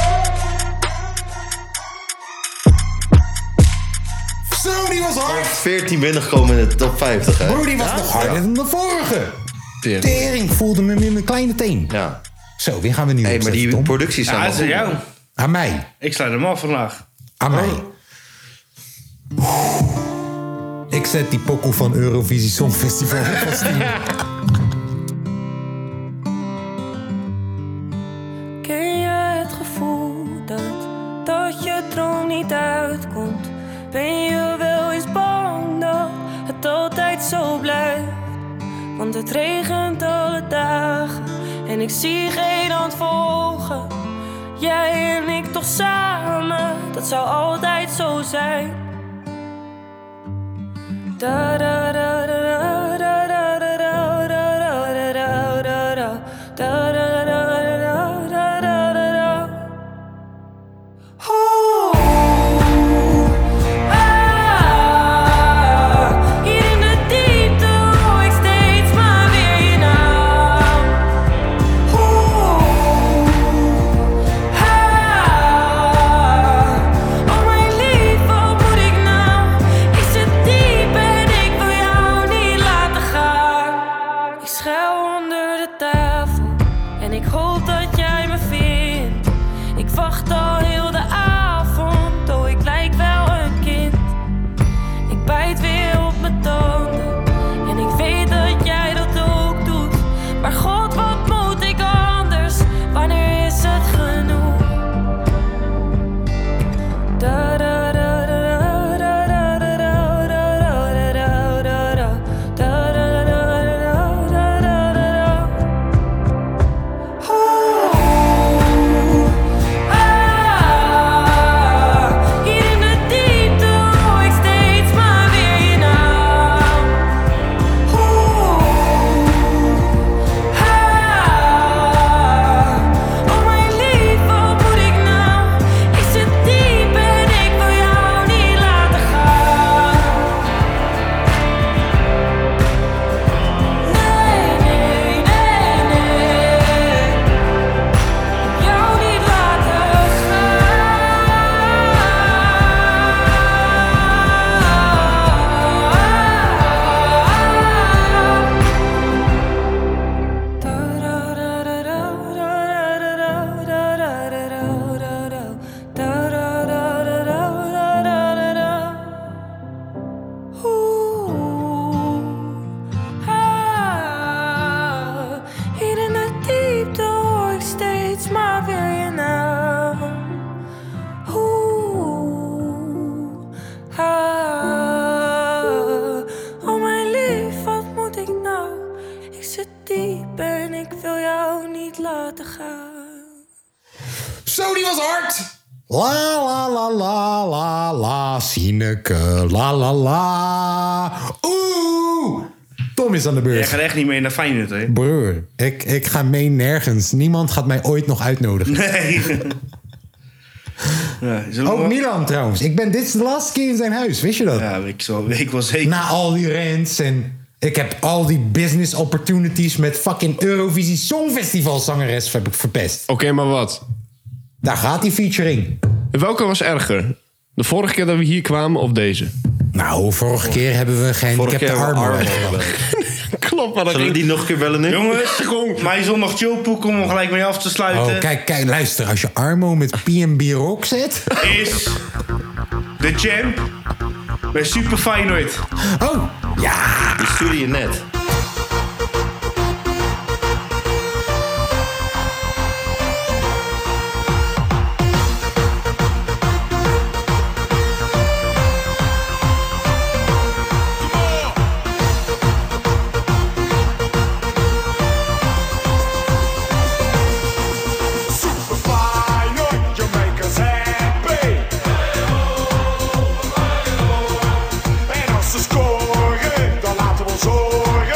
Zo, die was hard. 14 binnengekomen in de top 50, hè? Bro, die was nog harder dan de vorige. Tering voelde me in mijn kleine teen. Ja. Zo, wie gaan we nu maar die producties zijn Ja, dat is aan jou. Aan mij. Ik sluit hem af vandaag. Aan mij. Ik zet die pokoe van Eurovisie Songfestival op als team. Ken je het gevoel dat je droom niet uitkomt? Ben je wel eens bang dat het altijd zo blijft? Want het regent alle dagen en ik zie geen hand volgen. Jij en ik toch samen, dat zou altijd zo zijn. Da da da da da da da da da da da da da da da da da da da. Hier in de diepte hoor ik steeds maar weer je naam. Oh mijn lief, wat moet ik nou? Ik zit diep en ik wil jou niet laten gaan. Ik schuil onder de tafel en ik hoop dat jij me vindt. Ik wacht al heel de avond, oh ik lijk wel een kind. Ik bijt weer op mijn tanden en ik weet dat jij dat ook doet. Maar God, wat moet ik anders? Wanneer is het genoeg? Da da da da da da da da da da da da da da da da da. Hier in de diepte hoor ik steeds maar weer je naam. Oh mijn lief, wat moet ik nou? Ik zit diep en ik wil jou niet laten gaan. Nee, nee, nee, nee. Jou niet laten Hier in de diepte hoor ik steeds maar weer je naam. Oh mijn lief, wat moet ik nou? Ik zit diep en ik wil jou niet laten gaan. Zo, die was hard. La la la la la la, Sineke, la la la. Oeh. Tom is aan de beurt. Jij gaat echt niet mee naar Feyenoord, hè? Broer, ik ga mee nergens. Niemand gaat mij ooit nog uitnodigen. Nee. Ja, ook Milan trouwens. Dit is de laatste keer in zijn huis, wist je dat? Ja, weet ik wel zeker. Na al die rants en ik heb al die business opportunities met fucking Eurovisie Songfestival zangeres verpest. Oké, maar wat? Daar gaat die featuring. Welke was erger? De vorige keer dat we hier kwamen of deze? Nou, vorige keer hebben we gehandicapte armen. Klopt, maar Zullen we die nog een keer bellen nu? Jongens, mijn zondag chillpoek om gelijk mee af te sluiten. Oh, kijk, luister. Als je Armo met P&B Rock zet... Is de champ bij Super Feyenoord. Oh, ja. Die stuurde je net. Scoren, dan laten we ons horen.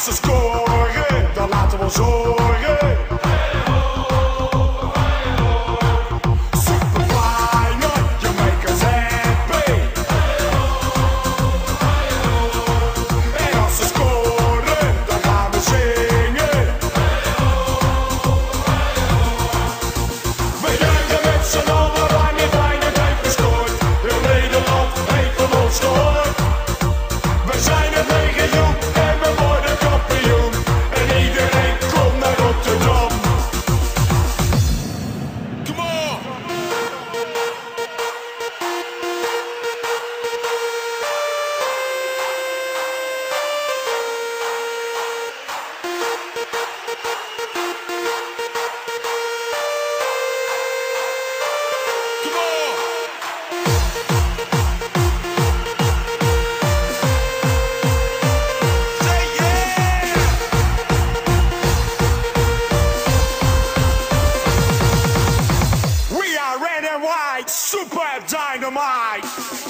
als ze scoren, dan laten we ons horen. Super Feyenoord, you make us happy. En als ze scoren, dan gaan we zingen. We juichen met z'n allen wanneer Feyenoord heeft gescoord. Heel Nederland heeft van ons gehoord. We zijn het legioen en we worden kampioen. En iedereen komt naar Rotterdam. Come on! We are red and white, super dynamite.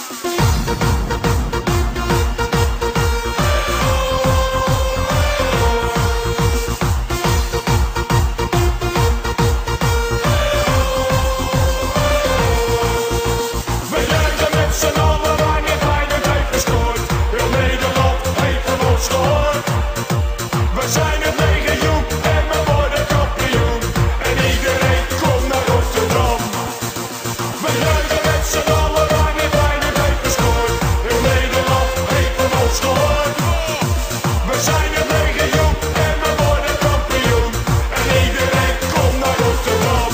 We juichen met z'n allen wanneer Feyenoord heeft gescoord. Heel Nederland heeft van ons gehoord. We zijn het legioen en we worden kampioen. En iedereen komt naar Rotterdam. We juichen met z'n allen wanneer Feyenoord heeft gescoord. Heel Nederland heeft van ons gehoord. We zijn het legioen en we worden kampioen. En iedereen komt naar Rotterdam.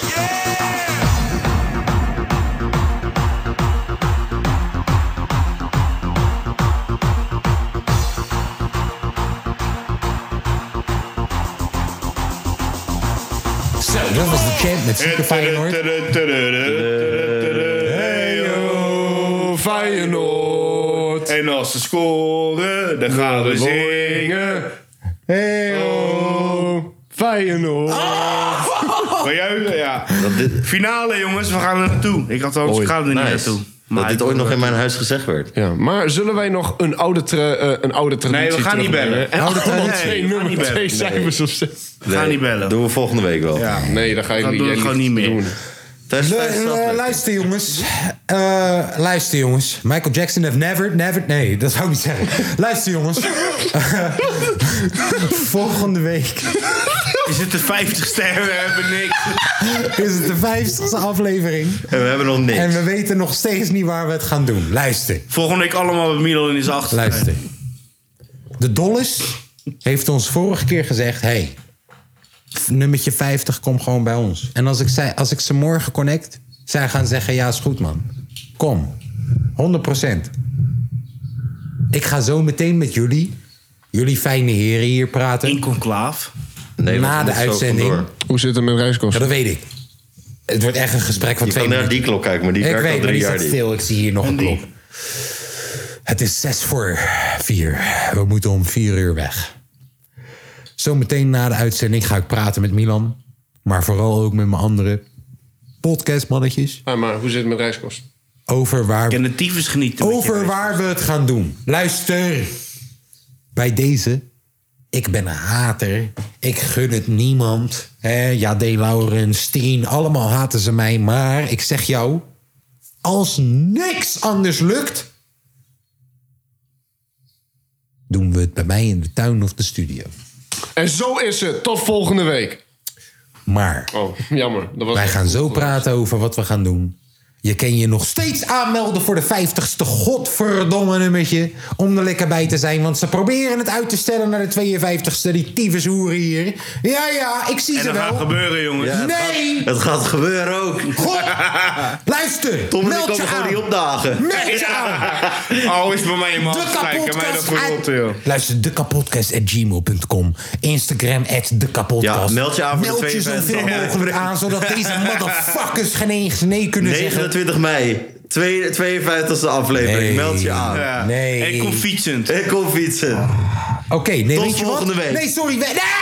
Zo, dat was de chant met Super Feyenoord. Hey yo, Feyenoord. En als ze scoren, dan gaan we zingen. Hey yo, Feyenoord. Maar juichen, ja. Finale jongens, we gaan er naartoe. Ik had al we gaan er niet naartoe. Dat dit ooit nog in mijn huis gezegd werd. Ja, maar zullen wij nog een oude traditie Nee, we gaan niet bellen. En allemaal Nee, twee cijfers of zo. We gaan niet bellen. Doen we volgende week wel. Ja. Nee, dan ga je doen we gewoon niet meer. doen. Luister jongens. Luister jongens. Michael Jackson heeft never... Nee, dat zou ik niet zeggen. Luister jongens. Volgende week... Is het de 50ste en we hebben niks. Is het de 50ste aflevering. En we hebben nog niks. En we weten nog steeds niet waar we het gaan doen. Luister. Volgende week allemaal met Milan in zijn achtertuin. Luister. De Dolles heeft ons vorige keer gezegd... Hey, nummertje 50, kom gewoon bij ons. En als ik ze morgen connect... zij gaan zeggen, ja, is goed man. Kom. 100%. Ik ga zo meteen met jullie fijne heren hier praten. In conclaaf. Na de uitzending. Hoe zit het met reiskosten? Ja, dat weet ik. Het wordt echt een gesprek van 2 minuten. Je kan naar die klok kijken, maar die werkt al 3 jaar niet. Stil, ik zie hier nog een klok. Het is 3:06. We moeten om 4 uur weg. Zometeen na de uitzending ga ik praten met Milan. Maar vooral ook met mijn andere podcastmannetjes. Maar hoe zit het met reiskosten? Over waar we het gaan doen. Luister. Bij deze... Ik ben een hater. Ik gun het niemand. Jade, Lauren, Steen, allemaal haten ze mij. Maar ik zeg jou... Als niks anders lukt... doen we het bij mij in de tuin of de studio. En zo is het. Tot volgende week. Maar... Oh, jammer. Wij gaan zo praten over wat we gaan doen. Je kan je nog steeds aanmelden voor de 50ste godverdomme nummertje. Om er lekker bij te zijn. Want ze proberen het uit te stellen naar de 52ste. Die tyfushoeren hier. Ja, ik zie ze wel. En dat gaat gebeuren, jongens. Ja, nee! Het gaat gebeuren ook. God, luister. Tom, meld die je kan gewoon aan. niet opdagen. Meld je aan. Oh, is bij mij in mijn hand kijken. Mij dat verrot, joh. Luister, dekapodcast@gmail.com. Instagram @dekapodcast. Ja, meld je aan voor de Meld je 52. zoveel mogelijk aan. Zodat deze motherfuckers geen nee kunnen zeggen. 29 mei. 52e aflevering. Nee. Meld je aan. Ja. Nee. Ik kom fietsend. Ik kom fietsen. Oké, nee, Tot weet je wat? volgende week. Nee, sorry.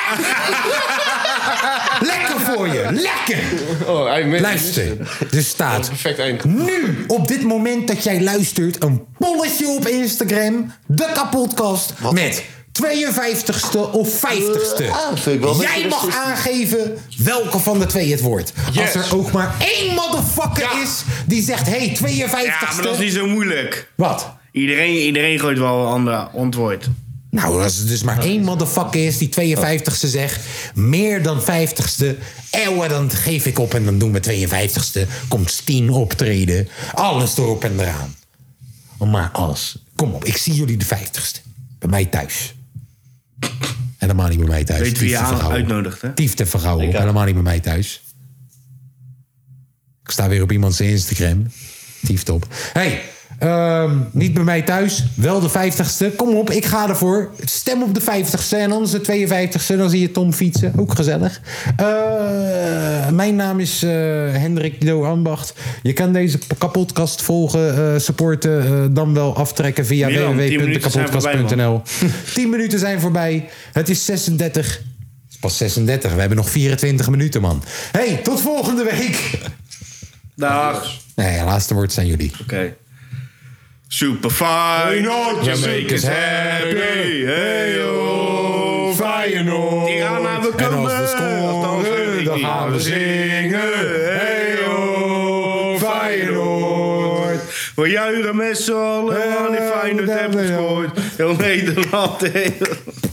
Lekker voor je. Lekker. Luister. Er staat perfect eind. nu, op dit moment dat jij luistert... een polletje op Instagram. De Kapodcast. Met 52ste of 50ste. vind ik wel Jij mag aangeven welke van de twee het wordt. Yes. Als er ook maar één motherfucker is die zegt... hey, 52ste... Ja, maar dat is niet zo moeilijk. Wat? Iedereen gooit wel een ander antwoord. Nou, als er dus maar één motherfucker is die 52ste zegt... meer dan 50ste... dan geef ik op en dan doen we 52ste. Komt Steen optreden. Alles erop en eraan. Maar alles. Kom op, ik zie jullie de 50ste. Bij mij thuis. Helemaal niet bij mij thuis. Weet wie je uitnodigt, hè? Tief te vergauwen op. Helemaal niet bij mij thuis. Ik sta weer op iemands Instagram. Tief top. Hey, niet bij mij thuis. Wel de 50ste. Kom op, ik ga ervoor. Stem op de 50ste en anders de 52ste. Dan zie je Tom fietsen. Ook gezellig. Mijn naam is Hendrik Do Ambacht. Je kan deze kapotkast volgen, supporten, dan wel aftrekken via www.kapotkast.nl. 10 minuten zijn voorbij. Het is 36. Pas 36. We hebben nog 24 minuten, man. Hey, tot volgende week. Dag. Nee, laatste woord zijn jullie. Oké. Super Feyenoord, you make us happy. Hey yo, Feyenoord. Die gaan naar we komen. En als we scoren, dan gaan we zingen. Hey yo, Feyenoord. We juichen met z'n allen, want die Feyenoord hebben gescoord. Heel Nederland, hey.